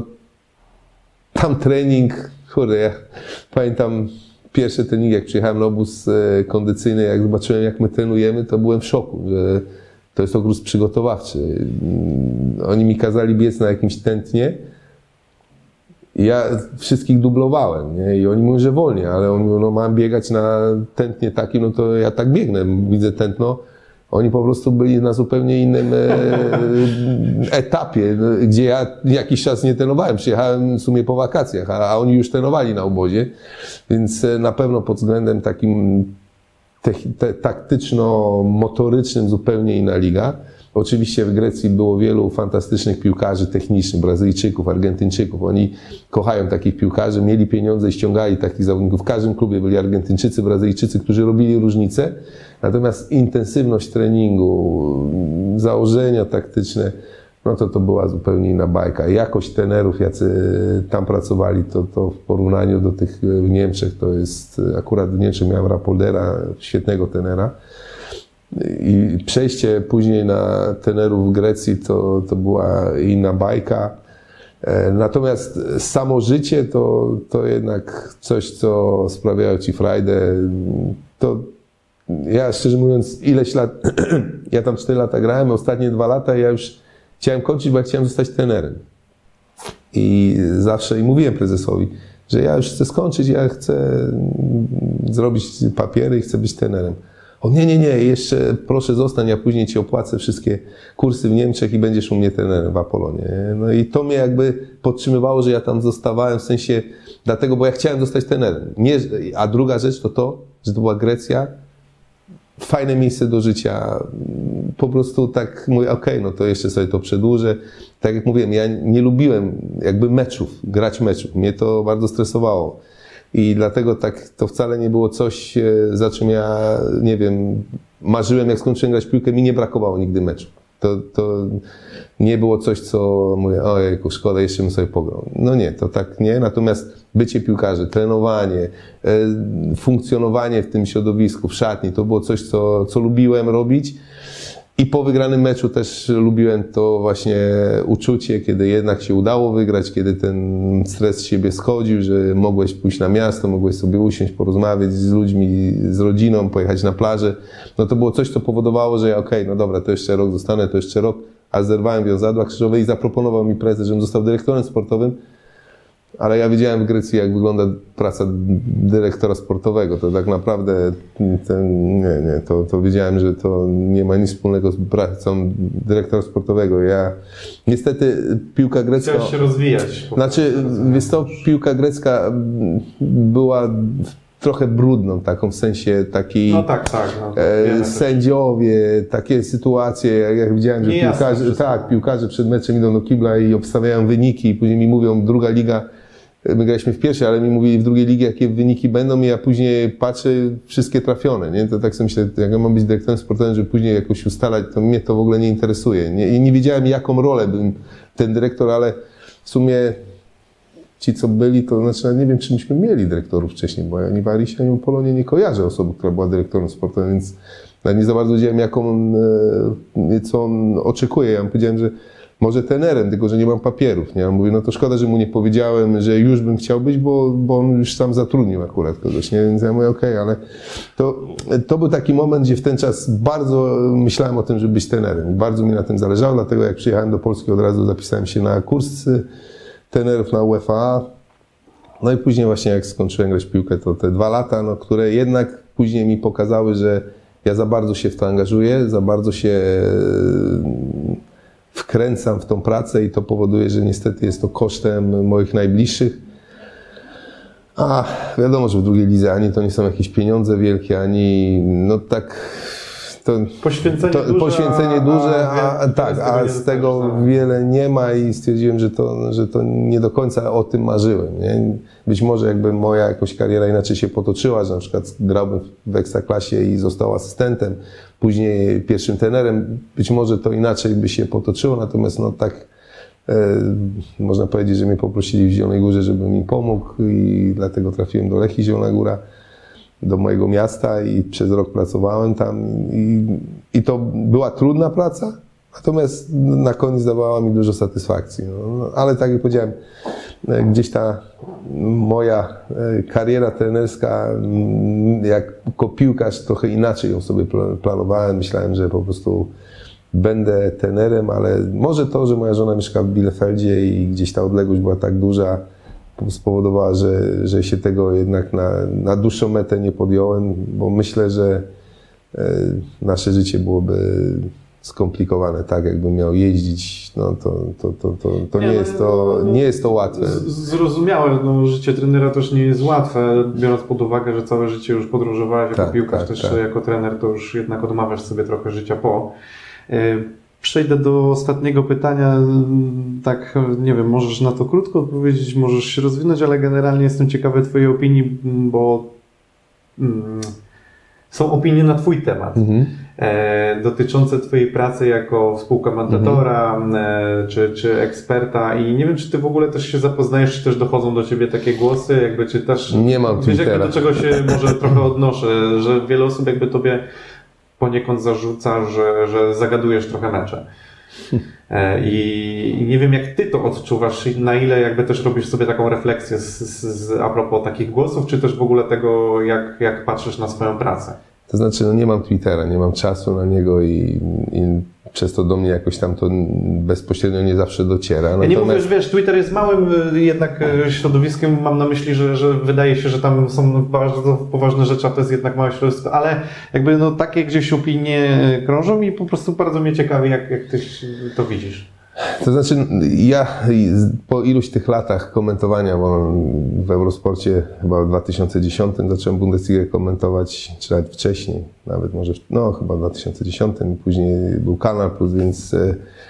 tam trening, kurde, ja pamiętam pierwszy trening, jak przyjechałem na obóz kondycyjny, jak zobaczyłem, jak my trenujemy, to byłem w szoku, że to jest obóz przygotowawczy. Oni mi kazali biec na jakimś tętnie. Ja wszystkich dublowałem, nie? I oni mówią, że wolniej, ale on mówił, no mam biegać na tętnie takim, no to ja tak biegnę, widzę tętno. Oni po prostu byli na zupełnie innym etapie, gdzie ja jakiś czas nie trenowałem. Przyjechałem w sumie po wakacjach, a, a oni już trenowali na obozie, więc na pewno pod względem takim te, te, taktyczno-motorycznym zupełnie inna liga. Oczywiście w Grecji było wielu fantastycznych piłkarzy technicznych, Brazylijczyków, Argentyńczyków. Oni kochają takich piłkarzy, mieli pieniądze i ściągali takich zawodników. W każdym klubie byli Argentyńczycy, Brazylijczycy, którzy robili różnicę. Natomiast intensywność treningu, założenia taktyczne, no to to była zupełnie inna bajka. Jakość trenerów, jacy tam pracowali, to, to w porównaniu do tych w Niemczech, to jest, akurat w Niemczech miałem Rapoldera, świetnego trenera. I przejście później na trenerów w Grecji to, to była inna bajka. Natomiast samo życie to, to jednak coś, co sprawiało ci frajdę. To ja szczerze mówiąc, ileś lat, ja tam cztery lata grałem, ostatnie dwa lata ja już chciałem kończyć, bo ja chciałem zostać trenerem. I zawsze i mówiłem prezesowi, że ja już chcę skończyć, ja chcę zrobić papiery i chcę być trenerem. O nie, nie, nie, jeszcze proszę zostań, ja później ci opłacę wszystkie kursy w Niemczech i będziesz u mnie trenerem w Apolonie. No i to mnie jakby podtrzymywało, że ja tam zostawałem, w sensie dlatego, bo ja chciałem zostać trenerem. Nie, a druga rzecz to to, że to była Grecja, fajne miejsce do życia. Po prostu tak mówię, okej, okay, no to jeszcze sobie to przedłużę. Tak jak mówiłem, ja nie lubiłem jakby meczów, grać meczów. Mnie to bardzo stresowało. I dlatego tak to wcale nie było coś, za czym ja, nie wiem, marzyłem, jak skończyłem grać w piłkę, mi nie brakowało nigdy meczu. To, to nie było coś, co mówię, ojejku, szkoda, jeszcze bym sobie pograł. No nie, to tak nie. Natomiast bycie piłkarzy, trenowanie, funkcjonowanie w tym środowisku, w szatni, to było coś, co, co lubiłem robić. I po wygranym meczu też lubiłem to właśnie uczucie, kiedy jednak się udało wygrać, kiedy ten stres z siebie schodził, że mogłeś pójść na miasto, mogłeś sobie usiąść, porozmawiać z ludźmi, z rodziną, pojechać na plażę. No to było coś, co powodowało, że ja okej, okay, no dobra, to jeszcze rok zostanę, to jeszcze rok, a zerwałem wiązadła krzyżowe i zaproponował mi prezes, żebym został dyrektorem sportowym. Ale ja wiedziałem w Grecji, jak wygląda praca dyrektora sportowego. To tak naprawdę, ten, nie, nie, to, to wiedziałem, że to nie ma nic wspólnego z pracą dyrektora sportowego. Ja, niestety, piłka grecka... Chciałeś się rozwijać. Znaczy, wiesz co, piłka grecka była trochę brudną, taką w sensie takiej... No tak, tak. No, e, sędziowie, takie sytuacje, jak, jak widziałem, że piłkarze, tak, piłkarze przed meczem idą do kibla i obstawiają wyniki i później mi mówią, druga liga, my graliśmy w pierwszej, ale mi mówili w drugiej ligi, jakie wyniki będą i ja później patrzę, wszystkie trafione, nie? To tak sobie myślę, jak ja mam być dyrektorem sportowym, żeby później jakoś ustalać, to mnie to w ogóle nie interesuje. Nie? I nie wiedziałem, jaką rolę bym ten dyrektor, ale w sumie ci, co byli, to znaczy, nie wiem, czy myśmy mieli dyrektorów wcześniej, bo ja ani w Arisie, ani w Polonie nie kojarzę osoby, która była dyrektorem sportowym, więc ja nie za bardzo wiedziałem, jaką on, co on oczekuje. Ja mu powiedziałem, że może trenerem, tylko że nie mam papierów. Nie? Ja mówię, no to szkoda, że mu nie powiedziałem, że już bym chciał być, bo, bo on już sam zatrudnił akurat kogoś. Nie? Więc ja mówię, okej, okay, ale to, to był taki moment, gdzie w ten czas bardzo myślałem o tym, żeby być trenerem. Bardzo mi na tym zależało, dlatego jak przyjechałem do Polski, od razu zapisałem się na kurs trenerów na UEFA A. No i później właśnie jak skończyłem grać w piłkę, to te dwa lata, no, które jednak później mi pokazały, że ja za bardzo się w to angażuję, za bardzo się wkręcam w tą pracę i to powoduje, że niestety jest to kosztem moich najbliższych. A wiadomo, że w drugiej lidze ani to nie są jakieś pieniądze wielkie, ani no tak... To, poświęcenie to, duże, poświęcenie duże, a, a, tak, a z tego wiele nie ma i stwierdziłem, że to, że to nie do końca o tym marzyłem. Nie? Być może jakby moja jakoś kariera inaczej się potoczyła, że na przykład grałbym w Ekstraklasie i został asystentem, później pierwszym trenerem, być może to inaczej by się potoczyło, natomiast no tak e, można powiedzieć, że mnie poprosili w Zielonej Górze, żebym im pomógł i dlatego trafiłem do Lechii Zielona Góra, do mojego miasta i przez rok pracowałem tam i, i to była trudna praca, natomiast na koniec dawała mi dużo satysfakcji. No, ale tak jak powiedziałem, gdzieś ta moja kariera trenerska, jako piłkarz trochę inaczej ją sobie planowałem. Myślałem, że po prostu będę trenerem, ale może to, że moja żona mieszka w Bielefeldzie i gdzieś ta odległość była tak duża, spowodowała, że, że się tego jednak na, na dłuższą metę nie podjąłem, bo myślę, że nasze życie byłoby skomplikowane, tak jakby miał jeździć, no to, to, to, to, to nie, nie, jest to, nie jest to łatwe. Zrozumiałe, no, życie trenera też nie jest łatwe, biorąc pod uwagę, że całe życie już podróżowałeś jako tak, piłkarz, tak, też tak. jako trener, to już jednak odmawiasz sobie trochę życia po. Przejdę do ostatniego pytania, tak nie wiem, możesz na to krótko odpowiedzieć, możesz się rozwinąć, ale generalnie jestem ciekawy Twojej opinii, bo mm, są opinie na Twój temat. Mhm. E, dotyczące Twojej pracy jako współkomentatora mhm. e, czy, czy eksperta i nie wiem, czy Ty w ogóle też się zapoznajesz, czy też dochodzą do Ciebie takie głosy, jakby czy też... Nie mam wiesz, jakby Twittera. do czego się może trochę odnoszę, że wiele osób jakby Tobie poniekąd zarzuca, że, że zagadujesz trochę mecze. E, i, I nie wiem, jak Ty to odczuwasz i na ile jakby też robisz sobie taką refleksję z, z, z, a propos takich głosów, czy też w ogóle tego, jak, jak patrzysz na swoją pracę. To znaczy, no nie mam Twittera, nie mam czasu na niego i, i przez to do mnie jakoś tam to bezpośrednio nie zawsze dociera. Natomiast... Ja nie mówię, że wiesz, Twitter jest małym jednak środowiskiem, mam na myśli, że, że wydaje się, że tam są bardzo poważne rzeczy, a to jest jednak małe środowisko, ale jakby no takie gdzieś opinie krążą i po prostu bardzo mnie ciekawi, jak, jak Ty to widzisz. To znaczy, ja po iluś tych latach komentowania, bo w Eurosporcie chyba w dwa tysiące dziesiątym zacząłem Bundesligę komentować, czy nawet wcześniej, nawet może, no chyba w dwa tysiące dziesiątym, później był Kanal Plus, więc e,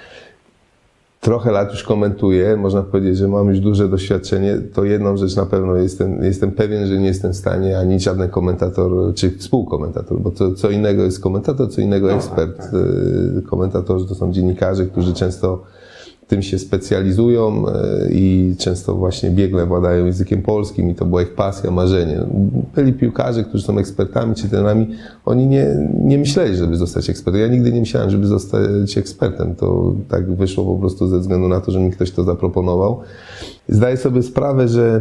trochę lat już komentuję, można powiedzieć, że mam już duże doświadczenie, to jedną rzecz na pewno jestem, jestem pewien, że nie jestem w stanie ani żaden komentator, czy współkomentator, bo co, co innego jest komentator, co innego ekspert. No, tak, tak. Komentatorzy to są dziennikarze, którzy często tym się specjalizują i często właśnie biegle władają językiem polskim i to była ich pasja, marzenie. Byli piłkarze, którzy są ekspertami czy trenerami, oni nie, nie myśleli, żeby zostać ekspertem. Ja nigdy nie myślałem, żeby zostać ekspertem. To tak wyszło po prostu ze względu na to, że mi ktoś to zaproponował. Zdaję sobie sprawę, że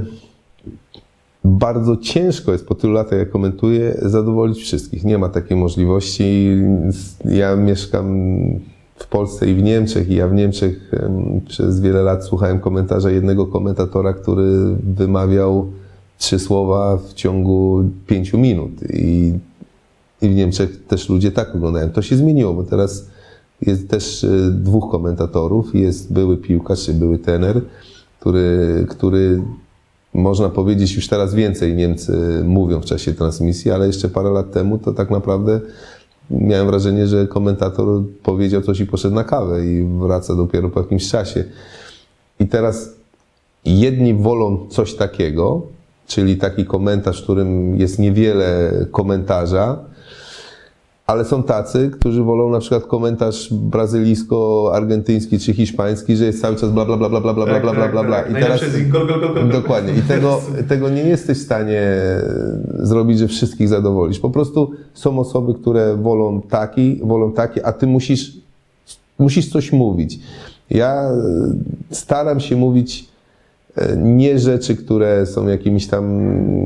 bardzo ciężko jest po tylu latach, jak komentuję, zadowolić wszystkich. Nie ma takiej możliwości. Ja mieszkam w Polsce i w Niemczech i ja w Niemczech przez wiele lat słuchałem komentarza jednego komentatora, który wymawiał trzy słowa w ciągu pięciu minut i, i w Niemczech też ludzie tak oglądają. To się zmieniło, bo teraz jest też dwóch komentatorów, jest były piłkarz, czy były trener, który, który można powiedzieć już teraz więcej Niemcy mówią w czasie transmisji, ale jeszcze parę lat temu to tak naprawdę miałem wrażenie, że komentator powiedział coś i poszedł na kawę i wraca dopiero po jakimś czasie. I teraz jedni wolą coś takiego, czyli taki komentarz, w którym jest niewiele komentarza, ale są tacy, którzy wolą na przykład komentarz brazylijsko-argentyński czy hiszpański, że jest cały czas bla bla bla bla bla bla bla bla bla bla. I teraz gol, gol, gol, gol. Dokładnie. I tego, tego nie jesteś w stanie zrobić, że wszystkich zadowolisz. Po prostu są osoby, które wolą taki, wolą takie, a ty musisz, musisz coś mówić. Ja staram się mówić nie rzeczy, które są jakimiś tam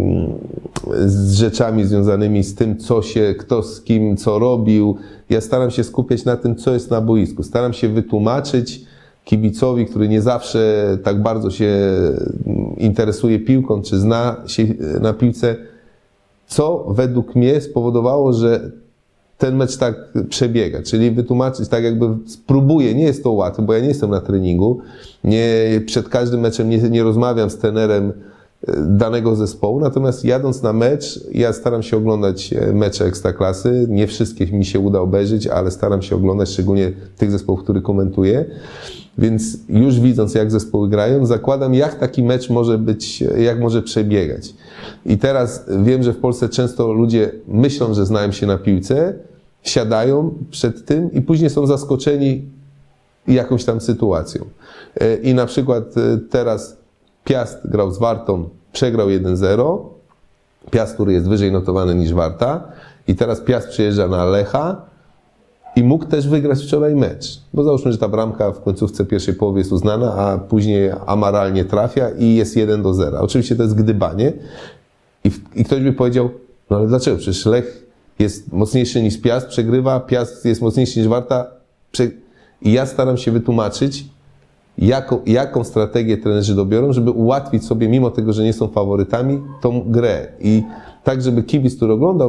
z rzeczami związanymi z tym, co się, kto z kim, co robił. Ja staram się skupiać na tym, co jest na boisku. Staram się wytłumaczyć kibicowi, który nie zawsze tak bardzo się interesuje piłką, czy zna się na piłce, co według mnie spowodowało, że ten mecz tak przebiega, czyli wytłumaczyć tak jakby spróbuję, nie jest to łatwe, bo ja nie jestem na treningu, nie, przed każdym meczem nie, nie rozmawiam z trenerem danego zespołu, natomiast jadąc na mecz, ja staram się oglądać mecze Ekstraklasy, nie wszystkie mi się uda obejrzeć, ale staram się oglądać szczególnie tych zespołów, które komentuję, więc już widząc jak zespoły grają, zakładam jak taki mecz może być, jak może przebiegać. I teraz wiem, że w Polsce często ludzie myślą, że znają się na piłce, siadają przed tym i później są zaskoczeni jakąś tam sytuacją. I na przykład teraz Piast grał z Wartą, przegrał jeden zero, Piast, który jest wyżej notowany niż Warta i teraz Piast przyjeżdża na Lecha i mógł też wygrać wczoraj mecz, bo załóżmy, że ta bramka w końcówce pierwszej połowy jest uznana, a później Amaral nie trafia i jest jeden do zera. Oczywiście to jest gdybanie i, i ktoś by powiedział, no ale dlaczego? Przecież Lech jest mocniejszy niż Piast, przegrywa, Piast jest mocniejszy niż Warta. Prze... I ja staram się wytłumaczyć, jaką, jaką strategię trenerzy dobiorą, żeby ułatwić sobie, mimo tego, że nie są faworytami, tą grę. I tak, żeby kibic, który oglądał mecz,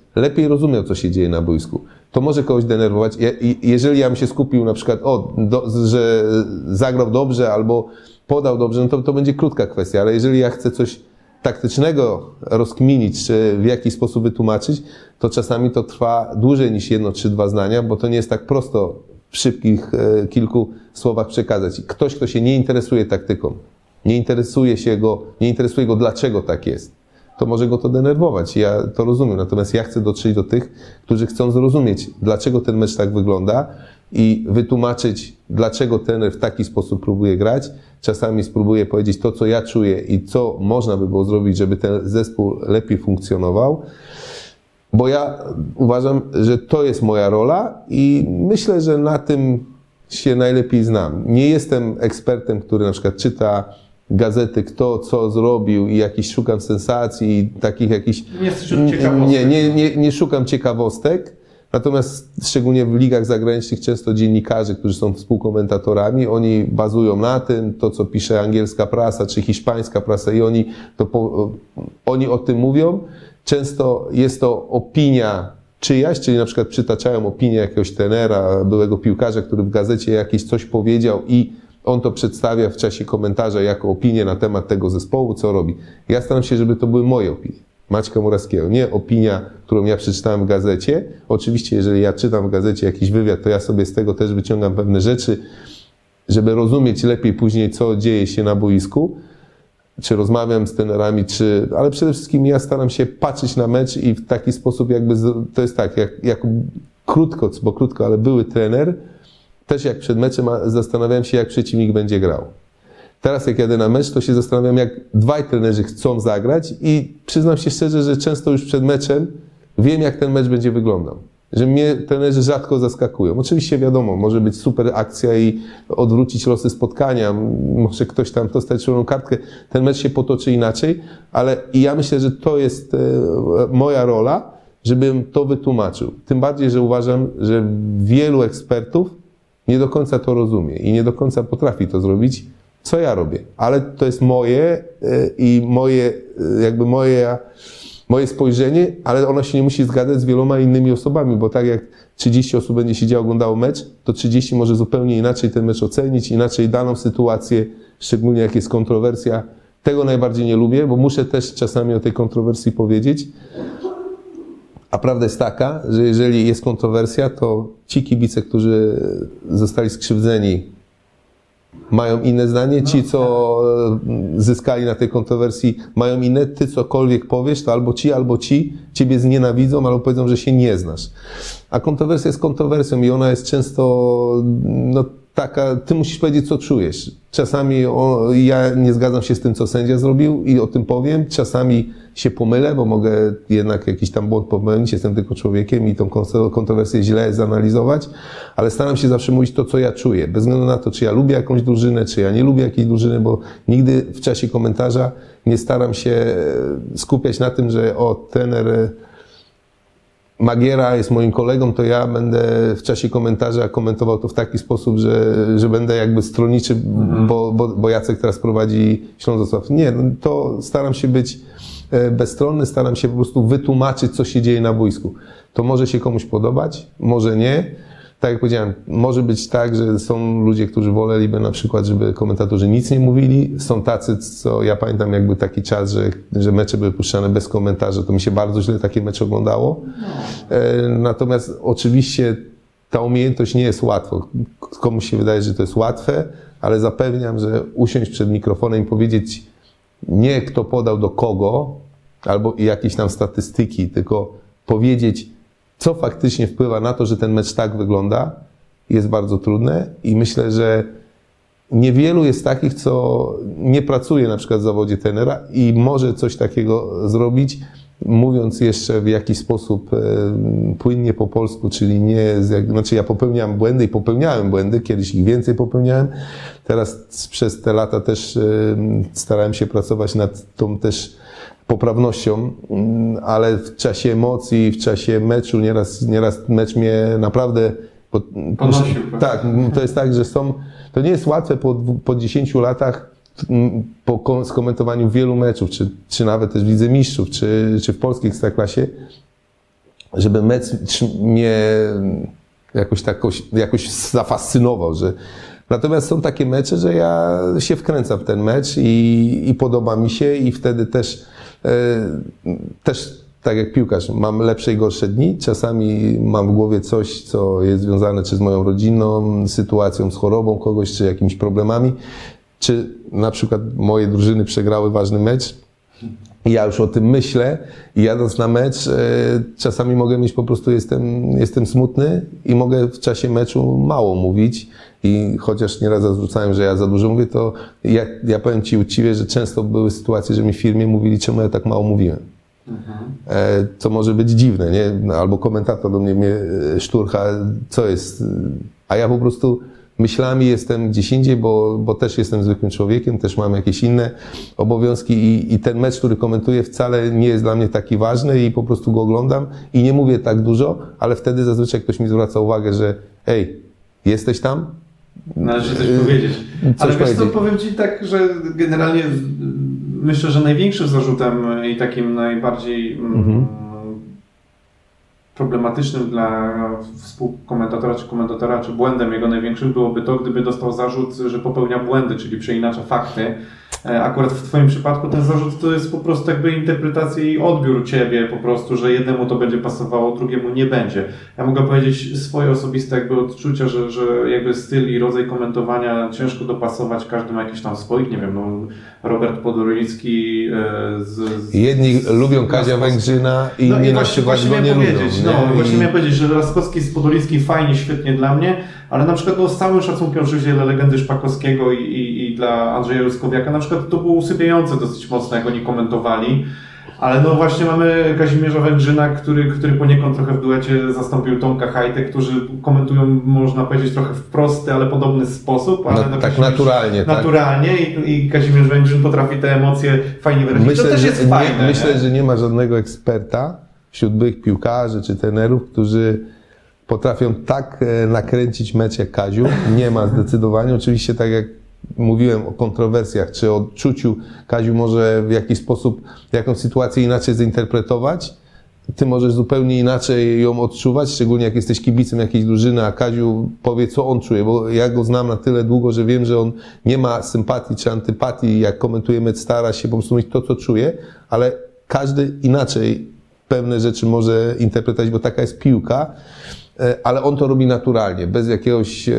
lepiej rozumiał, co się dzieje na boisku. To może kogoś denerwować. Jeżeli ja bym się skupił na przykład, o, do, że zagrał dobrze albo podał dobrze, no to, to będzie krótka kwestia, ale jeżeli ja chcę coś taktycznego rozkminić, czy w jakiś sposób wytłumaczyć, to czasami to trwa dłużej niż jedno czy dwa zdania, bo to nie jest tak prosto w szybkich e, kilku słowach przekazać. Ktoś, kto się nie interesuje taktyką, nie interesuje się go, nie interesuje go, dlaczego tak jest, to może go to denerwować. Ja to rozumiem. Natomiast ja chcę dotrzeć do tych, którzy chcą zrozumieć, dlaczego ten mecz tak wygląda i wytłumaczyć, dlaczego trener w taki sposób próbuje grać. Czasami spróbuję powiedzieć to, co ja czuję i co można by było zrobić, żeby ten zespół lepiej funkcjonował. Bo ja uważam, że to jest moja rola i myślę, że na tym się najlepiej znam. Nie jestem ekspertem, który na przykład czyta gazety, kto co zrobił i jakiś szukam sensacji i takich jakichś... Nie, nie, nie, nie, nie szukam ciekawostek. Natomiast szczególnie w ligach zagranicznych często dziennikarze, którzy są współkomentatorami, oni bazują na tym, to co pisze angielska prasa czy hiszpańska prasa i oni, to po, oni o tym mówią. Często jest to opinia czyjaś, czyli na przykład przytaczają opinię jakiegoś trenera, byłego piłkarza, który w gazecie jakieś coś powiedział i on to przedstawia w czasie komentarza jako opinię na temat tego zespołu, co robi. Ja staram się, żeby to były moje opinie. Maćka Murawskiego. Nie opinia, którą ja przeczytałem w gazecie. Oczywiście, jeżeli ja czytam w gazecie jakiś wywiad, to ja sobie z tego też wyciągam pewne rzeczy, żeby rozumieć lepiej później, co dzieje się na boisku, czy rozmawiam z trenerami, czy... ale przede wszystkim ja staram się patrzeć na mecz i w taki sposób jakby, to jest tak, jak, jak krótko, bo krótko, ale były trener, też jak przed meczem zastanawiałem się, jak przeciwnik będzie grał. Teraz jak jadę na mecz, to się zastanawiam, jak dwaj trenerzy chcą zagrać i przyznam się szczerze, że często już przed meczem wiem, jak ten mecz będzie wyglądał. Że mnie trenerzy rzadko zaskakują. Oczywiście wiadomo, może być super akcja i odwrócić losy spotkania, może ktoś tam dostać czerwoną kartkę, ten mecz się potoczy inaczej, ale i ja myślę, że to jest moja rola, żebym to wytłumaczył. Tym bardziej, że uważam, że wielu ekspertów nie do końca to rozumie i nie do końca potrafi to zrobić, co ja robię. Ale to jest moje i moje, jakby moje, moje spojrzenie, ale ono się nie musi zgadzać z wieloma innymi osobami, bo tak jak trzydzieści osób będzie siedziało, oglądało mecz, to trzydzieści może zupełnie inaczej ten mecz ocenić, inaczej daną sytuację, szczególnie jak jest kontrowersja. Tego najbardziej nie lubię, bo muszę też czasami o tej kontrowersji powiedzieć. A prawda jest taka, że jeżeli jest kontrowersja, to ci kibice, którzy zostali skrzywdzeni, mają inne zdanie, ci, co zyskali na tej kontrowersji, mają inne. Ty cokolwiek powiesz, to albo ci, albo ci ciebie znienawidzą, albo powiedzą, że się nie znasz. A kontrowersja jest kontrowersją i ona jest często no, taka, ty musisz powiedzieć, co czujesz. Czasami o, ja nie zgadzam się z tym, co sędzia zrobił i o tym powiem. Czasami się pomylę, bo mogę jednak jakiś tam błąd popełnić, jestem tylko człowiekiem i tą kontrowersję źle zanalizować, ale staram się zawsze mówić to, co ja czuję. Bez względu na to, czy ja lubię jakąś drużynę, czy ja nie lubię jakiejś drużyny, bo nigdy w czasie komentarza nie staram się skupiać na tym, że o, trener Magiera jest moim kolegą, to ja będę w czasie komentarza komentował to w taki sposób, że, że będę jakby stronniczy, mhm. bo, bo, bo Jacek teraz prowadzi Ślązosław. Nie, no to staram się być bezstronny, staram się po prostu wytłumaczyć, co się dzieje na boisku. To może się komuś podobać, może nie. Tak jak powiedziałem, może być tak, że są ludzie, którzy woleliby na przykład, żeby komentatorzy nic nie mówili. Są tacy, co ja pamiętam jakby taki czas, że, że mecze były puszczane bez komentarza, to mi się bardzo źle takie mecze oglądało. Natomiast oczywiście ta umiejętność nie jest łatwo. Komuś się wydaje, że to jest łatwe, ale zapewniam, że usiąść przed mikrofonem i powiedzieć nie kto podał do kogo, albo jakieś tam statystyki, tylko powiedzieć, co faktycznie wpływa na to, że ten mecz tak wygląda, jest bardzo trudne i myślę, że niewielu jest takich, co nie pracuje na przykład w zawodzie trenera i może coś takiego zrobić, mówiąc jeszcze w jakiś sposób e, płynnie po polsku, czyli nie, znaczy ja popełniałem błędy i popełniałem błędy, kiedyś ich więcej popełniałem, teraz przez te lata też e, starałem się pracować nad tą też poprawnością, ale w czasie emocji, w czasie meczu nieraz, nieraz mecz mnie naprawdę pod, ponosił. Tak, to jest tak, że są, to nie jest łatwe po, po dziesięciu latach po skomentowaniu wielu meczów, czy, czy nawet też w Lidze Mistrzów, czy, czy w polskiej Ekstraklasie, żeby mecz mnie jakoś, tak, jakoś zafascynował, że natomiast są takie mecze, że ja się wkręcam w ten mecz i, i podoba mi się i wtedy też, e, też tak jak piłkarz, mam lepsze i gorsze dni. Czasami mam w głowie coś, co jest związane czy z moją rodzinną sytuacją, z chorobą kogoś, czy jakimiś problemami. Czy na przykład moje drużyny przegrały ważny mecz. Ja już o tym myślę i jadąc na mecz e, czasami mogę mieć po prostu, jestem, jestem smutny i mogę w czasie meczu mało mówić. I chociaż nieraz zarzucałem, że ja za dużo mówię, to ja, ja powiem Ci uczciwie, że często były sytuacje, że mi w firmie mówili, czemu ja tak mało mówiłem. Mhm. E, co może być dziwne, nie? Albo komentator do mnie, mnie szturcha, co jest. A ja po prostu myślami jestem gdzieś indziej, bo, bo też jestem zwykłym człowiekiem, też mam jakieś inne obowiązki i, i ten mecz, który komentuję, wcale nie jest dla mnie taki ważny i po prostu go oglądam i nie mówię tak dużo, ale wtedy zazwyczaj ktoś mi zwraca uwagę, że ej, jesteś tam? Należy coś powiedzieć. Coś ale wiesz co, powiedzieć. powiem Ci tak, że generalnie myślę, że największym zarzutem i takim najbardziej mhm. problematycznym dla współkomentatora czy komentatora, czy błędem jego największym byłoby to, gdyby dostał zarzut, że popełnia błędy, czyli przeinacza fakty. Akurat w Twoim przypadku ten zarzut to jest po prostu jakby interpretacja i odbiór Ciebie po prostu, że jednemu to będzie pasowało, drugiemu nie będzie. Ja mogę powiedzieć swoje osobiste jakby odczucia, że, że jakby styl i rodzaj komentowania ciężko dopasować, każdy ma jakieś tam swoich, nie wiem, no Robert Podornicki z, z jedni z, lubią Kazia Węgrzyna i no inni i na właśnie, przykład właśnie go nie lubią. powiedzieć, Nie? No, I... właśnie miałem powiedzieć, że Laskowski z Podoliński fajnie, świetnie dla mnie, ale na przykład no, z całym szacunkiem oczywiście dla legendy Szpakowskiego i, i, i dla Andrzeja Ruskowiaka, na przykład to było usypiające dosyć mocno, jak oni komentowali, ale no właśnie mamy Kazimierza Węgrzyna, który, który poniekąd trochę w duecie zastąpił Tomka Hajtę, którzy komentują, można powiedzieć, trochę w prosty, ale podobny sposób. Ale no, tak naturalnie. Naturalnie tak. I, i Kazimierz Węgrzyn potrafi te emocje fajnie wyrazić. Myślę, to też jest że, fajne. Nie, myślę, nie? że nie ma żadnego eksperta wśród byłych piłkarzy czy trenerów, którzy potrafią tak nakręcić mecz jak Kaziu. Nie ma zdecydowanie. Oczywiście tak jak mówiłem o kontrowersjach, czy o odczuciu, Kaziu może w jakiś sposób jakąś sytuację inaczej zinterpretować. Ty możesz zupełnie inaczej ją odczuwać, szczególnie jak jesteś kibicem jakiejś drużyny, a Kaziu powie, co on czuje, bo ja go znam na tyle długo, że wiem, że on nie ma sympatii czy antypatii, jak komentuje mecz, stara się po prostu mówić to, co czuje, ale każdy inaczej pewne rzeczy może interpretować, bo taka jest piłka. Ale on to robi naturalnie, bez jakiegoś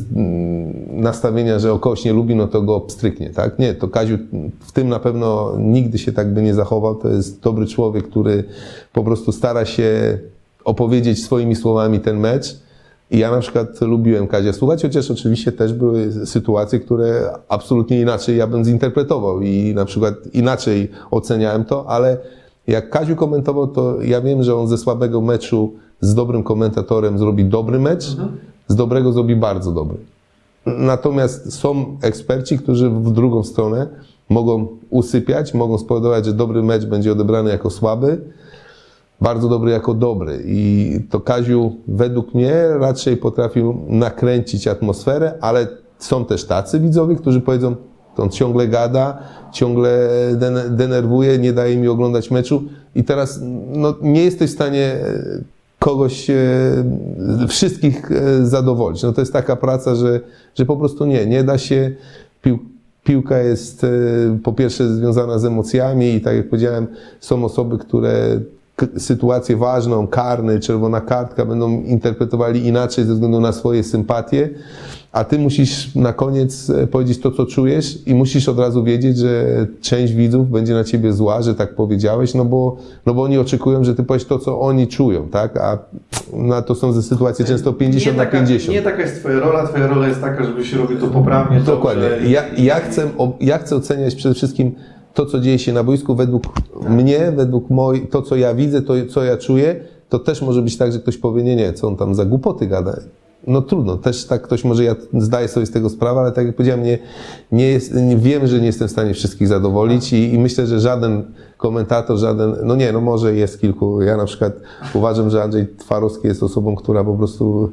nastawienia, że o kogoś nie lubi, no to go pstryknie, tak? Nie, to Kaziu w tym na pewno nigdy się tak by nie zachował. To jest dobry człowiek, który po prostu stara się opowiedzieć swoimi słowami ten mecz. I ja na przykład lubiłem Kazia słuchać, chociaż oczywiście też były sytuacje, które absolutnie inaczej ja bym zinterpretował i na przykład inaczej oceniałem to, ale jak Kaziu komentował, to ja wiem, że on ze słabego meczu z dobrym komentatorem zrobi dobry mecz, mhm. z dobrego zrobi bardzo dobry. Natomiast są eksperci, którzy w drugą stronę mogą usypiać, mogą spowodować, że dobry mecz będzie odebrany jako słaby, bardzo dobry jako dobry. I to Kaziu według mnie raczej potrafił nakręcić atmosferę, ale są też tacy widzowie, którzy powiedzą, on ciągle gada, ciągle denerwuje, nie daje mi oglądać meczu i teraz no, nie jesteś w stanie kogoś, e, wszystkich e, zadowolić. No to jest taka praca, że, że po prostu nie, nie da się. Pił, piłka jest e, po pierwsze związana z emocjami i tak jak powiedziałem, są osoby, które k- sytuację ważną, karny, czerwona kartka będą interpretowali inaczej ze względu na swoje sympatie, a ty musisz na koniec powiedzieć to, co czujesz i musisz od razu wiedzieć, że część widzów będzie na ciebie zła, że tak powiedziałeś, no bo, no bo oni oczekują, że ty powiesz to, co oni czują, tak? A no, to są ze sytuacje często pięćdziesiąt na pięćdziesiąt. Nie taka jest twoja rola, twoja rola jest taka, żebyś robił to poprawnie. Dokładnie. Dobrze. Ja, ja, chcę, ja chcę oceniać przede wszystkim to, co dzieje się na boisku według mnie, według moj, to, co ja widzę, to, co ja czuję. To też może być tak, że ktoś powie, nie, nie, co on tam za głupoty gada. No trudno, też tak ktoś może, ja zdaję sobie z tego sprawę, ale tak jak powiedziałem, nie, nie, jest, nie wiem, że nie jestem w stanie wszystkich zadowolić i, i myślę, że żaden komentator, żaden, no nie, no może jest kilku. Ja na przykład uważam, że Andrzej Twarowski jest osobą, która po prostu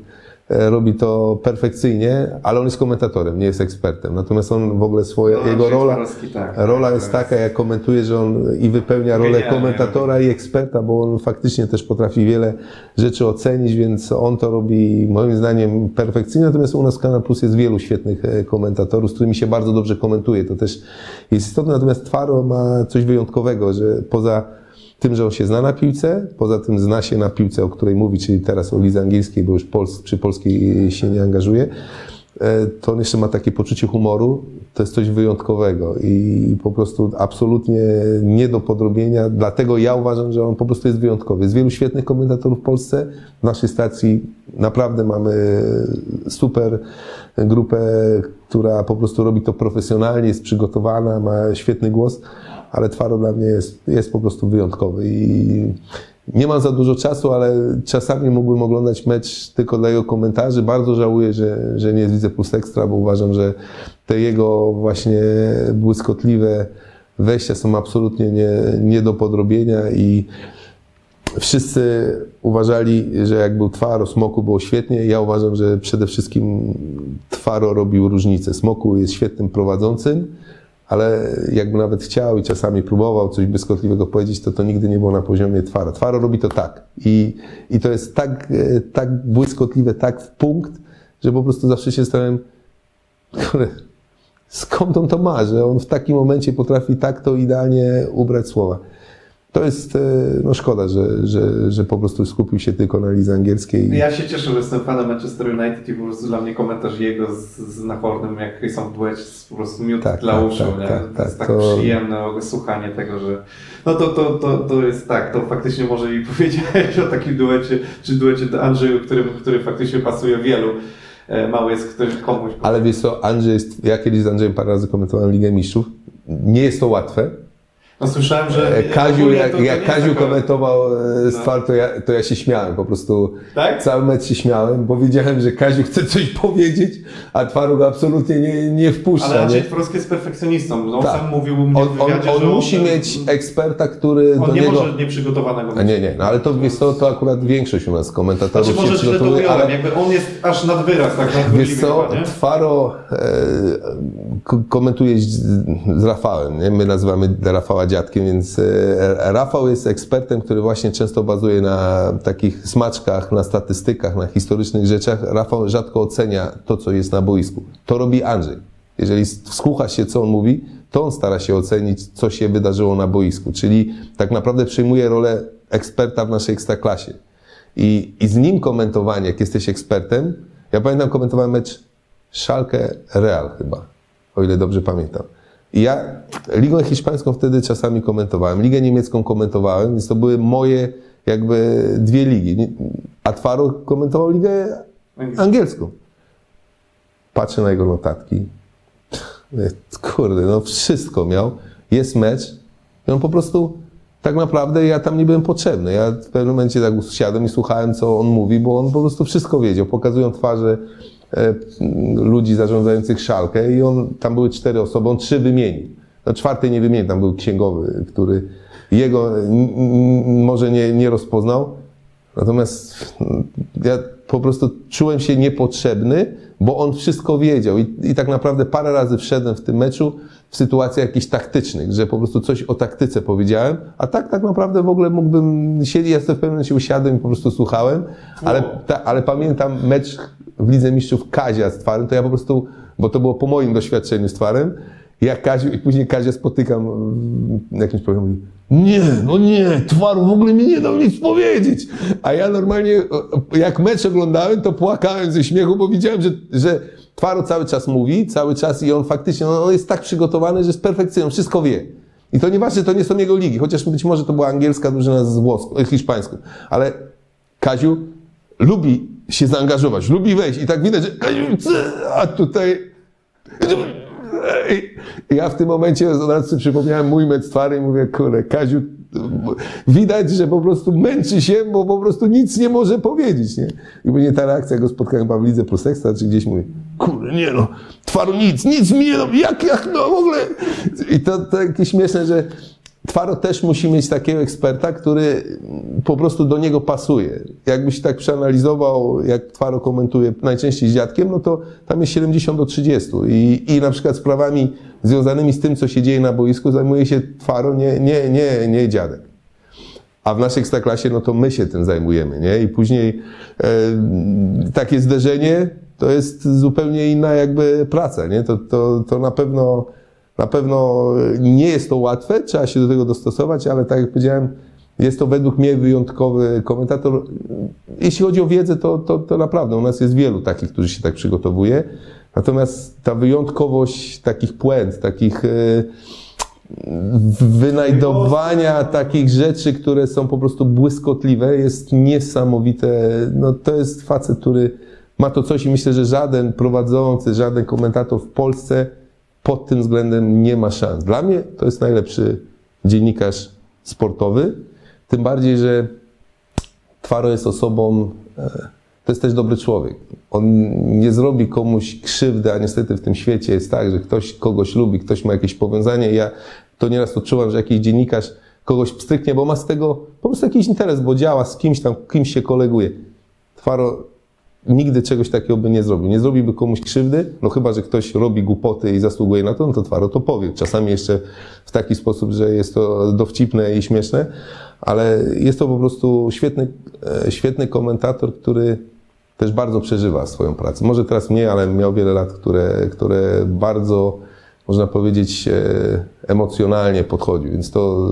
robi to perfekcyjnie, ale on jest komentatorem, nie jest ekspertem. Natomiast on w ogóle swoje, no, jego rola, tak, rola tak, jest taka, jak komentuje, że on i wypełnia rolę komentatora i eksperta, bo on faktycznie też potrafi wiele rzeczy ocenić, więc on to robi moim zdaniem perfekcyjnie. Natomiast u nas w Kanal Plus jest wielu świetnych komentatorów, z którymi się bardzo dobrze komentuje. To też jest istotne. Natomiast Twaro ma coś wyjątkowego, że poza tym, że on się zna na piłce, poza tym zna się na piłce, o której mówi, czyli teraz o lidze angielskiej, bo już Pols, przy polskiej się nie angażuje, to on jeszcze ma takie poczucie humoru, to jest coś wyjątkowego i po prostu absolutnie nie do podrobienia, dlatego ja uważam, że on po prostu jest wyjątkowy. Jest wielu świetnych komentatorów w Polsce, w naszej stacji naprawdę mamy super grupę, która po prostu robi to profesjonalnie, jest przygotowana, ma świetny głos, ale Twaro dla mnie jest, jest po prostu wyjątkowy i nie mam za dużo czasu, ale czasami mógłbym oglądać mecz tylko dla jego komentarzy. Bardzo żałuję, że, że nie jest Widze Plus Ekstra, bo uważam, że te jego właśnie błyskotliwe wejścia są absolutnie nie, nie do podrobienia i wszyscy uważali, że jak był Twaro, Smoku było świetnie. Ja uważam, że przede wszystkim Twaro robił różnicę. Smoku jest świetnym prowadzącym, ale jakby nawet chciał i czasami próbował coś błyskotliwego powiedzieć, to to nigdy nie było na poziomie Twaro. Twaro robi to tak. I, i to jest tak, tak błyskotliwe, tak w punkt, że po prostu zawsze się stałem, skąd on to ma, że on w takim momencie potrafi tak to idealnie ubrać słowa. To jest, no szkoda, że, że, że po prostu skupił się tylko na lidze angielskiej. Ja się cieszę, że jestem fanem Manchester United i po prostu dla mnie komentarz jego z, z Nahornym, jak są w duecie, jest po prostu miód tak, dla tak, uszu. tak, nie? tak, to tak, jest tak to... przyjemne słuchanie tego, że no to, to, to, to jest tak, to faktycznie może i powiedziałeś o takim duecie, czy duecie Andrzeju, który, który faktycznie pasuje wielu. Mały jest ktoś komuś. Ale wiesz co, Andrzej jest, ja kiedyś z Andrzejem parę razy komentowałem Ligę Mistrzów. Nie jest to łatwe. No słyszałem, że... Kaziu, jak, to, to jak Kaziu taka... komentował z no. Twaro, to ja, to ja się śmiałem po prostu. Tak? Cały mecz się śmiałem, bo wiedziałem, że Kaziu chce coś powiedzieć, a Twaro go absolutnie nie, nie wpuszcza. Ale Andrzej Tworowski jest perfekcjonistą. On tak. sam mówił mnie on, w wywiadzie, on, on że on musi on, mieć eksperta, który on do nie niego... może nieprzygotowanego. A nie, nie, no ale to wiesz co, to akurat większość u nas komentatorów znaczy, się może przygotowuje, źle to ująłem, ale... jakby on jest aż nad wyraz, tak wiesz co, Twaro e, komentuje z, z Rafałem, nie? My nazywamy Rafała dziadkiem, więc e, Rafał jest ekspertem, który właśnie często bazuje na takich smaczkach, na statystykach, na historycznych rzeczach. Rafał rzadko ocenia to, co jest na boisku. To robi Andrzej. Jeżeli wsłucha się, co on mówi, to on stara się ocenić, co się wydarzyło na boisku. Czyli tak naprawdę przyjmuje rolę eksperta w naszej ekstraklasie. I, i z nim komentowanie, jak jesteś ekspertem, ja pamiętam, komentowałem mecz Schalke Real chyba, o ile dobrze pamiętam. I ja Ligę Hiszpańską wtedy czasami komentowałem, Ligę Niemiecką komentowałem, więc to były moje jakby dwie ligi. A Twaro komentował Ligę Angielską. Patrzę na jego notatki. Kurde, no wszystko miał. Jest mecz i on po prostu, tak naprawdę ja tam nie byłem potrzebny. Ja w pewnym momencie tak usiadłem i słuchałem, co on mówi, bo on po prostu wszystko wiedział. Pokazują twarze e, ludzi zarządzających Schalke i on, tam były cztery osoby, on trzy wymienił. No czwartej nie wymienił, tam był księgowy, który jego n, n, może nie, nie rozpoznał. Natomiast ja po prostu czułem się niepotrzebny, bo on wszystko wiedział i, i tak naprawdę parę razy wszedłem w tym meczu w sytuacjach jakichś taktycznych, że po prostu coś o taktyce powiedziałem, a tak tak naprawdę w ogóle mógłbym siedzieć, ja sobie w pewnym momencie usiadłem i po prostu słuchałem, ale, ta, ale pamiętam mecz w Lidze Mistrzów Kazia z Twarem, to ja po prostu, bo to było po moim doświadczeniu z Twarem, ja Kaziu, i później Kazia spotykam w jakimś programie, nie, no nie, Twar w ogóle mi nie dał nic powiedzieć. A ja normalnie, jak mecz oglądałem, to płakałem ze śmiechu, bo widziałem, że, że Twaro cały czas mówi, cały czas i on faktycznie, no, on jest tak przygotowany, że jest perfekcyjny, on wszystko wie. I to nieważne, to nie są jego ligi, chociaż być może to była angielska drużyna z włoską, hiszpańską, ale Kaziu lubi się zaangażować, lubi wejść i tak widać, że Kaziu, a tutaj... I ja w tym momencie zobaczcie, przypomniałem mój mecz z Twarem i mówię, kurde, Kaziu, widać, że po prostu męczy się, bo po prostu nic nie może powiedzieć, nie? I później ta reakcja, jak go spotkałem chyba w Lidze Plus Ekstra, czy gdzieś mówi, kurde, nie no, Twaru nic, nic mi nie no, jak, jak, no w ogóle. I to, to jakieś śmieszne, że Twaro też musi mieć takiego eksperta, który po prostu do niego pasuje. Jakbyś tak przeanalizował, jak Twaro komentuje najczęściej z dziadkiem, no to tam jest siedemdziesiąt do trzydziestu i, i na przykład sprawami związanymi z tym, co się dzieje na boisku, zajmuje się Twaro, nie, nie, nie, nie dziadek. A w naszej ekstraklasie, no to my się tym zajmujemy, nie? I później e, takie zderzenie to jest zupełnie inna jakby praca, nie? To, to, to na pewno Na pewno nie jest to łatwe, trzeba się do tego dostosować, ale tak jak powiedziałem, jest to według mnie wyjątkowy komentator. Jeśli chodzi o wiedzę, to, to, to naprawdę u nas jest wielu takich, którzy się tak przygotowuje. Natomiast ta wyjątkowość takich puent, takich wynajdowania takich rzeczy, które są po prostu błyskotliwe, jest niesamowite. No, to jest facet, który ma to coś i myślę, że żaden prowadzący, żaden komentator w Polsce pod tym względem nie ma szans. Dla mnie to jest najlepszy dziennikarz sportowy, tym bardziej, że Twaro jest osobą, to jest też dobry człowiek. On nie zrobi komuś krzywdy, a niestety w tym świecie jest tak, że ktoś kogoś lubi, ktoś ma jakieś powiązanie. Ja to nieraz odczuwam, że jakiś dziennikarz kogoś pstryknie, bo ma z tego po prostu jakiś interes, bo działa z kimś tam, kimś się koleguje. Twaro nigdy czegoś takiego by nie zrobił. Nie zrobiłby komuś krzywdy, no chyba, że ktoś robi głupoty i zasługuje na to, no to Twaro to powie. Czasami jeszcze w taki sposób, że jest to dowcipne i śmieszne, ale jest to po prostu świetny, świetny komentator, który też bardzo przeżywa swoją pracę. Może teraz mniej, ale miał wiele lat, które, które bardzo, można powiedzieć, emocjonalnie podchodził, więc to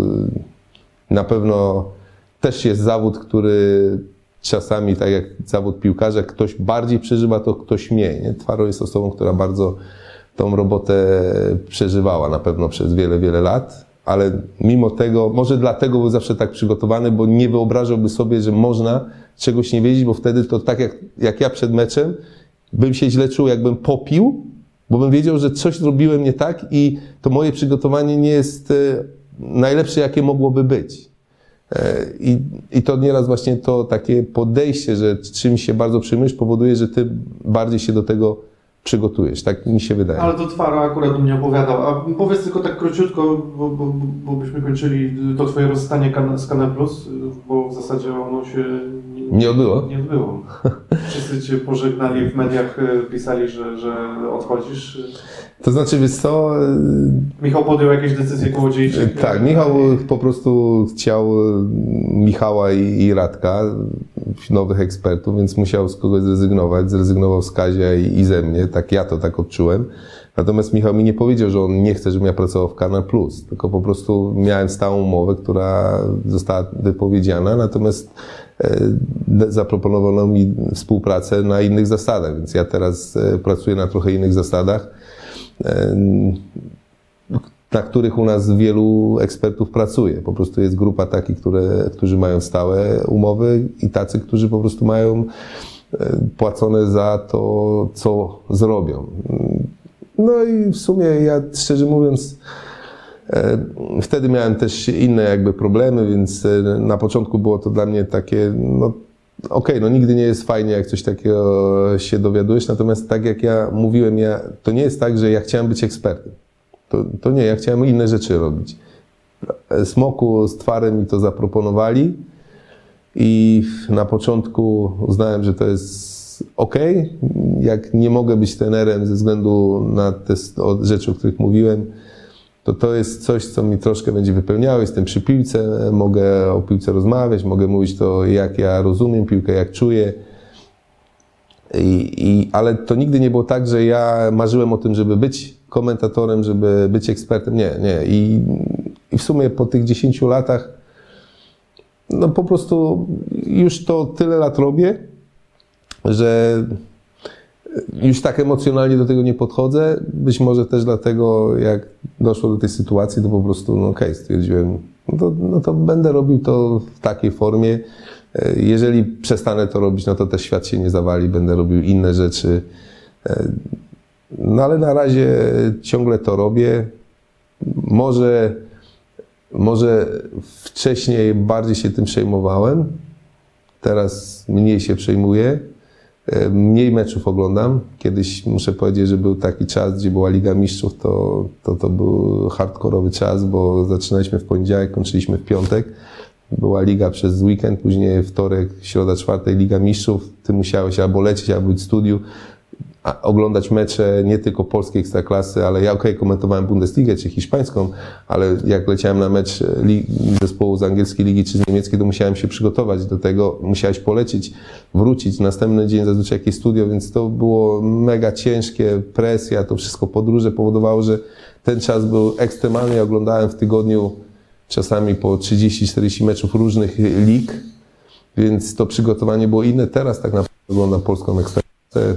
na pewno też jest zawód, który czasami, tak jak zawód piłkarza, ktoś bardziej przeżywa, to ktoś mniej. Nie? Twaro jest osobą, która bardzo tą robotę przeżywała na pewno przez wiele, wiele lat, ale mimo tego, może dlatego był zawsze tak przygotowany, bo nie wyobrażałby sobie, że można czegoś nie wiedzieć, bo wtedy to tak jak, jak ja przed meczem, bym się źle czuł, jakbym popił, bo bym wiedział, że coś zrobiłem nie tak i to moje przygotowanie nie jest najlepsze, jakie mogłoby być. I, I to nieraz właśnie to takie podejście, że czymś się bardzo przyjmujesz, powoduje, że ty bardziej się do tego przygotujesz. Tak mi się wydaje. Ale to Twaro akurat o mnie opowiadał. A powiedz tylko tak króciutko, bo, bo, bo byśmy kończyli to twoje rozstanie z Kanal Plus, bo w zasadzie ono się nie, nie odbyło. Nie odbyło. Wszyscy cię pożegnali w mediach, pisali, że, że odchodzisz. To znaczy, wiesz co? Michał podjął jakieś decyzje kołodziejcze? Tak, Michał po prostu chciał Michała i, i Radka, nowych ekspertów, więc musiał z kogoś zrezygnować. Zrezygnował z Kazia i, i ze mnie, tak ja to tak odczułem. Natomiast Michał mi nie powiedział, że on nie chce, żebym ja pracował w Kanal Plus, tylko po prostu miałem stałą umowę, która została wypowiedziana, natomiast e, zaproponowano mi współpracę na innych zasadach, więc ja teraz e, pracuję na trochę innych zasadach, e, na których u nas wielu ekspertów pracuje. Po prostu jest grupa takich, które, którzy mają stałe umowy i tacy, którzy po prostu mają płacone za to, co zrobią. No i w sumie ja, szczerze mówiąc, wtedy miałem też inne jakby problemy, więc na początku było to dla mnie takie, no okej, okay, no nigdy nie jest fajnie, jak coś takiego się dowiadujesz, natomiast tak jak ja mówiłem, ja, to nie jest tak, że ja chciałem być ekspertem. To, to nie, ja chciałem inne rzeczy robić. Smoku z Twarem mi to zaproponowali i na początku uznałem, że to jest okej, jak nie mogę być trenerem ze względu na te rzeczy, o których mówiłem, to to jest coś, co mi troszkę będzie wypełniało. Jestem przy piłce, mogę o piłce rozmawiać, mogę mówić to, jak ja rozumiem piłkę, jak czuję. I, i, ale to nigdy nie było tak, że ja marzyłem o tym, żeby być komentatorem, żeby być ekspertem. Nie, nie. I, i w sumie po tych dziesięciu latach, no po prostu już to tyle lat robię, że już tak emocjonalnie do tego nie podchodzę. Być może też dlatego, jak doszło do tej sytuacji, to po prostu, no okej, okay, stwierdziłem, no to, no to będę robił to w takiej formie. Jeżeli przestanę to robić, no to też świat się nie zawali, będę robił inne rzeczy. No ale na razie ciągle to robię. Może, może wcześniej bardziej się tym przejmowałem, teraz mniej się przejmuję. Mniej meczów oglądam. Kiedyś muszę powiedzieć, że był taki czas, gdzie była Liga Mistrzów, to, to, to był hardkorowy czas, bo zaczynaliśmy w poniedziałek, kończyliśmy w piątek. Była liga przez weekend, później wtorek, środa, czwartek, Liga Mistrzów. Ty musiałeś albo lecieć, albo być w studiu, a oglądać mecze nie tylko polskiej ekstraklasy, ale ja okej, okay, komentowałem Bundesligę czy hiszpańską, ale jak leciałem na mecz zespołu z angielskiej ligi czy z niemieckiej, to musiałem się przygotować do tego, musiałeś polecieć, wrócić, następny dzień zazwyczaj jakieś studio, więc to było mega ciężkie, presja, to wszystko podróże powodowało, że ten czas był ekstremalny. Ja oglądałem w tygodniu czasami po trzydzieści czterdzieści meczów różnych lig, więc to przygotowanie było inne. Teraz tak naprawdę oglądam polską ekstraklasę.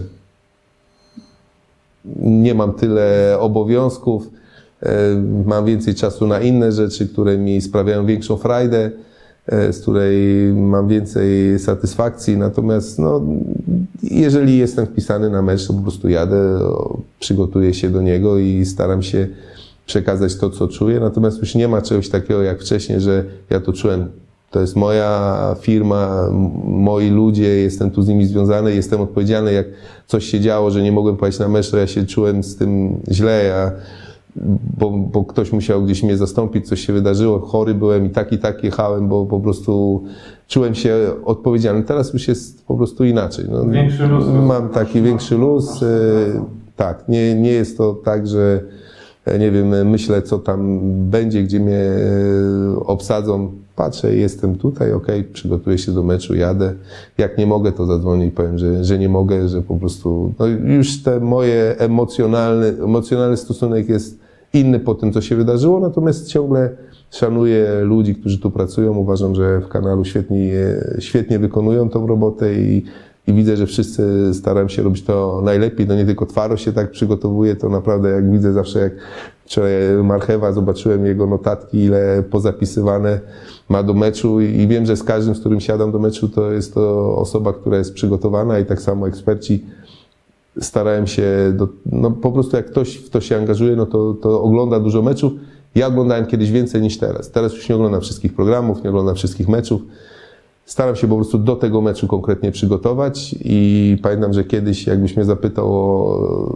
Nie mam tyle obowiązków, mam więcej czasu na inne rzeczy, które mi sprawiają większą frajdę, z której mam więcej satysfakcji. Natomiast no, jeżeli jestem wpisany na mecz, to po prostu jadę, przygotuję się do niego i staram się przekazać to, co czuję. Natomiast już nie ma czegoś takiego jak wcześniej, że ja to czułem. To jest moja firma, moi ludzie, jestem tu z nimi związany, jestem odpowiedzialny. Jak coś się działo, że nie mogłem pojechać na mecz, to ja się czułem z tym źle, ja, bo, bo ktoś musiał gdzieś mnie zastąpić, coś się wydarzyło, chory byłem i tak i tak jechałem, bo po prostu czułem się odpowiedzialny. Teraz już jest po prostu inaczej. No, większy luz. Mam taki większy luz. Tak, nie, nie jest to tak, że nie wiem, myślę, co tam będzie, gdzie mnie obsadzą. Patrzę, jestem tutaj, okej, okay, przygotuję się do meczu, jadę. Jak nie mogę, to zadzwonię i powiem, że, że nie mogę, że po prostu no już ten moje emocjonalny, emocjonalny stosunek jest inny po tym, co się wydarzyło, natomiast ciągle szanuję ludzi, którzy tu pracują. Uważam, że w kanalu świetnie, świetnie wykonują tą robotę i, i widzę, że wszyscy starają się robić to najlepiej. No nie tylko Twaro się tak przygotowuje, to naprawdę jak widzę zawsze, jak wczoraj Marchewa, zobaczyłem jego notatki, ile pozapisywane ma do meczu i wiem, że z każdym, z którym siadam do meczu, to jest to osoba, która jest przygotowana i tak samo eksperci starają się, do, no po prostu jak ktoś w to się angażuje, no to, to ogląda dużo meczów. Ja oglądałem kiedyś więcej niż teraz. Teraz już nie oglądam wszystkich programów, nie oglądam wszystkich meczów. Staram się po prostu do tego meczu konkretnie przygotować i pamiętam, że kiedyś jakbyś mnie zapytał o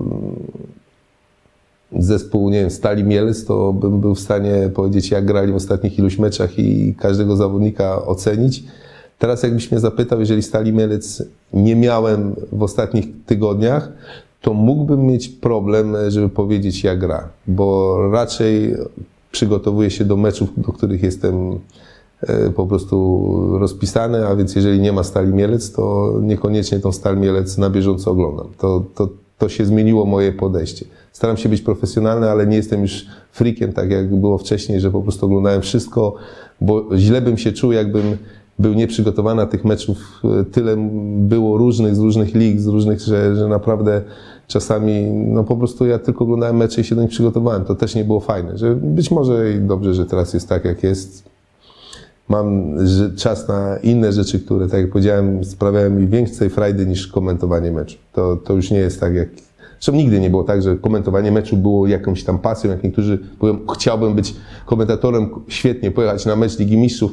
zespół, nie wiem, Stali Mielec, to bym był w stanie powiedzieć, jak grali w ostatnich iluś meczach i każdego zawodnika ocenić. Teraz jakbyś mnie zapytał, jeżeli Stali Mielec nie miałem w ostatnich tygodniach, to mógłbym mieć problem, żeby powiedzieć, jak gra, bo raczej przygotowuję się do meczów, do których jestem po prostu rozpisany, a więc jeżeli nie ma Stali Mielec, to niekoniecznie tą Stal Mielec na bieżąco oglądam. To, to, to się zmieniło moje podejście. Staram się być profesjonalny, ale nie jestem już freakiem, tak jak było wcześniej, że po prostu oglądałem wszystko, bo źle bym się czuł, jakbym był nieprzygotowany, a tych meczów tyle było różnych, z różnych lig, z różnych, że, że naprawdę czasami, no po prostu ja tylko oglądałem mecze i się do nich przygotowałem. To też nie było fajne, że być może i dobrze, że teraz jest tak, jak jest. Mam czas na inne rzeczy, które, tak jak powiedziałem, sprawiają mi więcej frajdy niż komentowanie meczu. To, to już nie jest tak, jak... Zresztą nigdy nie było tak, że komentowanie meczu było jakąś tam pasją, jak niektórzy mówią, chciałbym być komentatorem, świetnie pojechać na mecz Ligi Mistrzów.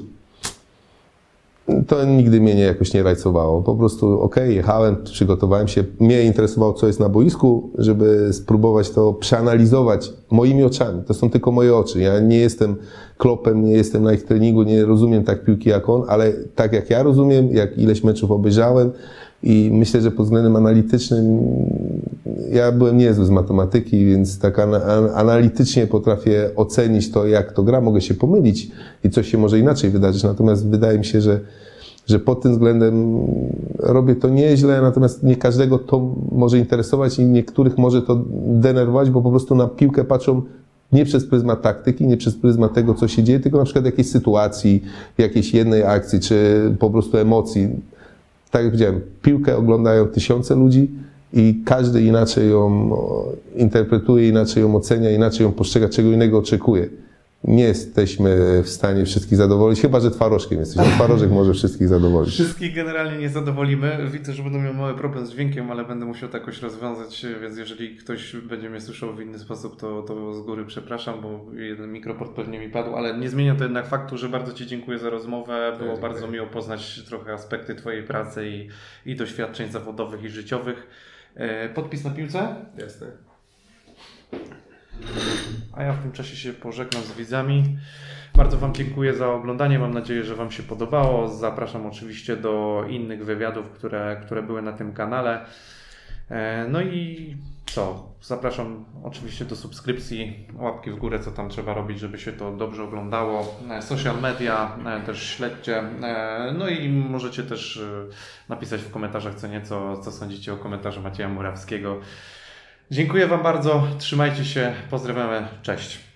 To nigdy mnie nie, jakoś nie rajcowało. Po prostu okej, okay, jechałem, przygotowałem się. Mnie interesowało, co jest na boisku, żeby spróbować to przeanalizować moimi oczami. To są tylko moje oczy. Ja nie jestem Kloppem, nie jestem na ich treningu, nie rozumiem tak piłki jak on, ale tak jak ja rozumiem, jak ileś meczów obejrzałem i myślę, że pod względem analitycznym ja byłem niezły z matematyki, więc tak analitycznie potrafię ocenić to, jak to gra. Mogę się pomylić i coś się może inaczej wydarzyć, natomiast wydaje mi się, że, że pod tym względem robię to nieźle, natomiast nie każdego to może interesować i niektórych może to denerwować, bo po prostu na piłkę patrzą nie przez pryzmat taktyki, nie przez pryzmat tego, co się dzieje, tylko na przykład jakiejś sytuacji, jakiejś jednej akcji, czy po prostu emocji. Tak jak powiedziałem, piłkę oglądają tysiące ludzi i każdy inaczej ją interpretuje, inaczej ją ocenia, inaczej ją postrzega, czego innego oczekuje. nie jesteśmy w stanie wszystkich zadowolić, chyba że twarożkiem jesteśmy. Twarożek może wszystkich zadowolić. Wszystkich generalnie nie zadowolimy. Widzę, że będę miał mały problem z dźwiękiem, ale będę musiał to jakoś rozwiązać, więc jeżeli ktoś będzie mnie słyszał w inny sposób, to, to z góry przepraszam, bo jeden mikroport pewnie mi padł, ale nie zmienia to jednak faktu, że bardzo Ci dziękuję za rozmowę. Było Ja bardzo miło poznać trochę aspekty Twojej pracy i, i doświadczeń zawodowych i życiowych. Podpis na piłce? Jasne. A ja w tym czasie się pożegnam z widzami. Bardzo Wam dziękuję za oglądanie. Mam nadzieję, że Wam się podobało. Zapraszam oczywiście do innych wywiadów, które, które były na tym kanale. No i co? Zapraszam oczywiście do subskrypcji, łapki w górę, co tam trzeba robić, żeby się to dobrze oglądało. Social media też śledźcie. No i możecie też napisać w komentarzach co nieco, co sądzicie o komentarzu Macieja Murawskiego. Dziękuję Wam bardzo, trzymajcie się, pozdrawiamy, cześć.